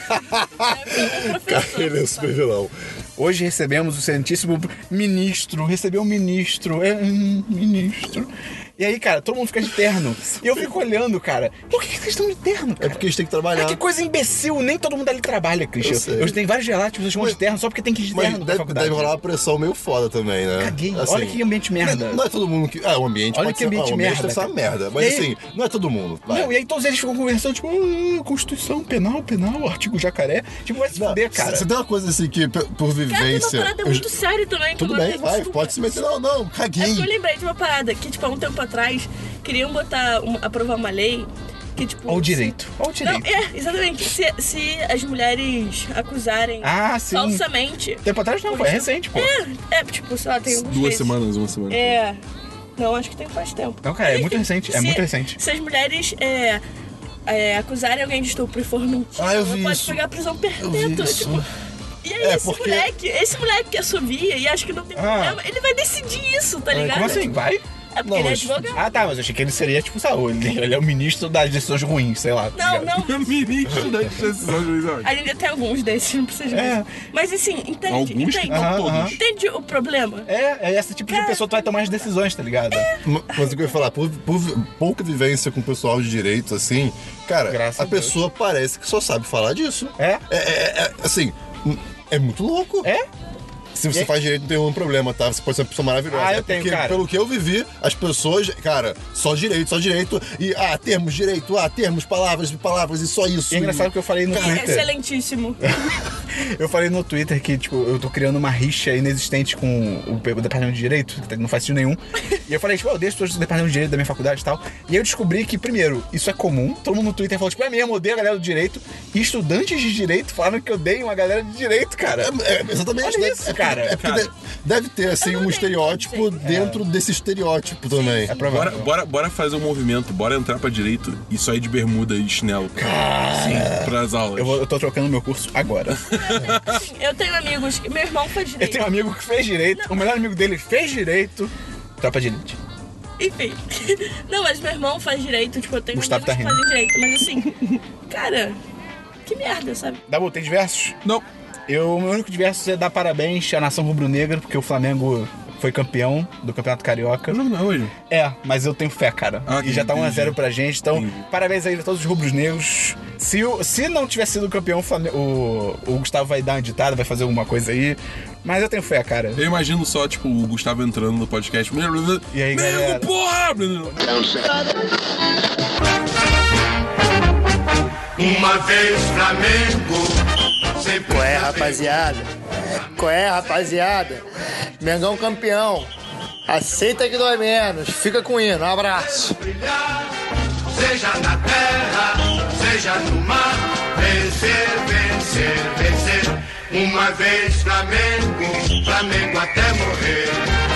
É Cara, ele é um super vilão. Hoje recebemos o excelentíssimo ministro. Recebeu um ministro. É um ministro. E aí, cara, todo mundo fica de terno. E eu fico olhando, cara. Por que que vocês estão de terno, cara? É porque eles têm que trabalhar. Ah, que coisa imbecil. Nem todo mundo ali trabalha, Christian. Eu sei. Eu tenho vários relatos de pessoas que vão de terno só porque tem que ir de Mas terno pra deve, faculdade. deve rolar uma pressão meio foda também, né? Caguei. Olha que ambiente merda. Não, não é todo mundo que. Ah, o ambiente Olha pode que ser. ambiente ah, o ambiente merda, deve ser uma cara. merda. Mas E aí- assim, não é todo mundo. vai. Não, e aí todos eles ficam conversando, tipo, ah, Constituição, penal, penal, artigo jacaré. Tipo, vai se Não, fuder, cara. Você tem uma coisa assim que, por por Cara, tem uma vivência. parada eu- muito séria também. que Tudo eu- bem, eu- vai, eu- pode se meter. Não, não, É caguei. porque eu lembrei de uma parada que, tipo, há um tempo atrás, queriam botar, um- aprovar uma lei que, tipo... Olha o se- direito. Olha o direito. Não, é, exatamente. Se, se as mulheres acusarem Ah, sim. falsamente... Tempo atrás não, foi recente, pô. É, é, tipo, sei lá, tem alguns Duas meses. semanas, uma semana. É... Não, acho que tem faz tempo. Não, cara, é Enfim, muito recente, é se- muito recente. Se as mulheres é, é, acusarem alguém de estupro e for mentira, Ah, eu ela vi pode isso. pegar prisão vi perpétua. isso. Tipo, e aí É, esse porque- moleque, esse moleque que assovia e acha que não tem Ah. problema, ele vai decidir isso, tá ligado? Como assim? Vai? É porque Não, ele é mas- advogado. Ah, tá, mas eu achei que ele seria, tipo, sabe, ele, ele é o ministro das decisões ruins, sei lá. tá Não, ligado? não. Ministro da decisão juizal. Ainda tem alguns desses, não precisa de É. mais. Mas assim, entende? Alguns que entende? não Aham, todos. aham. Entende o problema? É, é esse tipo de pessoa que vai tomar as decisões, tá ligado? Mas o que eu ia falar, por, por pouca vivência com o pessoal de direito, assim, cara, Graças a a Deus. pessoa parece que só sabe falar disso. É? É, é, é, assim, é muito louco. É? se você E aí- faz direito, não tem nenhum problema, tá? Você pode ser uma pessoa maravilhosa. Ah, eu É tenho, porque, cara. pelo que eu vivi, as pessoas, cara, só direito, só direito, e ah, termos direito, ah, termos, palavras, palavras, e só isso. E é engraçado que eu falei no Twitter. Excelentíssimo. Eu falei no Twitter que, tipo, eu tô criando uma rixa inexistente com o, o departamento de direito, que não faz sentido nenhum. E eu falei, tipo, eu deixo pessoas do departamento de direito da minha faculdade e tal. E eu descobri que, primeiro, isso é comum. Todo mundo no Twitter falou, tipo, é mesmo, eu odeio a galera do direito. E estudantes de direito falaram que odeiam a galera de direito, cara. É, é, exatamente. Olha deve, isso, é, cara. É porque Cara. deve, deve ter, assim, Eu um não estereótipo entendi, dentro desse estereótipo também. É provável. Bora, bora, bora fazer um movimento, bora entrar pra direito e sair de bermuda e chinelo. Sim, pras aulas. Eu, vou, eu tô trocando meu curso agora. Eu tenho amigos que. Meu irmão faz Eu direito. tenho um amigo que fez direito, o melhor amigo dele fez direito. Tropa de elite. Enfim. Não, mas meu irmão faz direito, tipo, eu tenho Gustavo amigos tá que fazem direito, mas assim, cara, que merda, sabe? Dabu, tem diversos? Não. Eu, o meu único diverso é dar parabéns à nação rubro-negra, porque o Flamengo foi campeão do Campeonato Carioca. O jogo não é hoje. É, mas eu tenho fé, cara. Ah, e já tá um a zero entendi. pra gente, então Entendi. parabéns aí a todos os rubros negros. Se, o- se não tiver sido campeão, o, Flamengo- o, o Gustavo vai dar uma ditada, vai fazer alguma coisa aí. Mas eu tenho fé, cara. Eu imagino só, tipo, o Gustavo entrando no podcast. E aí, Nego, galera? porra! Uma vez Flamengo, sempre Qual é, rapaziada? Qual é, rapaziada? Mengão campeão. Aceita que dói menos. Fica com o hino. Um abraço. brilhar, seja na terra, seja no mar, vencer, vencer, vencer. Uma vez Flamengo, Flamengo até morrer.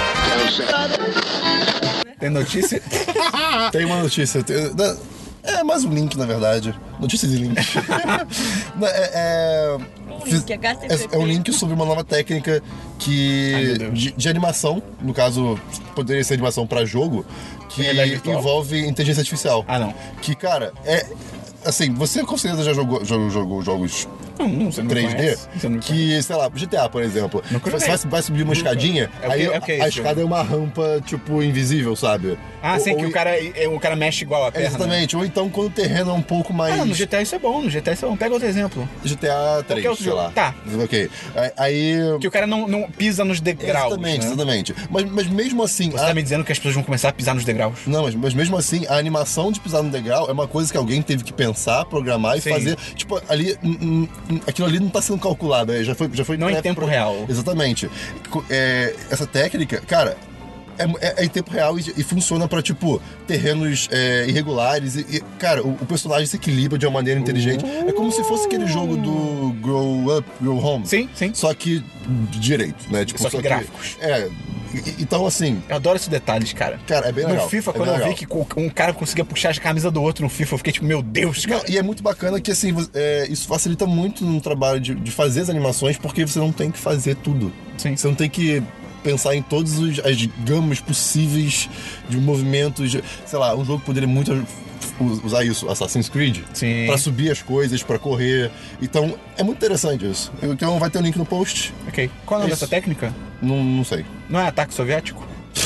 Tem notícia? Tem uma notícia. tem- da- É mais um link, na verdade. Notícia de link. Não, é, é, Um fiz- link, H T T P. é, é um link sobre uma nova técnica que Ai, meu Deus. de, de animação, no caso, poderia ser animação pra jogo, que Realidade virtual? envolve inteligência artificial. Ah, não. Que, cara, é. Assim, você com certeza já jogou, jogou, jogou jogos Não, não, você não três D, conhece? Você não que, sei lá, G T A, por exemplo. Nunca Você joguei. vai, vai subir uma escadinha, É o que- aí é o que é a esse escada jogo? é uma rampa, tipo, invisível, sabe? Ah, Ou- sim, que ou- o cara, é- o cara mexe igual a perna. Exatamente, ou então quando o terreno é um pouco mais. Ah, no G T A isso é bom, no G T A isso é bom. Pega outro exemplo. G T A três, Qualquer outro sei jogo. lá. Tá. Ok. Aí- Aí. Que o cara não, não pisa nos degraus, Exatamente, né? exatamente. Mas, mas mesmo assim. Você a- tá me dizendo que as pessoas vão começar a pisar nos degraus? Não, mas, mas mesmo assim, a animação de pisar no degrau é uma coisa que alguém teve que pensar, programar e Sim. fazer. Tipo, ali. hum, hum, aquilo ali não tá sendo calculado, é, já foi, já foi Não em pré- tempo pro- real. Exatamente. Co- é, essa técnica, cara. É, é- é em tempo real e, e funciona pra, tipo, terrenos é, irregulares. E, e, cara, o, o personagem se equilibra de uma maneira inteligente. É como se fosse aquele jogo do Grow Up, Grow Home. Sim, sim. Só que de direito, né? Tipo, Só que gráficos. É. e- e- Então, assim, Eu adoro esses detalhes, cara. cara, é bem legal. No FIFA, é quando bem eu vi legal. que co- um cara conseguia puxar a camisa do outro no FIFA, eu fiquei tipo, meu Deus, Não, cara. e é muito bacana que, assim, vo- é, isso facilita muito no trabalho de, de fazer as animações, porque você não tem que fazer tudo. Sim. Você não tem que pensar em todas os- as gamas possíveis de movimentos. de- sei lá, um jogo poderia muito u- usar isso, Assassin's Creed, Sim. pra subir as coisas, pra correr. Então, é muito interessante isso. Então, vai ter um link no post. Ok. Qual é o nome Isso. dessa técnica? Não, não sei. Não é ataque soviético?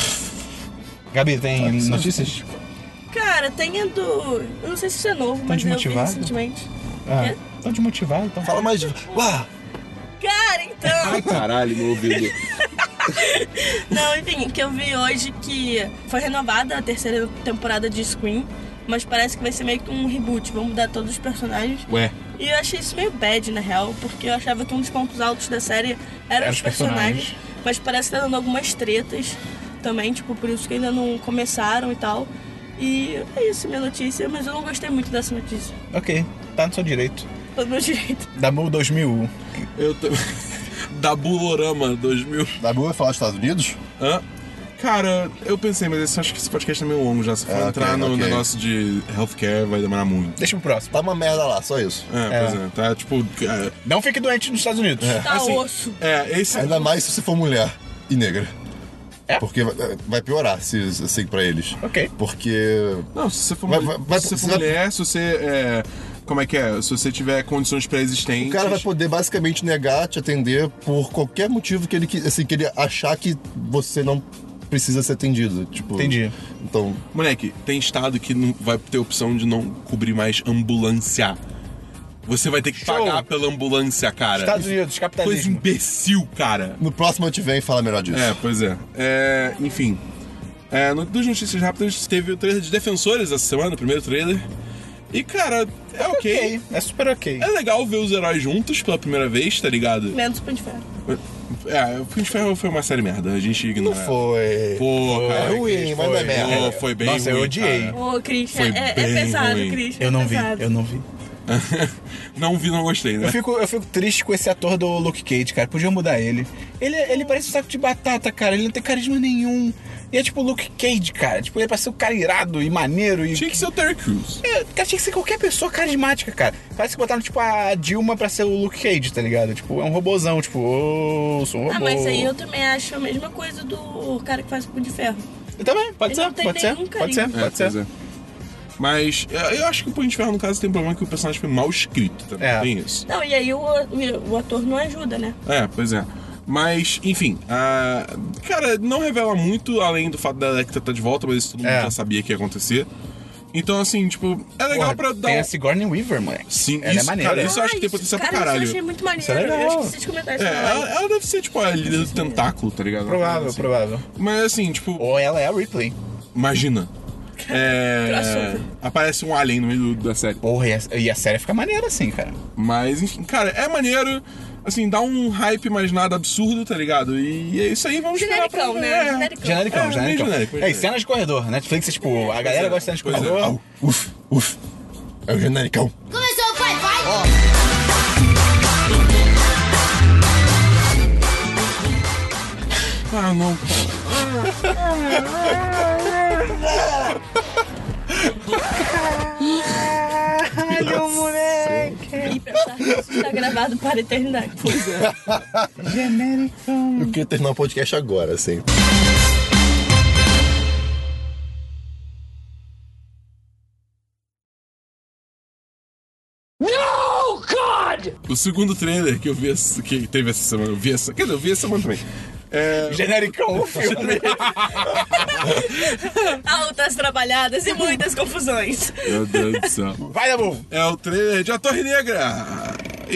Gabi, tem Ataque notícias? Cara, tem a do. Eu não sei se isso é novo, mas eu vi desmotivado? recentemente. Ah, Quê? tão desmotivado, então. Fala mais de. Uau! Cara, então. Caralho, meu ouvido. Não, enfim, que eu vi hoje que foi renovada a terceira temporada de Scream, mas parece que vai ser meio que um reboot, vão mudar todos os personagens. Ué. E eu achei isso meio bad, na real, porque eu achava que um dos pontos altos da série eram Era os os personagens. personagens, mas parece que tá dando algumas tretas também, tipo, por isso que ainda não começaram e tal. E é isso, minha notícia, mas eu não gostei muito dessa notícia. Ok, tá no seu direito. Do meu direito. Dabu dois mil. Eu tô... Da Bulorama dois mil. Da boa falar dos Estados Unidos? Hã? Cara, eu pensei, mas esse- acho que esse podcast é meio longo já. Se for É, entrar ok, no ok. negócio de healthcare, vai demorar muito. Deixa pro próximo. Tá uma merda lá, só isso. É, pois é. Tá tipo. É, Não fique doente nos Estados Unidos. Tá Assim, osso. é esse. Ainda mais se você for mulher e negra. É? Porque vai- vai piorar, se, assim, pra eles. Ok. Porque. Não, se você for, Vai- mulher, vai- vai- se você for você vai- mulher, se você. É, como é que é? Se você tiver condições pré-existentes. O cara vai poder basicamente negar te atender por qualquer motivo que ele, qui- assim, que ele achar que você não precisa ser atendido. Tipo, Entendi. Então, Moleque, tem estado que não vai ter opção de não cobrir mais ambulância. Você vai ter que Show. pagar pela ambulância, cara. Estados Unidos, Coisa capitalismo. imbecil, cara. No próximo eu te venho e fala melhor disso. É, pois é. É, enfim. É, no, duas notícias rápidas, teve o trailer de Defensores essa semana, o primeiro trailer. E, cara, é ok. Ok, é super ok. É legal ver os heróis juntos pela primeira vez, tá ligado? Menos Punho de Ferro. É, o Punho de Ferro foi uma série merda, a gente ignora. Não foi. Pô, cara. É ruim, mas não é merda. Pô, foi bem Nossa, ruim, eu odiei. cara. Ô, Christian, Foi é, é bem pesado, ruim. Christian. Eu não é vi, pesado. eu não vi. Não vi, não gostei, né? Eu fico, eu fico triste com esse ator do Luke Cage, cara. Podiam mudar ele. Ele, ele parece um saco de batata, cara. Ele não tem carisma nenhum. E é tipo o Luke Cage, cara. Tipo, ele é pra ser um cara irado e maneiro. E... Tinha que ser o Terry Crews. É, cara, tinha que ser qualquer pessoa carismática, cara. Parece que botaram, tipo, a Dilma pra ser o Luke Cage, tá ligado? Tipo, é um robozão, tipo, ô, sou um robô. Ah, mas aí eu também acho a mesma coisa do cara que faz o Punho de Ferro. Eu também, pode Ele ser, não tem pode ser, nenhum pode ser, carisma. É, pode ser. pois é. Mas é, eu acho que o Punho de Ferro, no caso, tem um problema que o personagem foi mal escrito também. É. Tem isso. Não, e aí o, o, o ator não ajuda, né? É, pois é. Mas, enfim, a... cara, não revela muito, além do fato da Electra estar de volta, mas isso todo mundo É. já sabia que ia acontecer. Então, assim, tipo, é legal Porra, pra dar tem um... a Sigourney Weaver, moleque. Sim, Ela isso, é maneira. cara, isso eu acho que tem Ah, potencial cara, pra caralho. Isso eu achei muito maneiro. Isso é legal. Eu esqueci de comentar isso É, na ela, live. ela deve ser, tipo, a líder do tentáculo, tá ligado? Provável, Assim. provável. Mas, assim, tipo, Ou ela é a Ripley. imagina. É... Crossover. Aparece um alien no meio da série. Porra, e a, e a série fica maneira assim, cara. Mas, enfim, cara, é maneiro. Assim, dá um hype, mas nada absurdo, tá ligado? E é isso aí, vamos esperar pra Genericão, ver. né? É. Genericão. Genericão, É, meio genericão. genérico, meio É, e genérico. cenas de corredor. Netflix é tipo, a galera é, gosta de cenas de pois é. corredor. Au, uf, uf. É o genericão. Começou, vai, vai! Ah, não. Caralho, moleque. E pensar que isso está gravado para a eternidade. Pois é. Genericão. Eu queria terminar o podcast agora, assim. O segundo trailer que eu vi, essa- que teve essa semana, eu vi essa. Quer dizer, eu vi essa semana também. É. Genericão, o filme. Altas trabalhadas e muitas confusões. Meu Deus do céu. Vai, Dabu. É o trailer de A Torre Negra.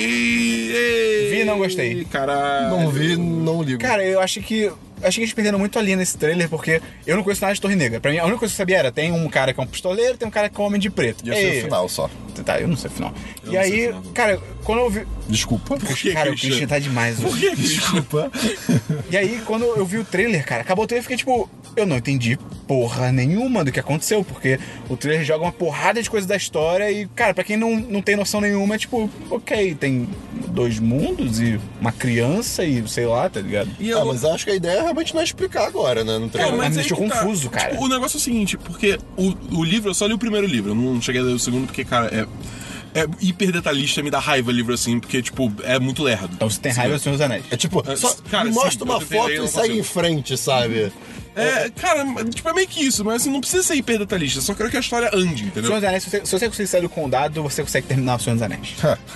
E. e Vi e não gostei. Caralho. Não vi, não ligo. Cara, eu acho que. Acho que eles perderam muito a linha nesse trailer, porque eu não conheço nada de Torre Negra. Pra mim, a única coisa que eu sabia era: tem um cara que é um pistoleiro, tem um cara que é um homem de preto. E eu sei Ei, o final só. Tá, eu não sei o final. Eu e não sei aí, o final. cara, quando eu vi. Desculpa. Por que, Cara, o Christian? Christian tá demais hoje. Por que, Christian? Desculpa. E aí, quando eu vi o trailer, cara, acabou o trailer, eu fiquei tipo, eu não entendi porra nenhuma do que aconteceu, porque o trailer joga uma porrada de coisa da história e, cara, pra quem não, não tem noção nenhuma, é tipo, ok, tem dois mundos e uma criança e sei lá, tá ligado? E Ah, eu- mas eu acho que a ideia é realmente não é explicar agora, né? Não tem... Cara, mas me aí deixou que tá. confuso, cara. Tipo, o negócio é o seguinte, porque o, o livro, eu só li o primeiro livro, eu não cheguei a ler o segundo, porque, cara, é. É hiper detalhista, me dá raiva livro assim, porque, tipo, é muito lerdo. Então você tem raiva do Senhor dos Anéis. É tipo, É, só cara, me sim, mostra eu uma tentei foto ler, eu e não segue consigo. em frente, sabe? É, cara, tipo, é meio que isso, mas assim, não precisa ser hiper detalhista, só quero que a história ande, entendeu? Senhor dos Anéis, se você, se você conseguir sair do condado, você consegue terminar o Senhor dos Anéis.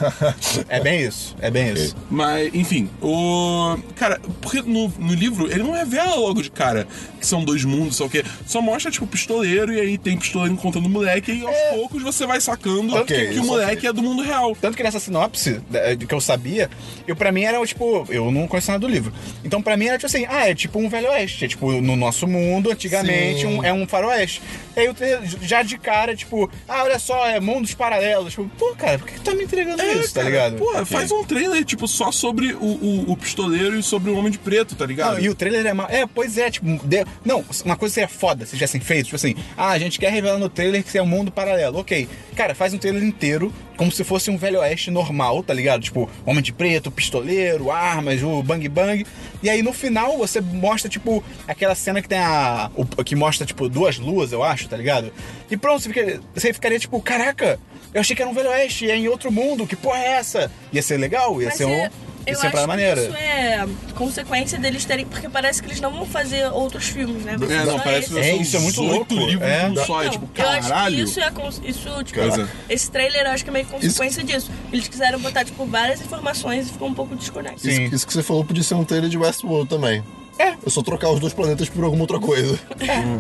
É bem isso, é bem isso. Mas, enfim, o. Cara, porque no, no livro ele não revela logo de cara que são dois mundos, só o quê? Só mostra, tipo, pistoleiro, e aí tem pistoleiro encontrando o moleque, e aos poucos você vai sacando Ok, que, que o isso moleque é do mundo real. Tanto que nessa sinopse da- de que eu sabia, eu pra mim era tipo, eu não conhecia nada do livro. Então pra mim era tipo assim, ah, é tipo um velho oeste, é tipo no nosso mundo, antigamente Sim. um- é um faroeste. E aí eu te- já de cara, tipo, ah, olha só, é mundos paralelos. Tipo, pô, cara, por que tu tá me entregando isso, tá cara, ligado? Pô, Ok. faz um trailer, tipo, só sobre o, o, o pistoleiro e sobre o homem de preto, tá ligado? Não, e o trailer é mal. É, pois é, tipo, de- não, uma coisa seria foda se tivessem feito, tipo assim, ah, a gente quer revelar no trailer que isso é um mundo paralelo. Ok. Cara, faz um trailer inteiro como se fosse um velho oeste normal, tá ligado? Tipo, homem de preto, pistoleiro, armas, o bang bang. E aí no final você mostra, tipo, aquela cena que tem a. O, que mostra, tipo, duas luas, eu acho, tá ligado? E pronto, você, fica, você ficaria tipo, caraca, eu achei que era um velho oeste, é em outro mundo, que porra é essa? Ia ser legal, ia Mas ser um. é- Ia eu ser uma acho parada maneira. que isso é consequência deles terem... Porque parece que eles não vão fazer outros filmes, né? Vai ser É, não, só parece que esse. É, são isso é muito dezoito louco. livros É. num só, é Então, tipo, eu acho que caralho. isso é... cons- Isso, tipo, Pois é. esse trailer eu acho que é meio consequência disso. Eles quiseram botar, tipo, várias informações e ficou um pouco desconexo. Sim. Isso, isso que você falou podia ser um trailer de Westworld também. É. Eu só trocar os dois planetas por alguma outra coisa.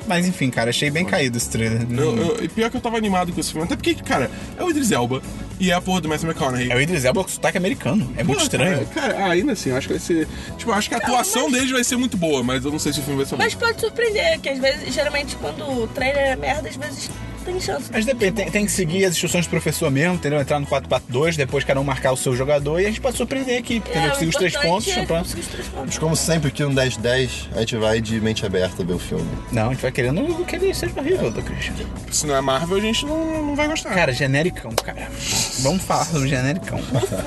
Mas enfim, cara, achei bem caído esse trailer. Eu, eu, e pior que eu tava animado com esse filme. Até porque, cara, é o Idris Elba e é a porra do Matthew McConaughey. É o Idris Elba com sotaque americano. É muito Pô, estranho. Cara, cara, ainda assim, eu acho que vai ser... Tipo, eu acho que a atuação deles vai ser muito boa, mas eu não sei se o filme vai ser bom. Mas pode surpreender, que às vezes, geralmente, quando o trailer é merda, às vezes tem chance. Mas depende, tem, tem que seguir as instruções do professor mesmo, entendeu? Entrar no quatro quatro dois, depois cada um marcar o seu jogador e a gente pode surpreender a equipe, entendeu? É, Conseguir os três pontos. É, Pra... conseguir os três pontos. Mas como sempre aqui no dez dez, a gente vai de mente aberta ver o filme. Não, a gente vai querendo que ele seja horrível, do Christian. Se não é Marvel, a gente não, não vai gostar. Cara, genericão, cara. Vamos falar sobre genericão.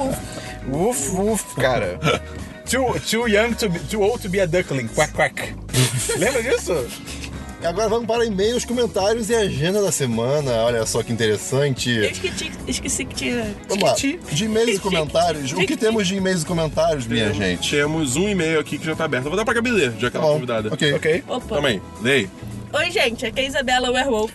Uf, uf, cara. Too, too young to be, too old to be a duckling. Quack, quack. Lembra disso? E agora vamos para e-mails, comentários e agenda da semana. Olha só que interessante. Eu esqueci, esqueci que tinha. Vamos lá. De e-mails e comentários. O que temos de e-mails e comentários, minha gente? Temos um e-mail aqui que já tá aberto. Eu vou dar pra Gabi ler, já que Tá ela é bom. convidada. Ok. Ok. Opa. Toma aí, lê aí. Oi, gente, aqui é a Isabela Werewolf.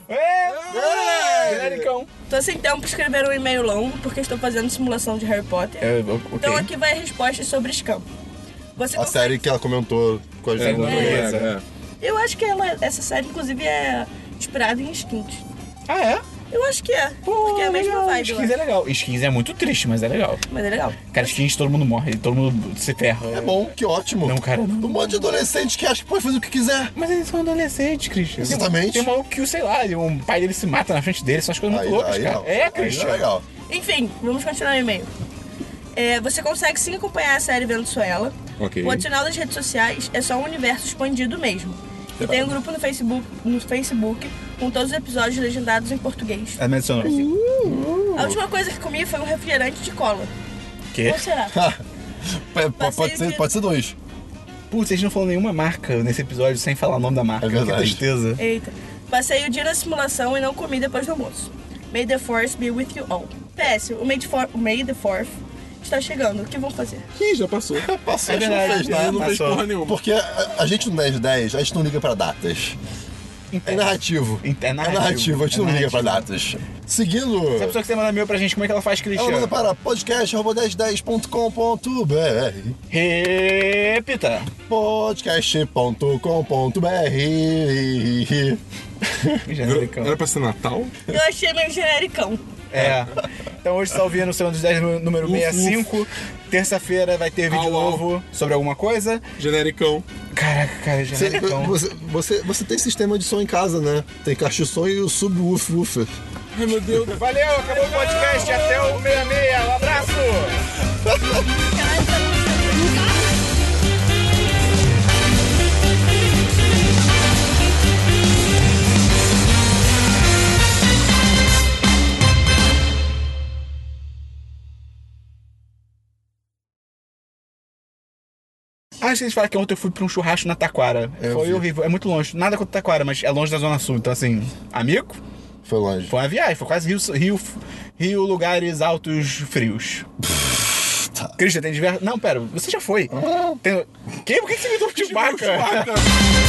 É, genericão. Tô sem tempo pra escrever um e-mail longo porque estou fazendo simulação de Harry Potter. É, ok. Então aqui vai respostas sobre Scam. Você A consegue- série que ela comentou com a gente. É, no é, programa. é, é. Eu acho que ela, essa série, inclusive, é inspirada em Skins. Ah, é? Eu acho que é. Pô, porque é a mesma legal. vibe. eu Skins é acho. legal. Skins é muito triste, mas é legal. Mas é legal. Cara, Skins todo mundo morre, todo mundo se ferra. É bom, que ótimo. Não, cara, não. Um monte de adolescente que acha que pode fazer o que quiser. Mas eles são adolescentes, Christian. Exatamente. Tem um maluco que, sei lá, um pai dele se mata na frente dele, são as coisas Aí, muito loucas, aí cara. não. É, Aí Christian. é legal. Enfim, vamos continuar o e-mail. É, você consegue sim acompanhar a série vendo só ela. Ok. O adicional das redes sociais é só um universo expandido mesmo. E tem um grupo no Facebook, no Facebook com todos os episódios legendados em português. É mencionou. A última coisa que comi foi um refrigerante de cola. Quê? Qual será? P- p- Pode ser, pode ser dois. Putz, vocês não falaram nenhuma marca nesse episódio sem falar o nome da marca. É verdade. Que tristeza. Eita. Passei o dia na simulação e não comi depois do almoço. May the Force be with you all. P S. O May the, For- o May the Fourth está chegando. O que vão fazer? Ih, já passou. Passou, É a gente não verdade, fez é, nada. Não fez passou. porra nenhuma. Porque a, a gente no dez dez, a gente não liga pra datas. É narrativo. É narrativo. a gente É não liga pra narrativo. datas. Seguindo, Se a pessoa que você manda e-mail pra gente, como é que ela faz, Christian? ela manda para podcast arroba dez dez ponto com ponto b r. Repita. podcast ponto com ponto b r. Genericão. Era pra ser Natal? Eu achei meio genericão. É. Então hoje está ouvindo o Seu dos dez número Uf, sessenta e cinco. Terça-feira vai ter vídeo Au, au. novo sobre alguma coisa. Genericão. Caraca, cara, Você, genericão. você, você, você tem sistema de som em casa, né? Tem caixa de som e o subwoofer. Ai, meu Deus. Valeu, acabou o podcast. Até o sessenta e seis. Um abraço. Ah, vocês falam que ontem eu fui pra um churrasco na Taquara. Eu Foi vi. horrível. É muito longe. Nada contra Taquara, mas é longe da Zona Sul. Então, assim, amigo, Foi longe. foi uma viagem. Foi quase Rio, Rio, Rio lugares altos frios. Christian, tem diversos... Não, pera, você já foi. Tem... Que? Por que você me deu Chewbacca?